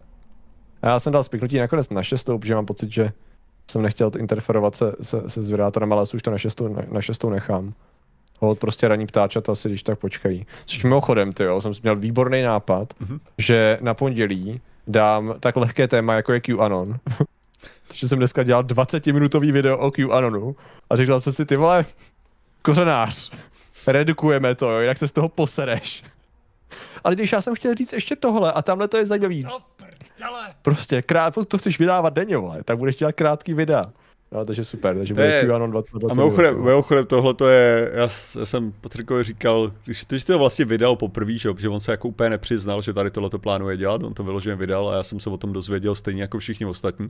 A já jsem dal spiknutí nakonec na 6, protože mám pocit, že jsem nechtěl interferovat se zvědátorem, ale už to na 6 nechám. Hold prostě ranní ptáčata si když tak počkají. Což mimochodem, jsem měl výborný nápad, že na pondělí dám tak lehké téma, jako je QAnon. Takže jsem dneska dělal 20-minutový video o QAnonu a říkal jsem si, ty vole, kořenář, redukujeme to, jinak se z toho posereš. Ale když já jsem chtěl říct ještě tohle a tamhle to je zajímavý. Prostě, to chceš vydávat denně, vole, tak budeš dělat krátký videa. No, takže super, takže bude QAnon 20. A mimochodem tohle to je, já jsem Patrikovi říkal, když to vlastně vydal poprvé, že on se jako úplně nepřiznal, že tady tohleto plánuje dělat, on to vyloženě vydal a já jsem se o tom dozvěděl stejně jako všichni ostatní.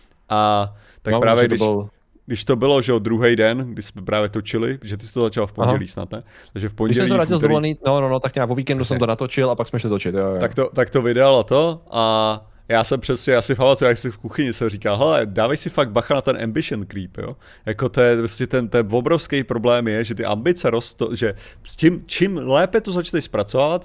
A tak právě když to bylo, že druhý den, kdy jsme právě točili, že ty jsi to začal v pondělí snad, ne? Takže v pondělí. Když jsem se vrátil z dovolený, tak nějak po víkendu jsem to natočil a pak jsme šli točit, jo. Tak to vydal a to a já si pamatuju, jak si v kuchyni jsem říkal, hele, dávej si fakt bacha na ten ambition creep, jo. Jako to je vlastně ten obrovský problém je, že ty ambice rostou, že čím lépe to začneš zpracovat,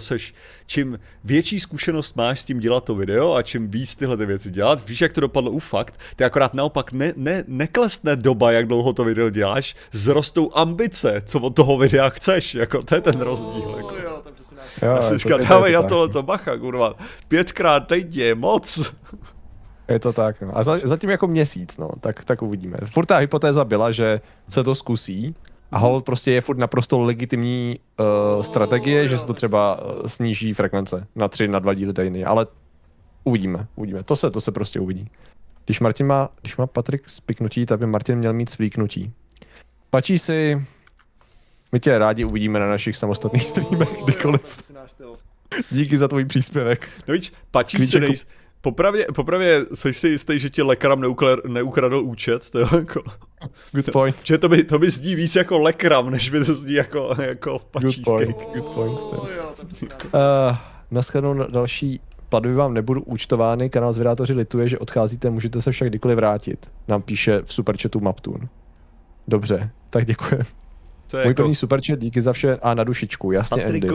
čím větší zkušenost máš s tím dělat to video a čím víc tyhle ty věci dělat, víš, jak to dopadlo fakt, ty akorát naopak neklesne doba, jak dlouho to video děláš, zrostou ambice, co od toho videa chceš, jako to je ten rozdíl, jako. Já si říkal, dávej na tohleto bacha, kurva, 5krát denně je moc. Je to tak, no. A zatím jako měsíc, no, tak uvidíme. Furt ta hypotéza byla, že se to zkusí a hold prostě je furt naprosto legitimní strategie, že se to třeba sníží frekvence na 3, na 2 díly týdně, ale uvidíme. To se prostě uvidí. Když má Patrik spiknutí, tak by Martin měl mít svíknutí. Pačí si... My tě rádi uvidíme na našich samostatných streamech, kdykoliv. Díky za tvůj příspěvek. No víš, pačí si popravě jsi si jistý, že ti Lekram neukradl účet, to je jako... Good point. Že to by zní víc jako Lekram, než by to zní jako pačíský. Good point. Naschledanou další platby vám nebudou účtovány, kanál Zvědátoři lituje, že odcházíte, můžete se však kdykoliv vrátit. Nám píše v superchatu Maptun. Dobře, tak děkujem. Můj první superchat, díky za vše a na dušičku, jasně Andy.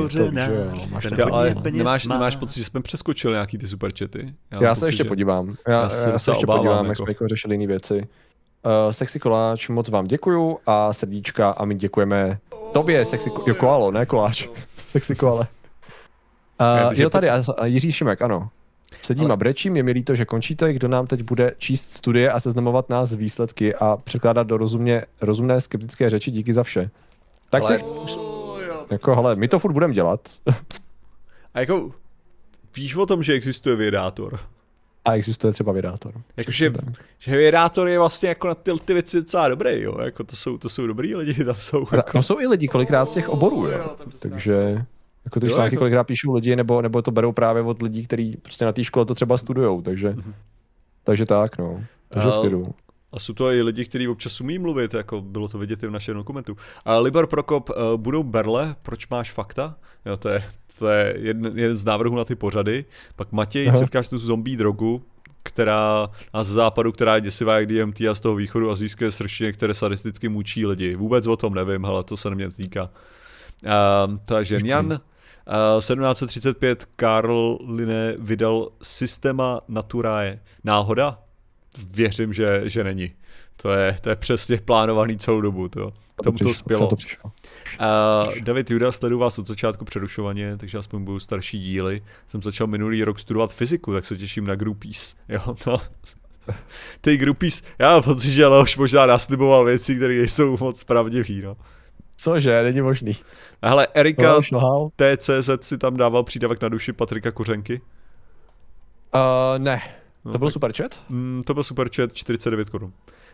Ale nemáš pocit, že jsme přeskočili nějaký ty superchaty? Já se ještě podívám. Já se ještě podívám, jak jsme jako řešili jiné věci. Sexy koláč, moc vám děkuju a srdíčka a my děkujeme tobě, sexy koalo, ne koláč. Sexy koale. Jo, tady a Jiří Šimek, ano. Sedím a brečím, je mi líto, že končíte, kdo nám teď bude číst studie a seznamovat nás z výsledky a překládat do rozumné skeptické řeči, díky za vše. Tak těch, jako, hele, my to furt budeme dělat. A jako, víš o tom, že existuje vědátor? A existuje třeba vědátor. Jakože, že vědátor je vlastně jako na ty věci docela dobrý, jo, jako to jsou dobrý lidi, tam jsou. Jako... Tam jsou i lidi kolikrát z těch oborů, jo. Takže... Jako ty články kolikrát píšou lidi, nebo to berou právě od lidí, kteří prostě na té škole to třeba studujou, takže tak, no. Takže v klidu. A jsou to i lidi, kteří občas umí mluvit, jako bylo to vidět i v našem dokumentu. A Libor Prokop, budou berle, proč máš fakta? Jo, to je jeden z návrhů na ty pořady. Pak Matěj, říkáš tu zombie drogu, která a z západu, která je děsivá jak DMT a z toho východu asijské sršně, které sadisticky mučí lidi. Vůbec o tom nevím, ale to se mě týká. Takže Jan 1735 Karl Linné vydal Systema Naturae. Náhoda? Věřím, že není. To je přesně plánovaný celou dobu. Tomu to spělo. David Juda, sleduju vás od začátku přerušovaně, takže aspoň budou starší díly. Jsem začal minulý rok studovat fyziku, tak se těším na Groupies. Jo, to... Ty Groupies, já mám pocit, že Leoš možná nasliboval věci, které nejsou moc pravdivý, no. Cože, není možný. Hele, Erika TCZ si tam dával přídavek na duši Patrika Kořenky? Ne. To byl super chat? To byl super chat, 49 korun.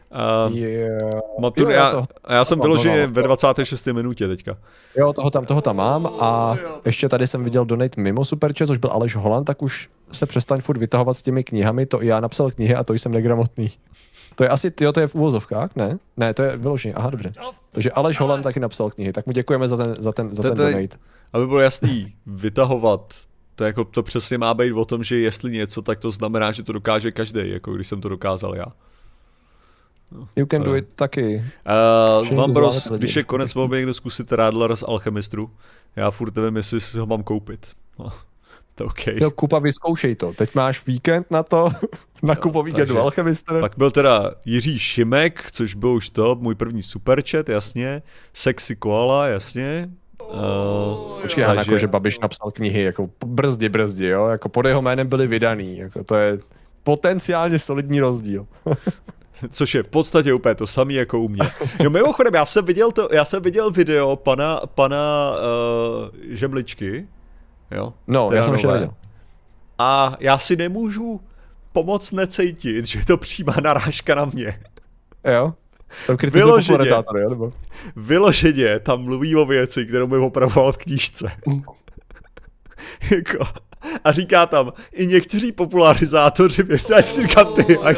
Já jsem vyloženě ve 26. minutě teďka. Jo, toho tam mám a ještě tady jsem viděl donate mimo superchat, což byl Aleš Holand, tak už se přestaň furt vytahovat s těmi knihami, to i já napsal knihy a to jsem negramotný. To je asi, jo, to je v uvozovkách, ne? Ne, to je vyloženě, aha, dobře. Takže Aleš Holand taky napsal knihy, tak mu děkujeme za ten donate. Aby bylo jasný, vytahovat, to přesně má být o tom, že jestli něco, tak to znamená, že to dokáže každý, jako když jsem to dokázal já. You can do it taky. Vambros, když je konec, mohl by někdo zkusit Radler z Alchemistru. Já furt nevím, jestli si ho mám koupit. To okay. Jo, Kuba, vyzkoušej to. Teď máš víkend na to, na Kubo víkendu Alchemistr. Pak byl teda Jiří Šimek, což byl už to, můj první superchat, jasně. Sexy Koala, jasně. Počkej, jako, že Babiš napsal knihy, jako brzdi, jo, jako pod jeho jménem byly vydaný, jako to je potenciálně solidní rozdíl. Což je v podstatě úplně to samé jako u mě. Jo, mimochodem, já jsem viděl video pana Žemličky. Jo, no, já jsem ještě neviděl. A já si nemůžu pomoc necítit, že je to přímá narážka na mě. Jo? Vyloženě tam mluví o věci, kterou bych opravoval v knížce. Jako, a říká tam, i někteří popularizátoři věci, až si říkám, ty, až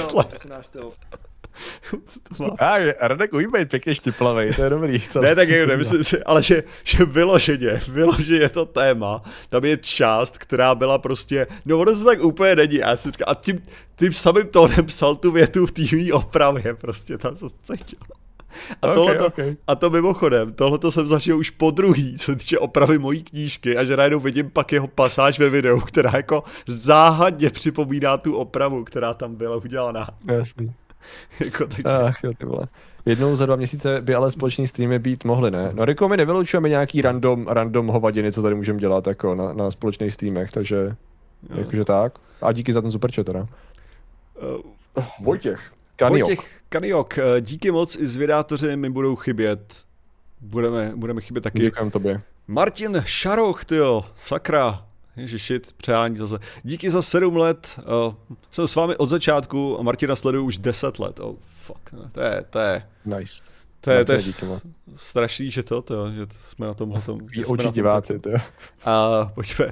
Radek Ujbejt pěkně štiplavej, to je dobrý. Ne, tak jako nemyslím si, ale že vyloženě to téma, tam je část, která byla prostě, no ono to tak úplně není, a já si říkám, a tím samým tónem psal tu větu v té opravě, prostě tam se cítil. A to mimochodem, tohleto jsem zažil už po druhý, co týče opravy mojí knížky a že najednou vidím pak jeho pasáž ve videu, která jako záhadně připomíná tu opravu, která tam byla udělaná. Jasný. Jako tak. Ach jo, ty vole. Jednou za 2 měsíce by ale společný streamy být mohly, ne? No Riko, my nevylučujeme nějaký random hovadiny, co tady můžeme dělat jako na společných streamech, takže jakože tak. A díky za ten superchat teda. Vojtěch Kaniok, díky moc, i zvědátoři mi budou chybět. Budeme chybět taky. Děkujem tobě. Martin Šaroch, tyjo, sakra. Ježišit, přehání zase. Díky za 7 let, jsem s vámi od začátku a Martina sleduju už 10 let. Oh, fuck, to je... Nice. To je strašný, že že jsme na tomhle tom. Oči diváci, to jo. Pojďme.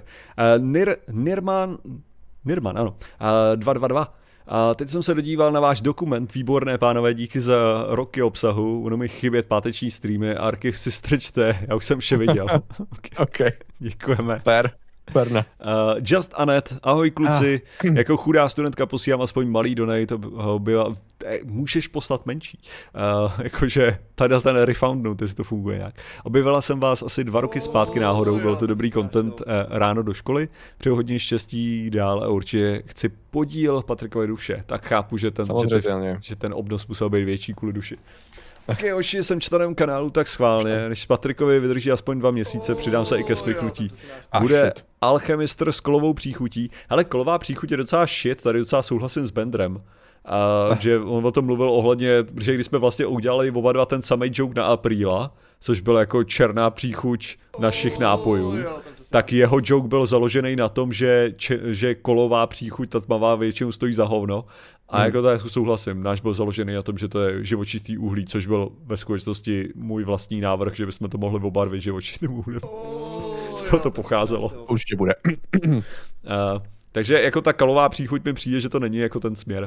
Nirman, ano. 222. Teď jsem se dodíval na váš dokument, výborné pánové, díky za roky obsahu, ono mi chybět páteční streamy, archiv si strčte, já už jsem vše viděl. Okay. Děkujeme. Fair. Just Anet, ahoj kluci, jako chudá studentka posílám aspoň malý donate, můžeš poslat menší. Jakože tady ten refoundnout, jestli to funguje nějak. Objevila jsem vás asi 2 roky zpátky náhodou, byl to dobrý content ráno do školy, přeju hodně štěstí dál a určitě chci podíl Patrikovy duše, tak chápu, že ten obnos musel být větší kvůli duši. Okay, oši, jsem členem kanálu, tak schválně, než Patrikovi vydrží aspoň 2 měsíce, přidám se i ke smyknutí. Bude alchemistr s kolovou příchutí, ale kolová příchuť je docela shit, tady docela souhlasím s Bendrem. Že on o tom mluvil ohledně, protože když jsme vlastně udělali oba dva ten samý joke na Apríla, což byl jako černá příchuť našich nápojů, tak jeho joke byl založený na tom, že kolová příchuť, ta tmavá většinou stojí za hovno. A jako tak souhlasím, náš byl založený na tom, že to je živočistý uhlí, což byl ve skutečnosti můj vlastní návrh, že bychom to mohli obarvit živočistým uhlím. Z toho to pocházelo. Určitě bude. Takže jako ta kalová příchuť mi přijde, že to není jako ten směr.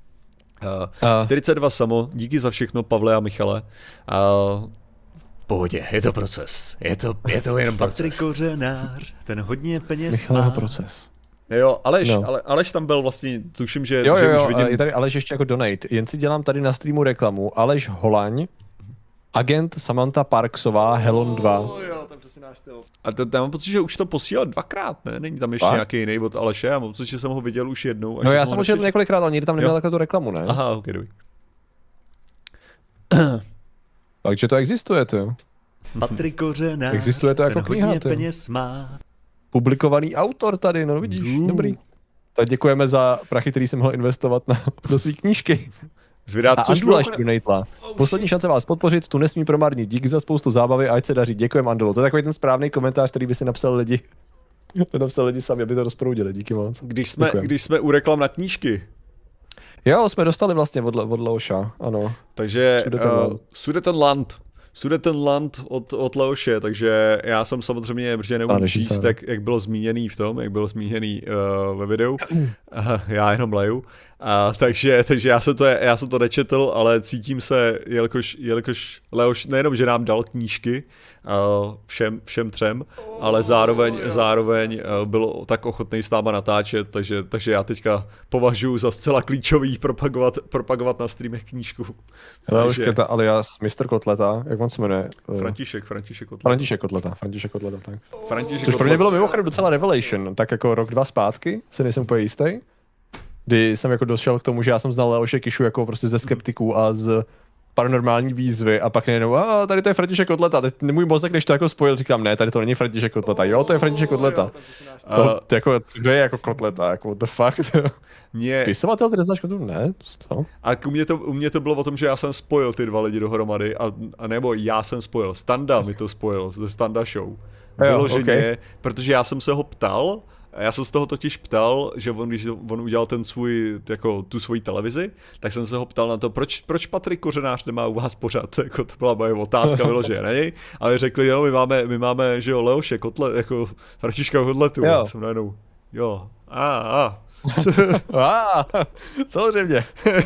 42 samo, díky za všechno, Pavle a Michale. Pohodě, je to proces. Je to jen proces. Patrik Kořenář, ten hodně peněz Michaleho proces. Jo, Aleš tam byl vlastně, tuším, že už vidím. Je tady Aleš ještě jako donate. Jen si dělám tady na streamu reklamu. Aleš Holaň, agent Samantha Parksová, Helon 2. Jo, tam přesně náš styl. A já mám pocit, že už to posílal 2krát, ne? Není tam ještě nějaký jiný od Aleše? Já mám pocit, že jsem ho viděl už jednou. No já jsem ho viděl několikrát, ale nikdy tam neměl takhle tu reklamu, ne? Aha, ok, dobrý. Takže to existuje, to. Patrik Kořenář, existuje to jako kniha, hodně peněz má. Publikovaný autor tady, no vidíš, dobrý. Tak děkujeme za prachy, který jsem mohl investovat do svý knížky. A Andula ještě donatela. Poslední šance vás podpořit, tu nesmí promarnit. Díky za spoustu zábavy, ať se daří. Děkujeme, Andolo. To je takový ten správný komentář, který by si napsal lidi. To napsal lidi sami, aby to rozproudili. Díky moc. Když jsme u reklam na knížky. Jo, jsme dostali vlastně od Leoša, ano. Takže Sudetenland od Leoše, takže já jsem samozřejmě, protože neumím číst, jak bylo zmíněný v tom, jak bylo zmíněný ve videu, já jenom leju, takže já jsem to nečetl, ale cítím se, jelikož Leoš nejenom, že nám dal knížky všem 3, ale zároveň byl tak ochotný s náma natáčet, takže já teďka považuji za zcela klíčový propagovat na streamech knížku. Leoš Keta alias Mr. Kotleta, jak on se jmenuje? František Kotleta, tak. Což pro mě bylo mimochodem docela revelation, tak jako rok, 2 zpátky, si nejsem úplně jistý. Kdy jsem jako došel k tomu, že já jsem znal Leoše Kišu jako prostě ze skeptiků a z paranormální výzvy a pak nejenom, tady to je František Kotleta, teď můj mozek, když to jako spojil, říkám, ne, tady to není František Kotleta, jo, to je František Kotleta. To jako, kdo je jako Kotleta, jako what the fuck, Spisovatel, ty neznáš Kotletu? Ne, co? A u mě to bylo o tom, že já jsem spojil ty 2 lidi dohromady, a nebo já jsem spojil, Standa mi to spojil, ze Standa Show. Vyloženě, protože já jsem se ho ptal, já jsem z toho totiž ptal, že když on udělal tu svoji televizi, tak jsem se ho ptal na to, proč Patrik Kořenář nemá u vás pořád, jako to byla moje otázka, vyloženě na něj, a my řekli, jo, my máme, že jo, Leoše Kotlet, jako Františka Kotletu, já jsem najednou, jo, samozřejmě.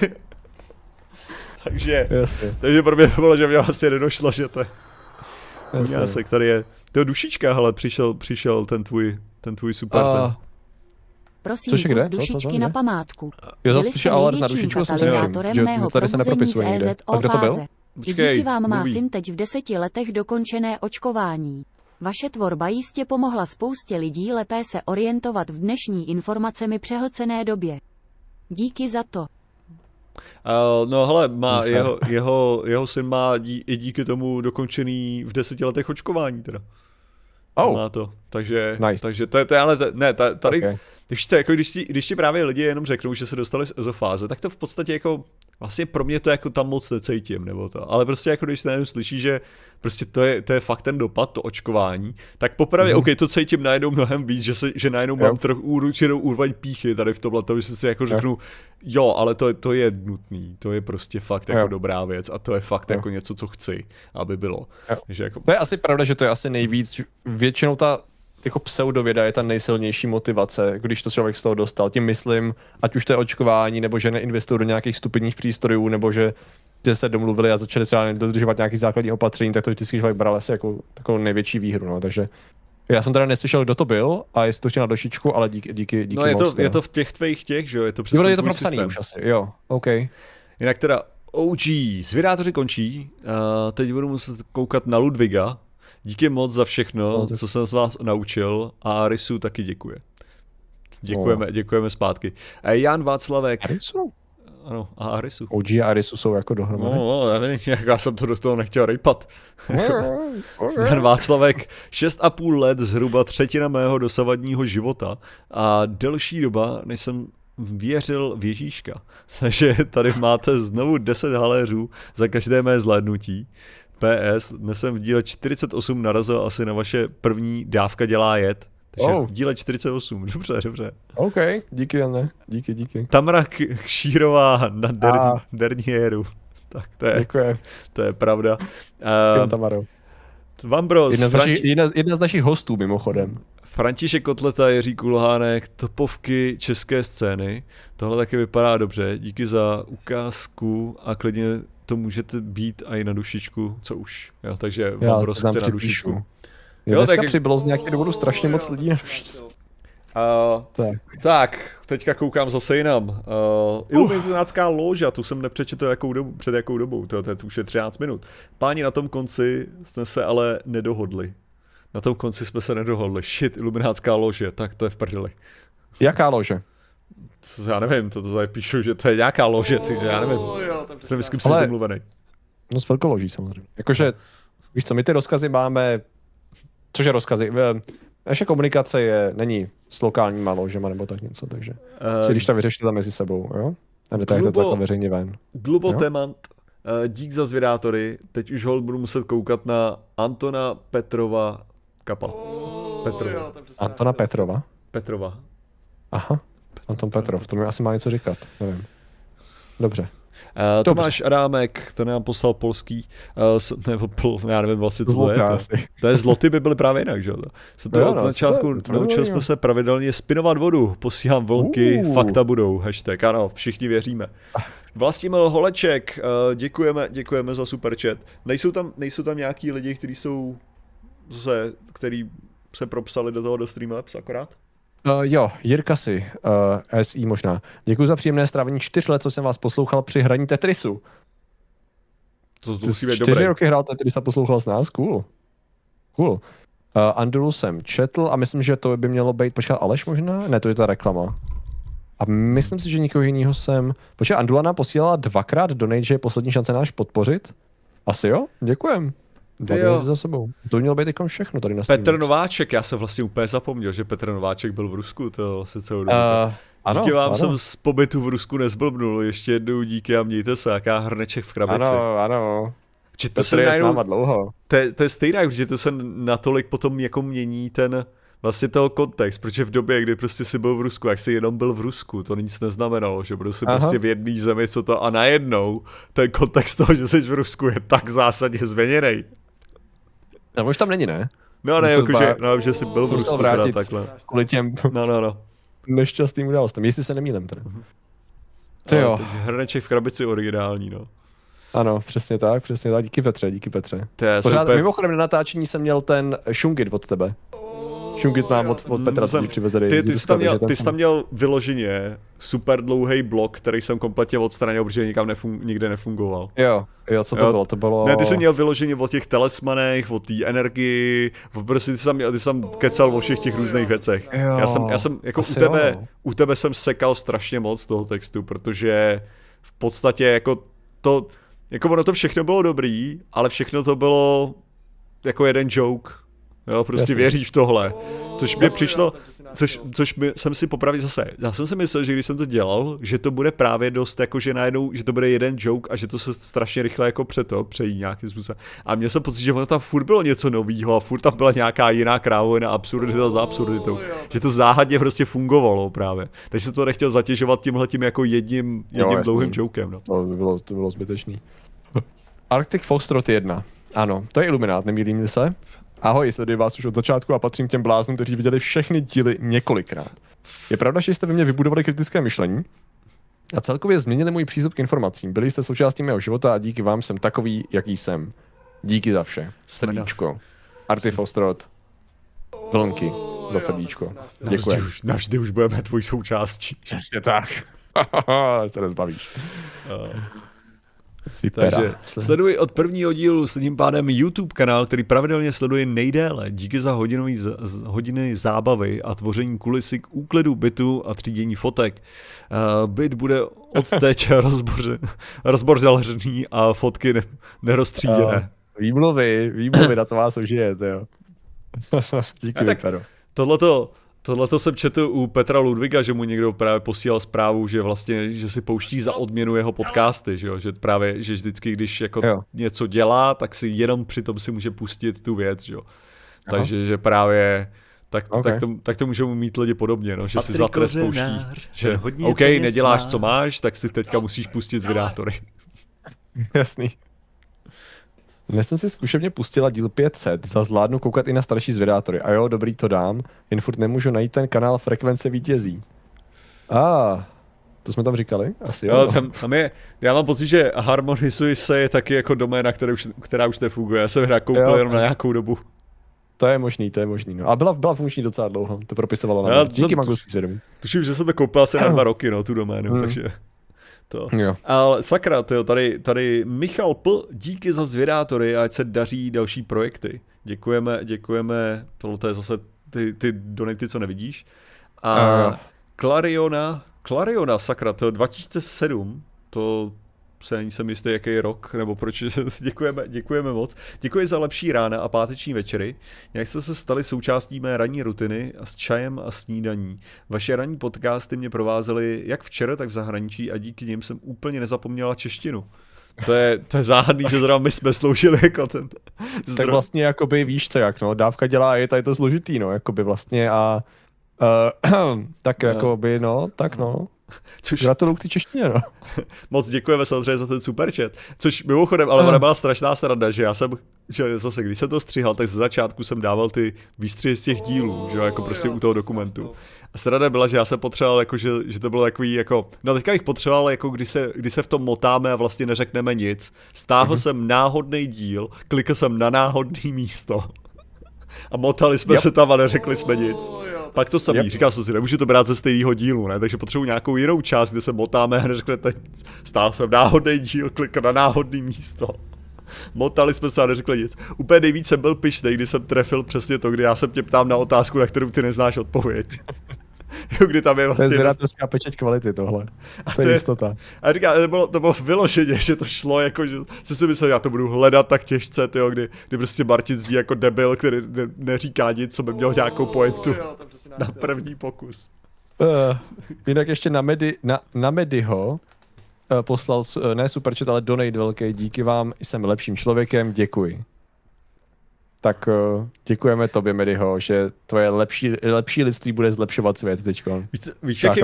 takže pro mě to bylo, že mě vlastně nedošlo, že to je Jasně, který je, to dušička, hele, přišel ten tvůj super ten. Prosím, kus dušičky na památku. Jo, zase přišel alert na dušičku, jsem si všiml, že tady se nepropisuje nikde. A kdo to byl? I díky vám má syn teď v 10 letech dokončené očkování. Vaše tvorba jistě pomohla spoustě lidí lépe se orientovat v dnešní informacemi přehlcené době. Díky za to. No hele, má jeho syn má i díky tomu dokončený v 10 letech očkování teda. Má to, takže to je ale ne, tady, okay. jako když ti právě lidi jenom řeknou, že se dostali z ezofáze, tak to v podstatě jako, vlastně pro mě to jako tam moc necítím, nebo to, ale prostě jako když se najednou slyší, že prostě to je fakt ten dopad, to očkování, tak popravdě, ok, to cítím najednou mnohem víc, že najednou mám trochu určitou úroveň píchy tady v tomhle, to, že si jako řeknu, jo, ale to je nutný, to je prostě fakt jako dobrá věc a to je fakt jako něco, co chci, aby bylo. Že jako... To je asi pravda, že to je asi nejvíc, většinou ta jako pseudověda je ta nejsilnější motivace, když to člověk z toho dostal. Tím myslím, ať už to je očkování, nebo že neinvestují do nějakých stupidních přístrojů, nebo že se domluvili a začali třeba dodržovat nějaký základní opatření, tak to vždycky člověk bral asi jako takovou největší výhru. No. Takže já jsem teda neslyšel, kdo to byl a jestli to chtěl na došičku, ale díky no moc. Je to v těch tvých, že jo? Je to přesně je to propsaný už asi, jo, OK. Jinak teda OG, Zvědátoři končí, teď budu muset koukat na Ludviga. Díky moc za všechno, co jsem z vás naučil a Arisu taky děkuje. Děkujeme zpátky. Jan Václavek. Arisu? Ano, a Arisu. OG a Arisu jsou jako dohromady. Já jsem to do toho nechtěl rejpat. Jan Václavek, 6,5 let, zhruba třetina mého dosavadního života a delší doba, než jsem věřil v Ježíška. Takže tady máte znovu 10 haléřů za každé mé zhlédnutí. PS, dnes jsem v díle 48 narazil asi na vaše první dávka dělá jed. Takže v díle 48, dobře. OK, díky Jane, díky. Tamara Kšírová na Derniéru. Tak to je pravda. Tamaro. Vambros, jedna z našich hostů mimochodem. František Kotleta, Jiří Kulhánek, topovky české scény. Tohle taky vypadá dobře, díky za ukázku a klidně to můžete být i na dušičku, co už. Jo, takže Vambros chce na dušičku. Dneska přibylo z nějakého důvodu strašně moc lidí na dušičce. Tak, teďka koukám zase jinam. Iluminácká loža, tu jsem nepřečetl před jakou dobou, to už je 13 minut. Páni, na tom konci jsme se ale nedohodli. Shit, iluminácká lože, tak to je v prdeli. Jaká lože? Já nevím, to tady píšu, že to je nějaká lože, takže já nevím. Jsem s kým jsem domluvený. No s velkoloží samozřejmě. Jakože, víš co, my ty rozkazy máme, cože rozkazy, naše komunikace není s lokálníma ložema nebo tak něco, takže si když to vyřešíte tam mezi sebou, jo? A netajte to takhle veřejně ven. Glubotemant, dík za Zvědátory, teď už budu muset koukat na Antona Petrova Kapal. Antona Petrova? Petrova. Aha, Anton Petrov, to mi asi má něco říkat, nevím. Dobře. Tomáš Adámek, to nám poslal polský, já nevím vlastně, co to je. To je zloty by byly právě jinak, že jo? Od začátku naučil jsme se pravidelně spinovat vodu, posílám vlnky, fakta budou, hashtag, ano, všichni věříme. Vlastimil Holeček, děkujeme za super chat. Nejsou tam nějaký lidi, kteří se propsali do Streamlabs akorát? Jo, Jirka si, SI možná. Děkuji za příjemné strávení 4 let, co jsem vás poslouchal při hraní Tetrisu. To musí být 4 roky hrál Tetris a poslouchal s nás, cool. Andulu jsem četl a myslím, že to by mělo být, počkat, Aleš možná? Ne, to je ta reklama. A myslím si, že nikoho jiného jsem... Počkat, Andula nám posílala 2krát donate, že je poslední šance náš podpořit. Asi jo? Děkujem. Za sebou. To mělo být jako všechno tady na streamu. Petr Nováček, já jsem vlastně úplně zapomněl, že Petr Nováček byl v Rusku, to vlastně celou dobu. Díky vám jsem z pobytu v Rusku nezblbnul, ještě jednou díky a mějte se, jaká hrneček v krabici. Ano. To se je s náma dlouho. To je stejné, že to se natolik potom jako mění ten vlastně toho kontext, protože v době, kdy prostě si byl v Rusku, jak jsi jenom byl v Rusku, to nic neznamenalo, že byl si prostě v jedné zemi, co to a najednou ten kontext toho, že jsi v Rusku je tak zásadně změněný. No už tam není, ne? No ne, jakože, že jsi byl v Rusku teda takhle. Kvůli těm nešťastným událostem, jestli se nemýlím teda. Takže hrneček v krabici originální, no. Ano, přesně tak, díky Petře. Pořád, mimochodem na natáčení jsem měl ten šungit od tebe. Šungit mám od Petra, co přivezený. Ty jsi tam měl vyloženě super dlouhý blok, který jsem kompletně odstranil, protože nikde nefungoval. Jo, co to bylo? To bylo... Ne, ty jsi měl vyloženě o těch telesmanech, o té energii, prostě ty jsi tam kecal o všech těch různých věcech. Jo, já jsem jako u tebe jsem sekal strašně moc toho textu, protože v podstatě jako to, jako ono to všechno bylo dobrý, ale všechno to bylo jako jeden joke. Jo, prostě věříš v tohle, což mi přišlo, jsem si popravil zase, já jsem si myslel, že když jsem to dělal, že to bude právě dost jako, že najednou, že to bude jeden joke a že to se strašně rychle jako přejí nějakým způsobem. A měl jsem pocit, že ono tam furt bylo něco novýho a furt tam byla nějaká jiná krávojna absurdita za absurditou, že to záhadně prostě fungovalo právě. Takže jsem to nechtěl zatěžovat tímhletím jako jedním dlouhým jokem. No. To bylo zbytečný. Arctic Foxtrot 1. Ano, to je Iluminát, nemýlím se. Ahoj, sleduji vás už od začátku a patřím k těm bláznům, kteří viděli všechny díly několikrát. Je pravda, že jste ve mně vybudovali kritické myšlení a celkově změnili můj přístup k informacím. Byli jste součástí mého života a díky vám jsem takový, jaký jsem. Díky za vše. Srdíčko. Arty Fostrot. Vlnky. Za srdíčko. Děkuji. Navždy už budeme tvojí součástí. Přesně tak. Se nezbavíš. Takže sleduji od prvního dílu s tím pádem YouTube kanál, který pravidelně sleduje nejdéle. Díky za hodiny zábavy a tvoření kulisy k úklidu bytu a třídění fotek. Byt bude odteď rozbordařený a fotky neroztříděné. Výmluvy, na to vás užijete, jo. Díky, Vypero. Tohleto jsem četl u Petra Ludviga, že mu někdo právě posílal zprávu, že vlastně, že si pouští za odměnu jeho podcasty, že jo? Že právě, že vždycky, když jako něco dělá, tak si jenom přitom si může pustit tu věc, že jo? Takže, že právě tak to můžou mít lidi podobně, no? Že si za trest pouští, že OK, neděláš, co máš, tak si teďka musíš pustit z Vydátory. Jasný. Dnes jsem si zkušebně pustila díl 500, zda zvládnu koukat i na starší zvědátory. A jo, dobrý, to dám, jen furt nemůžu najít ten kanál Frekvence vítězí. To jsme tam říkali? Asi jo. Tam je, já mám pocit, že Harmonizuj se je taky jako doména, která už nefunguje. Já jsem hra koupil jenom na nějakou dobu. To je možný, no. A byla funkční docela dlouho, to propisovalo na díky magouský svědomí. Tuším, že jsem to koupil asi na 2 roky, no, tu doménu, takže... To. Ale sakra, tady Michal P. Díky za zvědátory, ať se daří další projekty. Děkujeme, tohle je zase ty donaty, co nevidíš. A Clariona, sakra, to je 2007, to se ani jsem jistý, jaký je rok, nebo proč, děkujeme moc. Děkuji za lepší rána a páteční večery. Jak jste se stali součástí mé ranní rutiny a s čajem a snídaní. Vaše ranní podcasty mě provázely jak včera, tak v zahraničí a díky nim jsem úplně nezapomněla češtinu. To je záhadný, že zrovna my jsme sloužili jako ten zdroj. Tak vlastně jakoby víš co jak, no, dávka dělá, je tady to složitý, no, jakoby vlastně a tak jakoby, no. Gratuluju k té češtině, no. Moc děkujeme samozřejmě za ten superchat. Což mimochodem, ale ona byla strašná sranda, že že zase, když jsem to stříhal, tak ze začátku jsem dával ty výstřihy z těch dílů, že jako prostě u toho dokumentu. A sranda byla, že já jsem potřeboval, jako, že to bylo takový, jako, no teďka bych potřeboval, jako když se v tom motáme a vlastně neřekneme nic. Stáhl jsem náhodný díl, klikl jsem na náhodný místo a motali jsme se tam a neřekli jsme nic. Pak to samý, říkal jsem si, nemůžu to brát ze stejného dílu, ne? Takže potřebuji nějakou jinou část, kde se motáme a neřeknete nic. Stáhl jsem náhodný díl, klikl na náhodný místo. Motali jsme se a neřekli nic. Úplně nejvíc jsem byl pyšnej, když jsem trefil přesně to, kdy já se tě ptám na otázku, na kterou ty neznáš odpověď. Kdy tam je vlastně... To je zvědátorská pečeť kvality tohle. To je jistota. A říká, to bylo vyloženě, že to šlo, jako, že si myslel, já to budu hledat tak těžce, tyjo, kdy prostě Martin zní jako debil, který neříká nic, co by měl nějakou pointu na první pokus. Jinak ještě na Medyho poslal, ne superchat, ale donate velký, díky vám, jsem lepším člověkem, děkuji. Tak děkujeme tobě, Medyho, že tvoje lepší lidství bude zlepšovat svět teďko. Víš, jak je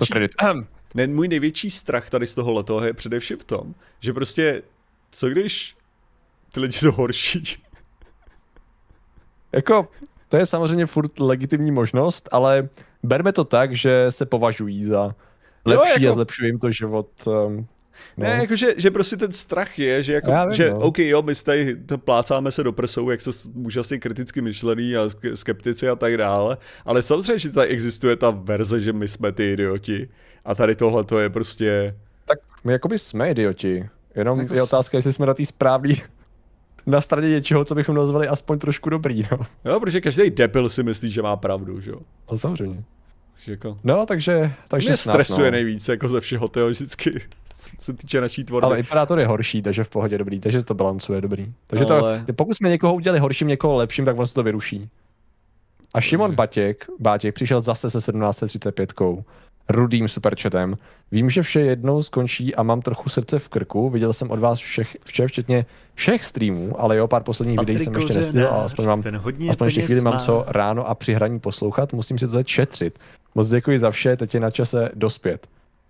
můj největší strach tady z tohohletoho je především v tom, že prostě, co když ty lidi jsou horší? Jako, to je samozřejmě furt legitimní možnost, ale berme to tak, že se považují za lepší a zlepšují jim to život. Ne, jakože že prostě ten strach je, že jako, OK, jo, my tady plácáme se do prsou, jak se úžasně kriticky myšlený a skeptici a tak dále, ale samozřejmě, že tady existuje ta verze, že my jsme ty idioti a tady tohle to je prostě... Tak my jakoby jsme idioti, jenom jako je otázka, jestli jsme na té správný na straně něčeho, co bychom nazvali aspoň trošku dobrý, no. Jo, protože každý debil si myslí, že má pravdu, že jo. No samozřejmě. Jako... No, takže mě snad, stresuje nejvíc, jako ze všeho toho vždycky, se týče naší tvorby. Ale Imperátor je horší, takže v pohodě dobrý, takže to balancuje dobrý. Takže pokud jsme někoho udělali horším, někoho lepším, tak on se to vyruší. A Šimon Bátěk přišel zase se 1735kou, rudým superchatem. Vím, že vše jednou skončí a mám trochu srdce v krku. Viděl jsem od vás vše, včetně všech streamů, ale jo, pár posledních videí jsem ještě nestihl a aspoň ještě chvíli mám co ráno a při hraní poslouchat. Musím si to teď šetřit. Moc děkuji za vše, teď je na čase dospět.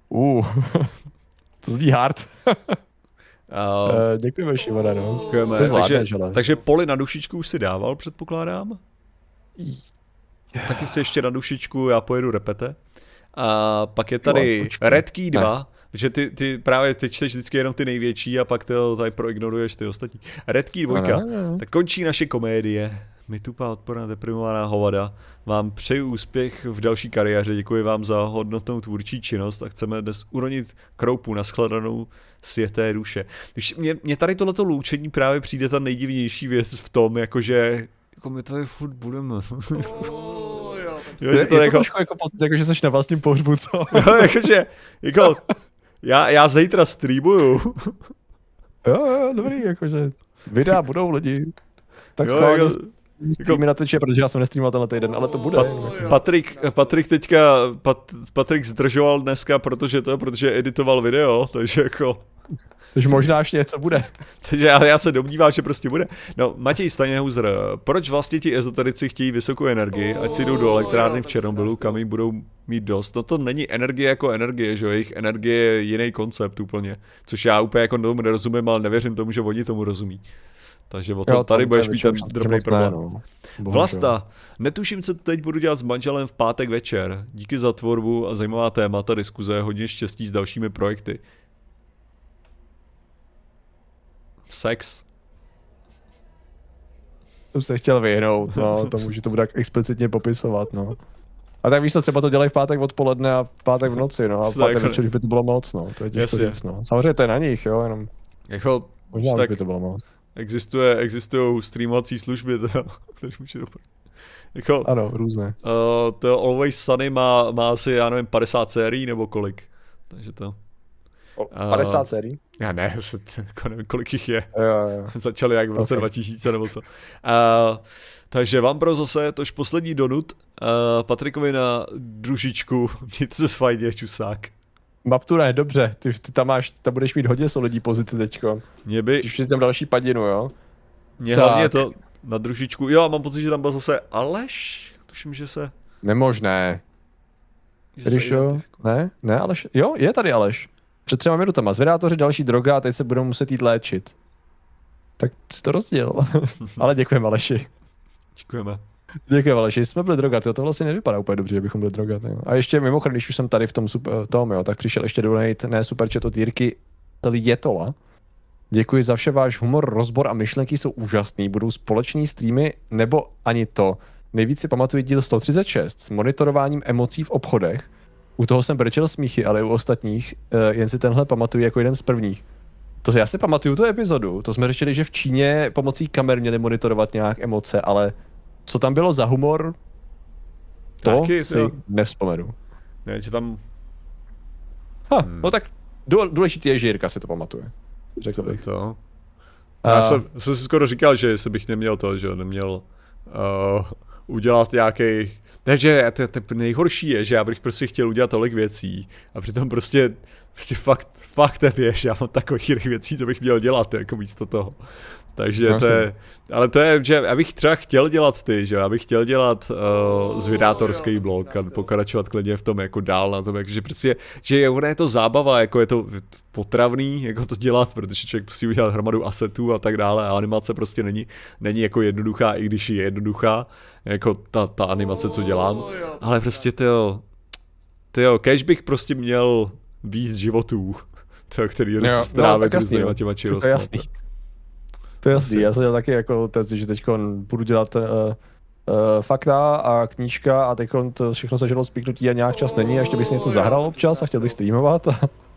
To zní hard. Děkujeme, Šimona, no. Děkujeme. Takže poli na dušičku už si dával, předpokládám? Taky si ještě na dušičku, já pojedu repete. A pak je tady Red Key 2, protože ty právě ty čteš vždycky jenom ty největší a pak to tady proignoruješ ty ostatní. Red Key 2, tak končí naše komédie. mi tupá odporná deprimovaná hovada. Vám přeju úspěch v další kariéře, děkuji vám za hodnotnou tvůrčí činnost a chceme dnes uronit kroupu na shledanou světé duše. Když mě tady tohleto loučení právě přijde ta nejdivnější věc v tom, jakože jako my tady furt budeme. Jo, že to je trošku jako pocit, jako že jsi na vlastním pohřbu, co? Jo, jakože, jako, já zítra streamuju. Jo, dobrý, jakože videa budou lidi. Tak jo, schválně streamy na Twitchi, protože já jsem nestreamoval tenhle týden, ale to bude. Patrik zdržoval dneska, protože editoval video, takže jako... Takže možná ještě něco bude. Takže já se domnívám, že prostě bude. No, Matěj Staněhauser, proč vlastně ti ezoterici chtějí vysokou energii, ať si jdou do elektrárny v Černobylu, kam jim budou mít dost. No to není energie jako energie, že jo, jejich energie je jiný koncept úplně. Což já úplně jako tomu nerozumím, ale nevěřím tomu, že oni tomu rozumí. Takže o tom tady budeš mít ten drobný problém. No. Vlasta, netuším, co teď budu dělat s manželem v pátek večer. Díky za tvorbu a zajímavá témata, diskuze, hodně štěstí s dalšími projekty. Sex. Jsem se chtěl vyhnout, no, tomu, že to bude explicitně popisovat, no. A tak víš co, třeba to dělají v pátek odpoledne a v pátek v noci, no, a v pátek večer by to bylo moc, no, to je těžko říct, no. Samozřejmě to je na nich, jo, jenom jako, možná by to bylo moc. Existují streamovací služby, které může dopadnout. Jako, ano, různé. To Always Sunny má asi, já nevím, 50 sérií nebo kolik, takže to... 50 sérií? Já ne, jako nevím, kolik jich je. Jo. Začali jak v roce 2000 nebo co. Takže vám pro zase tož poslední donut. Patrikovi na družičku. Mějte se fajně, čusák. Maptu ne, dobře. Ty tam budeš mít hodně solidní pozici teďko. Když tam další padinu, jo? Mě hlavně to na družičku. Jo, a mám pocit, že tam byl zase Aleš. Tuším, že se... Nemožné. Když jo? Ne, Aleš. Jo, je tady Aleš. Před 3 minutama. Zvědátoři další droga a teď se budou muset jít léčit. Tak si to rozděl. Ale děkujeme, Aleši. Děkujeme, Aleši. Jsme byli drogat, to vlastně nevypadá úplně dobře, že bychom byli drogat. Jo. A ještě mimochodem, když už jsem tady v tom, jo, tak přišel ještě donate, ne superchat od Jirky Jetola. Děkuji za vše, váš humor, rozbor a myšlenky jsou úžasný. Budou společný streamy nebo ani to. Nejvíc si pamatuju díl 136 s monitorováním emocí v obchodech. U toho jsem brčel smíchy, ale u ostatních jen si tenhle pamatuju jako jeden z prvních. To já si pamatuju tu epizodu, to jsme řešili, že v Číně pomocí kamer měli monitorovat nějak emoce, ale co tam bylo za humor, to taky, si nevzpomenu. Ne, že tam... No tak důležitý je, že Jirka si to pamatuje. Řekl bych. To. Já jsem si skoro říkal, že jestli bych neměl to, že neměl udělat nějaký. Takže to nejhorší je, že já bych prostě chtěl udělat tolik věcí a přitom prostě faktem je, že já mám takových věcí, co bych měl dělat, jako místo toho. Takže no, to je, ale to je, že já bych třeba chtěl dělat že já bych chtěl dělat zvědátorský blog a pokračovat klidně v tom jako dál na tom, že prostě, že je to zábava, jako je to potravný, jako to dělat, protože člověk musí udělat hromadu asetů a tak dále a animace prostě není jako jednoduchá, i když je jednoduchá, jako ta animace, co dělám, ale prostě tyjo, kéž bych prostě měl víc životů, který strávit různýma těma činnostmi. To je jasný, já jsem dělal taky jako test, že teď budu dělat fakta a knížka a teď to všechno se žilo spíknutí a nějak čas není a ještě bych si něco zahrál občas a chtěl bych streamovat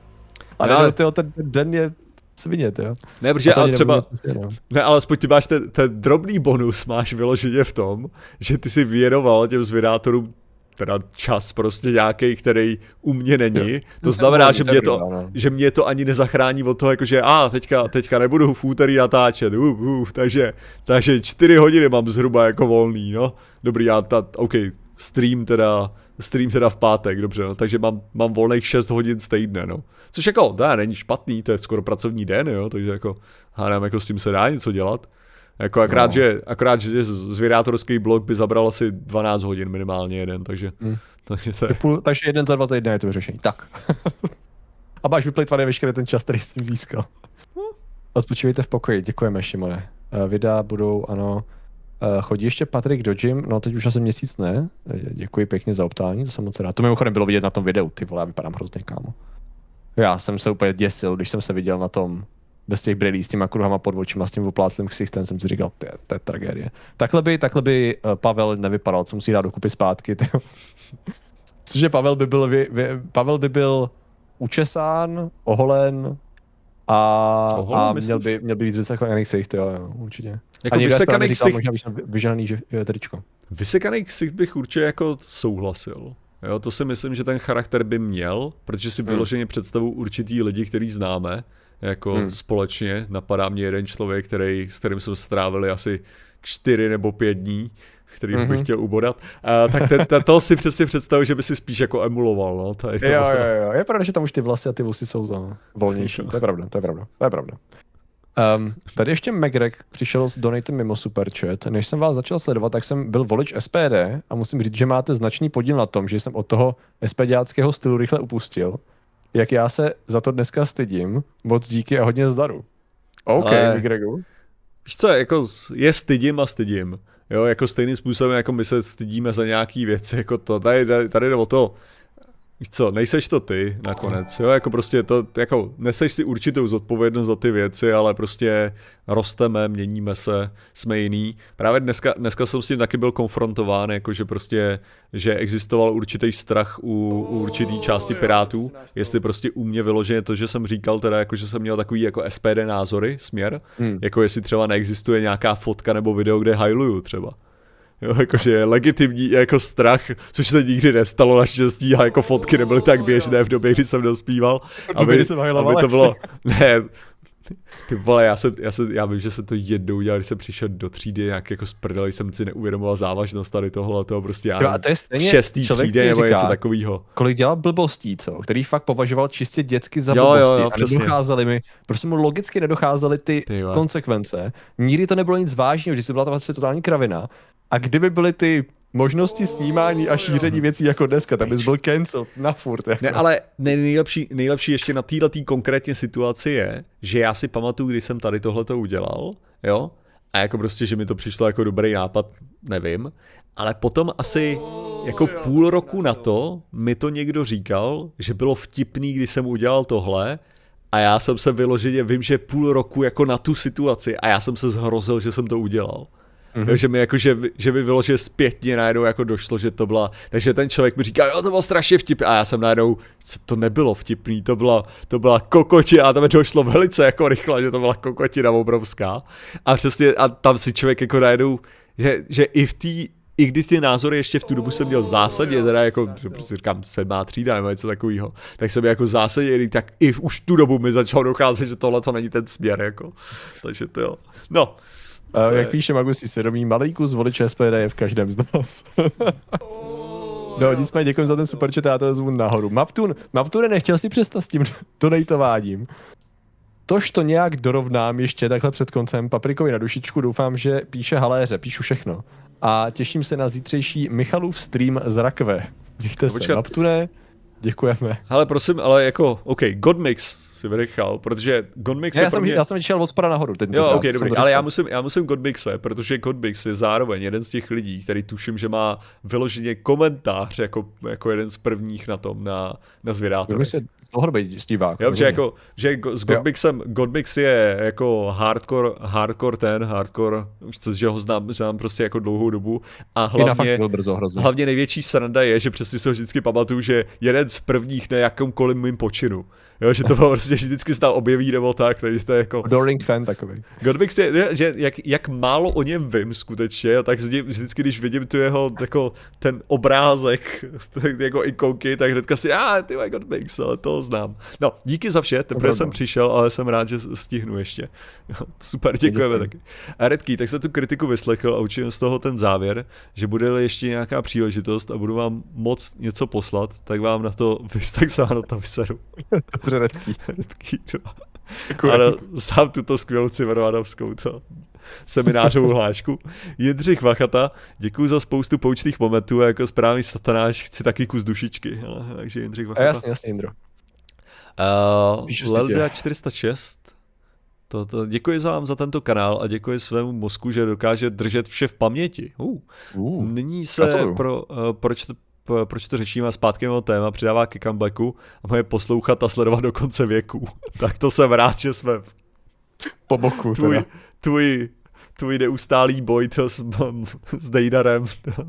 a ten den je svině, jo. Ne, protože ale třeba, ne, ale aspoň ty máš ten drobný bonus máš vyloženě v tom, že ty si věnoval těm zvědátorům teda čas prostě nějaký, který u mě není. Jo. To znamená, že mě to ani nezachrání od toho, jakože teďka nebudu v úterý natáčet, takže 4 hodiny mám zhruba jako volný, no. Dobrý, stream teda v pátek, dobře, no, takže mám volných 6 hodin z týdne, no. Což jako, není špatný, to je skoro pracovní den, jo, takže jako, hádám, jako s tím se dá něco dělat. Jako akorát, že zvědátorský blog by zabral asi 12 hodin minimálně jeden, takže takže 1 za 2 týdny je to vyřešení. Tak. A máš vyplejtvaný veškerý ten čas, který s tím získal. Odpočívejte v pokoji, děkujeme, Šimone. Videa budou, ano. Chodí ještě Patrik do gym, no teď už asi měsíc ne. Děkuji pěkně za optání, to jsem moc rád. To mimochodem bylo vidět na tom videu, ty vole, já vypadám hrozně, kámo. Já jsem se úplně děsil, když jsem se viděl na tom bez těch brýlí, s těma kruhama pod očima, s tím oplácným ksichtem, jsem si říkal, to je tragédie. Takhle by Pavel nevypadal, co musí dát dokupy zpátky. Cože Pavel by byl učesán, oholen a měl by víc vysekaný ksicht, jo, určitě. Jako vysekaný ksicht... Možná bych vyžaný tričko. Vysekaný ksicht bych určitě jako souhlasil. Jo, to si myslím, že ten charakter by měl, protože si vyloženě představu určitý lidi, který známe, jako společně. Napadá mě jeden člověk, s kterým jsem strávili asi 4 nebo 5 dní, který bych chtěl ubodat. Tak toho si přesně představu, že by si spíš jako emuloval. No. Jo. Je pravda, že tam už ty vlasy a ty vosy jsou to volnější. To je pravda. Tady ještě Megrek přišel s donatem mimo Superchat. Než jsem vás začal sledovat, tak jsem byl volič SPD a musím říct, že máte značný podíl na tom, že jsem od toho SPDáckého stylu rychle upustil. Jak já se za to dneska stydím. Moc díky a hodně zdaru. OK, Megregu. Víš co, jako je stydím a stydím. Jo, jako stejným způsobem, jako my se stydíme za nějaký věci, jako to, tady jde o to, víš co, nejseš to ty nakonec, jo, jako prostě to, jako neseš si určitou zodpovědnost za ty věci, ale prostě rosteme, měníme se, jsme jiný. Právě dneska jsem s tím taky byl konfrontován, jakože prostě, že existoval určitý strach u určitý části Pirátů, jestli prostě u mě vyloženě to, že jsem říkal teda, jako že jsem měl takový jako SPD názory, směr, jako jestli třeba neexistuje nějaká fotka nebo video, kde hajluju třeba. Jo, jakože je legitimní jako strach, což se nikdy nestalo naštěstí a jako fotky nebyly tak běžné v době, kdy jsem dospíval. Aby to bylo, ne, ty vole, já vím, že se to jednou dělal, když jsem přišel do třídy, nějak jako z prdele, jsem si neuvědomoval závažnost tady toho prostě já v 6. třídě nebo něco takového. Kolik dělal blbostí, co? Který fakt považoval čistě dětsky za blbosti a nedocházely mi, prostě mu logicky nedocházely ty konsekvence. Nikdy to nebylo nic vážného, když to byla to vlastně totální kravina. A kdyby byly ty možnosti snímání a šíření věcí jako dneska, tak bys byl cancelled na furt. Jako. Ne, ale nejlepší ještě na této konkrétně situaci je, že já si pamatuju, když jsem tady tohleto udělal, jo, a jako prostě, že mi to přišlo jako dobrý nápad, nevím, ale potom asi jako půl roku na to mi to někdo říkal, že bylo vtipný, když jsem udělal tohle, a já jsem se vyloženě, vím, že půl roku jako na tu situaci a já jsem se zhrozil, že jsem to udělal. Takže mi jako, že by bylo, že zpětně najednou jako došlo, že to byla, takže ten člověk mi říká, jo, to bylo strašně vtipný, a já jsem najednou, to nebylo vtipný, to byla kokotina, a to mi došlo velice jako rychle, že to byla kokotina obrovská, a přesně, a tam si člověk jako najednou, že i když ty názory ještě v tu dobu jsem měl zásadně, teda jako, prostě říkám 7. třída nebo něco takového, tak jsem jako zásadně, tak i už tu dobu mi začalo docházet, že tohle to není ten směr, jako, takže to jo, no. Jak píše Magusí svědomí, malý kus voliče SPD je v každém z nás. No, nicméně děkuji za ten superchat, já to zvu nahoru. Maptune, nechtěl si přestat s tím donatováním. Tož to nějak dorovnám ještě takhle před koncem. Paprikovi na dušičku, doufám, že píše haléře, píšu všechno. A těším se na zítřejší Michalův stream z rakve. Mějte se, Maptune, děkujeme. Hele, prosím, ale jako, OK, Godmix si vynechal, protože Godmix je pro mě... Já jsem šel od spora nahoru. Jo, OK, dobrý, ale já musím Godmixe, protože Godmix je zároveň jeden z těch lidí, který tuším, že má vyloženě komentář jako jeden z prvních na tom, na zvědátorech. Dlouhodobý divák. Jo, že s Godmix je jako hardcore, že ho znám prostě jako dlouhou dobu a hlavně největší sranda je, že přesně si ho vždycky pamatuju, že jeden z prvních na jakomkoliv mým počinu. Jo, že to bylo prostě vždycky se tam objeví nebo tak, takže to je jako... Adoring fan takový. Godmix je, že jak málo o něm vím skutečně, tak vždycky, když vidím tu jeho, jako ten obrázek, jako ikonky, tak hnedka si, ty máš Godmix, ale to znám. No, díky za vše, teprve jsem přišel, ale jsem rád, že stihnu ještě. Super, děkujeme taky. A Redký, tak se tu kritiku vyslechl a učím z toho ten závěr, že bude-li ještě nějaká příležitost a budu vám moc něco poslat, tak vám na to vyseru. Dobře, Redký. Ano, znám tuto skvělou cimerovanovskou seminářovou hlášku. Jindřich Vachata, děkuji za spoustu poučných momentů a jako správný satanáš chci taky kus dušičky. Takže Jindřich Vachata. Jasně, Jindro. Leldra 406. Děkuji vám za tento kanál a děkuji svému mozku, že dokáže držet vše v paměti. Nyní se proč to řešíme a zpátky mého téma přidává ke comebacku a moje poslouchat a sledovat do konce věku. Tak to jsem rád, že jsme Po boku. Tvůj neustálý boj to s Dejdarem.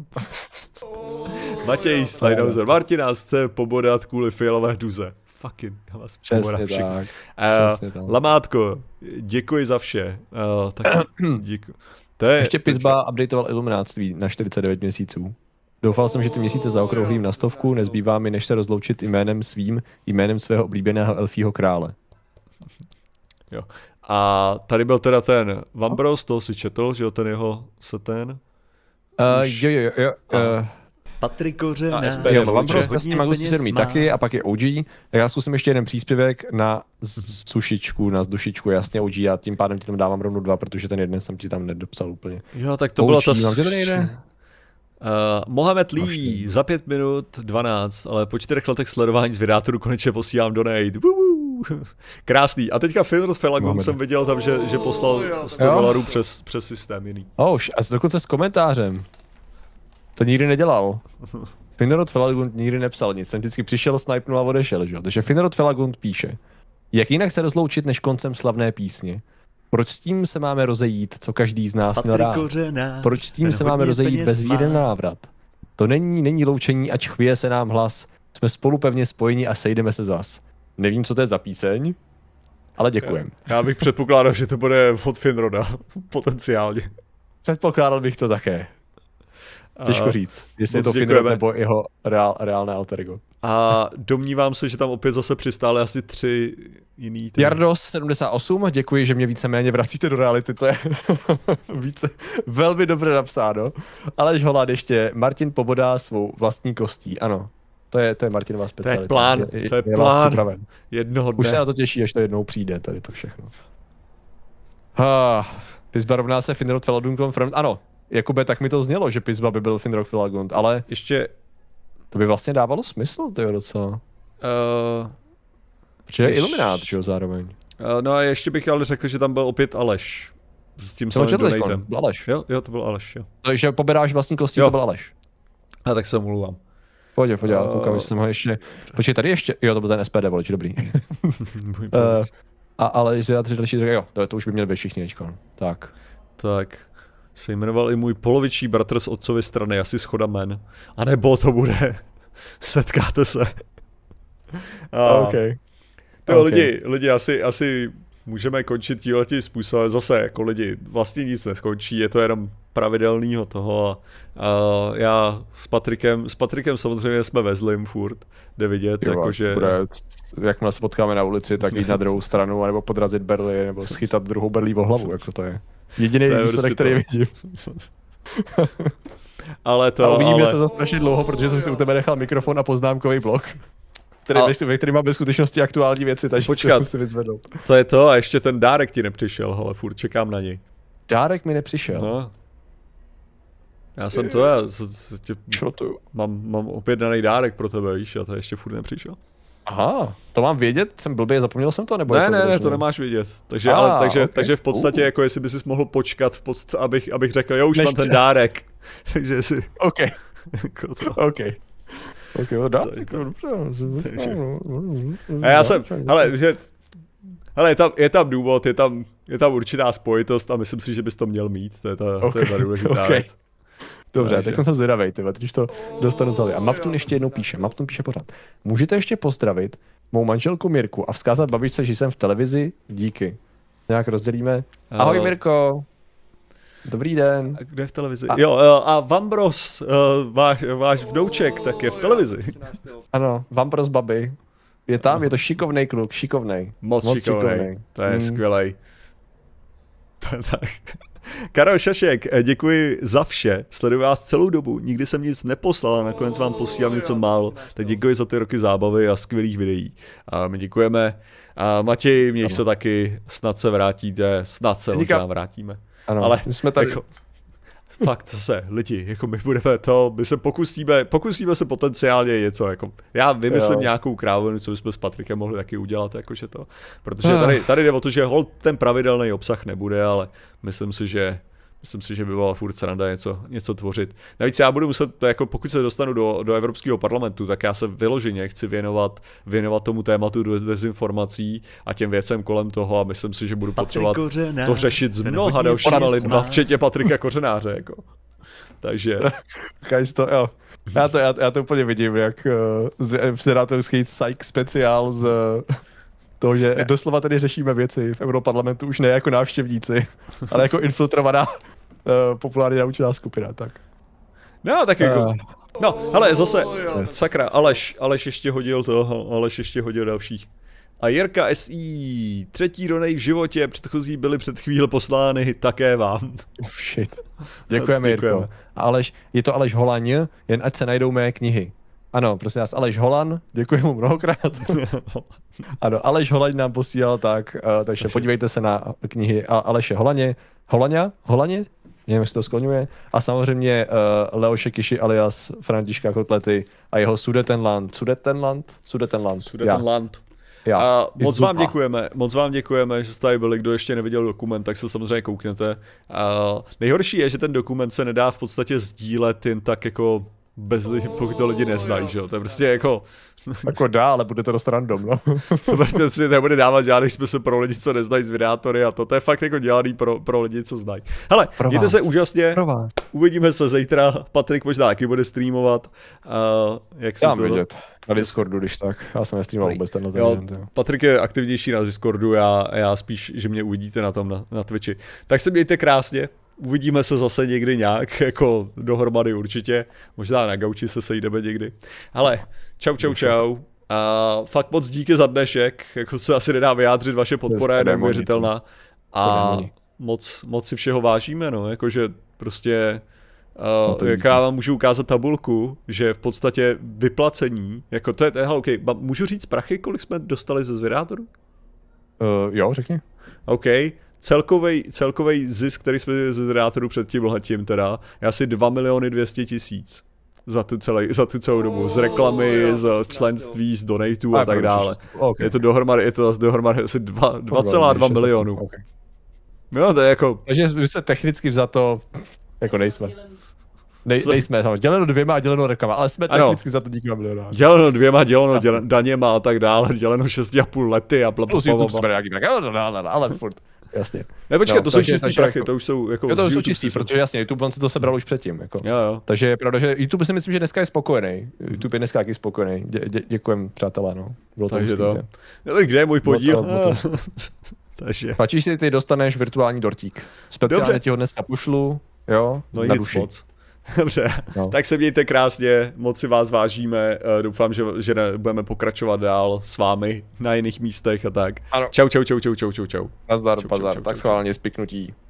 Matěj Steinhauser. Martin nás chce pobodat kvůli fialové duze. Fucking, já vás pobodám všechno. Lamátko, děkuji za vše. Děkuji. Ještě Pizba updateoval ilumináctví na 49 měsíců. Doufal jsem, že ty měsíce zaokrouhlím na 100, nezbývá mi, než se rozloučit jménem svého oblíbeného elfího krále. Jo. A tady byl teda ten Vambros, toho si četl, že jo, ten jeho setén. Jo. Patrik Kořenář. Jo, Vambros vlastně Magus 7 taky a pak je OG. Já zkusím ještě jeden příspěvek na sušičku, na zdušičku, jasně OG, a tím pádem ti tam dávám rovnou 2, protože ten jeden jsem ti tam nedopsal úplně. Jo, tak to bylo ta... Mohamed Lee za 5 minut 12, ale po 4 letech sledování z Vidátoru konečně posílám donate. Krásný. A teďka Finrod Felagon jsem viděl tam, že poslal $100 přes systém jiný. A dokonce s komentářem. To nikdy nedělal. Finrod Felagund nikdy nepsal nic, ten vždycky přišel, snipnul a odešel, že? Takže Finrod Felagund píše: jak jinak se rozloučit než koncem slavné písně? Proč s tím se máme rozejít, co každý z nás měl rád? Proč s tím se máme rozejít bez jeden návrat? To není loučení, ač chvěje se nám hlas. Jsme spolu pevně spojeni a sejdeme se zas. Nevím, co to je za píseň, ale děkujem. Já bych předpokládal, že to bude od Finroda, potenciálně. Předpokládal bych to také. Těžko říct, jestli je to Finrod nebo jeho reálné alter ego. A domnívám se, že tam opět zase přistály asi 3 jiný... Jardos 78, děkuji, že mě víceméně vracíte do reality, to je velmi dobře napsáno. Aleš Holad ještě, Martin pobodá svou vlastní kostí, ano. To je Martinová specialita. To je plán. Jednoho dne. Už se na to těší, až to jednou přijde, tady to všechno. Pizba rovná se Finrod Felagund confirmed. Ano, Jakube, tak mi to znělo, že Pizba by byl Finrod Felagund, ale... Ještě... To by vlastně dávalo smysl, to je docela. Protože je Iluminát, že jo, zároveň. No a ještě bych ale řekl, že tam byl opět Aleš. S tím samým donatem. Aleš. Jo, to byl Aleš, jo. Takže pobíráš vlastní kostí, to byl Aleš. A tak se omlouvám. Pojď, koukám, jestli jsem ho ještě... Počkej, tady ještě... Jo, to byl ten SPD volič, dobrý. Ale že já to další, jo, to už by měli být všichni teďko. Tak. Se jmenoval i můj poloviční bratr z otcovy strany, asi Schoda men. A nebo to bude. Setkáte se. Okay. Lidi, asi můžeme končit tímhletím způsobem. Zase jako lidi, vlastně nic neskončí, je to jenom pravidelného toho. Já s Patrikem samozřejmě jsme ve zlým furt, jde vidět, jakože... Jakmile se potkáme na ulici, tak jít na druhou stranu, nebo podrazit berli, nebo schytat druhou berlí o hlavu, jako to je. Jediný výsledek, který vidím. A uvidíme se za strašně dlouho, protože jsem si u tebe nechal mikrofon a poznámkový blok. Ve který mám ve skutečnosti aktuální věci, takže se musím vyzvednout. To je to a ještě ten dárek ti nepřišel, ale furt čekám na něj. Dárek mi nepřišel? No. Já jsem mám opět daný dárek pro tebe, víš, a to ještě furt nepřišel. Aha, to mám vědět? Jsem blbě, zapomněl jsem to? Nebo ne, to nemáš vědět. Takže v podstatě, jako jestli bys mohl počkat, abych řekl, jo, už mám ten dárek. Takže si... OK. A já jsem, je tam důvod, je tam určitá spojitost a myslím si, že bys to měl mít, to je ta důležitá věc. Dobře, teď jsem zvědavej, když to dostanu zali. A Maptun ještě jednou píše, Maptun píše pořád. Můžete ještě pozdravit mou manželku Mirku a vzkázat babičce, že jsem v televizi? Díky. Nějak rozdělíme. Ahoj Mirko. Dobrý den. A kde je v televizi? A Vambros, váš vnouček, tak je v televizi. Ano, Vambros babi. Je tam, je to šikovnej kluk, šikovnej. Moc šikovnej. To je skvělej. Tak. Karel Šašek, děkuji za vše, sleduji vás celou dobu, nikdy jsem nic neposlal a nakonec vám posílám něco málo, tak děkuji za ty roky zábavy a skvělých videí. A my děkujeme. A Matěj, měj se taky, snad se vrátíte, snad se možná vrátíme. Ano, ale jsme tady. Jako, fakt zase, lidi, jako my budeme my se pokusíme se potenciálně něco, jako, já vymyslím nějakou krávinu, co bychom s Patrikem mohli taky udělat, jakože to, protože tady jde o to, že ten pravidelný obsah nebude, ale myslím si, že Myslím si, že by byla furt sranda něco tvořit. Navíc já budu muset, jako pokud se dostanu do Evropského parlamentu, tak já se vyloženě chci věnovat tomu tématu dezinformací a těm věcem kolem toho a myslím si, že budu potřebovat to řešit s mnoha dalšíma lidma, včetně Patrika Kořenáře. Jako. Takže... jo. Já to úplně vidím, jak senátorský psych speciál z toho, že doslova tady řešíme věci v Europarlamentu už ne jako návštěvníci, ale jako infiltrovaná populární naučená skupina, tak. No, tak jako... No, ale zase, sakra, Aleš ještě hodil další. A Jirka SI, 3. donate v životě, předchozí byly před chvíli poslány také vám. Shit. Děkujeme, Jirko. Je to Aleš Holaň, jen ať se najdou mé knihy. Ano, prosím vás, Aleš Holan, děkuji mu mnohokrát. Ano, Aleš Holaň nám posílal takže podívejte se na knihy Aleše Holaně, nevím, jestli to skloňuje. A samozřejmě Leoše Kiši alias Františka Kotlety a jeho Sudetenland. A moc vám děkujeme, že jste tady byli, kdo ještě neviděl dokument, tak se samozřejmě koukněte. Nejhorší je, že ten dokument se nedá v podstatě sdílet jen tak jako bez lidí, pokud to lidi neznají, že jo, to je prostě jako... Jako dá, ale bude to dost random, no. Protože si nebude dávat žádný smysl pro lidi, co neznají z videátory a to je fakt jako dělaný pro lidi, co znají. Hele, mějte se úžasně, uvidíme se zítra, Patrik možná taky bude streamovat. Jak dám vidět, na Discordu, když tak, já jsem nestreamoval vůbec tenhle event. Patrik je aktivnější na Discordu, já spíš, že mě uvidíte na tom na Twitchi. Tak se mějte krásně. Uvidíme se zase někdy nějak, jako dohromady určitě. Možná na gauči se sejdeme někdy. Ale čau. A fakt moc díky za dnešek. Jako se asi nedá vyjádřit, vaše podpora je neuvěřitelná. A moc si všeho vážíme, no. Jakože prostě... jak já vám můžu ukázat tabulku, že v podstatě vyplacení, jako to je, okay, můžu říct prachy, kolik jsme dostali ze zvědátorů? Jo, řekni. OK. Celkovej zisk, který jsme ze zvědátorů před tímhletím teda, je asi 2 200 000 za tu celou dobu. Z reklamy, z členství, z donatů a tak dále. Okay. Je to dohromady asi 2,2 milionu. Okay. No, to je jako... Takže my se technicky vzato jako nejsme. Nejsme, samozřejmě. Děleno 2 a děleno rekama, ale jsme technicky za to díky 2 milionů. Děleno 2, děleno daněma a tak dále, děleno 6,5 lety a plus YouTube jsme nějaký tak, ale furt. Jasně. Ne, počkej, to jsou čistý prachy, to už jsou jako to jsou čistý, protože jasně, YouTube on si to sebral už předtím. Jako. Jo. Takže je pravda, že YouTube si myslím, že dneska je spokojený. YouTube je dneska taky spokojený. Děkujem, přátelé, no. Bylo takže to. Kde je můj podíl? Takže. Pačíš si, ty dostaneš virtuální dortík. Speciálně ti ho dneska pošlu, jo, no na duši. Moc. Dobře, tak se mějte krásně, moc si vás vážíme, doufám, že budeme pokračovat dál s vámi na jiných místech a tak. Ano. Čau. Nazdar, pazar, tak schválně spiknutí.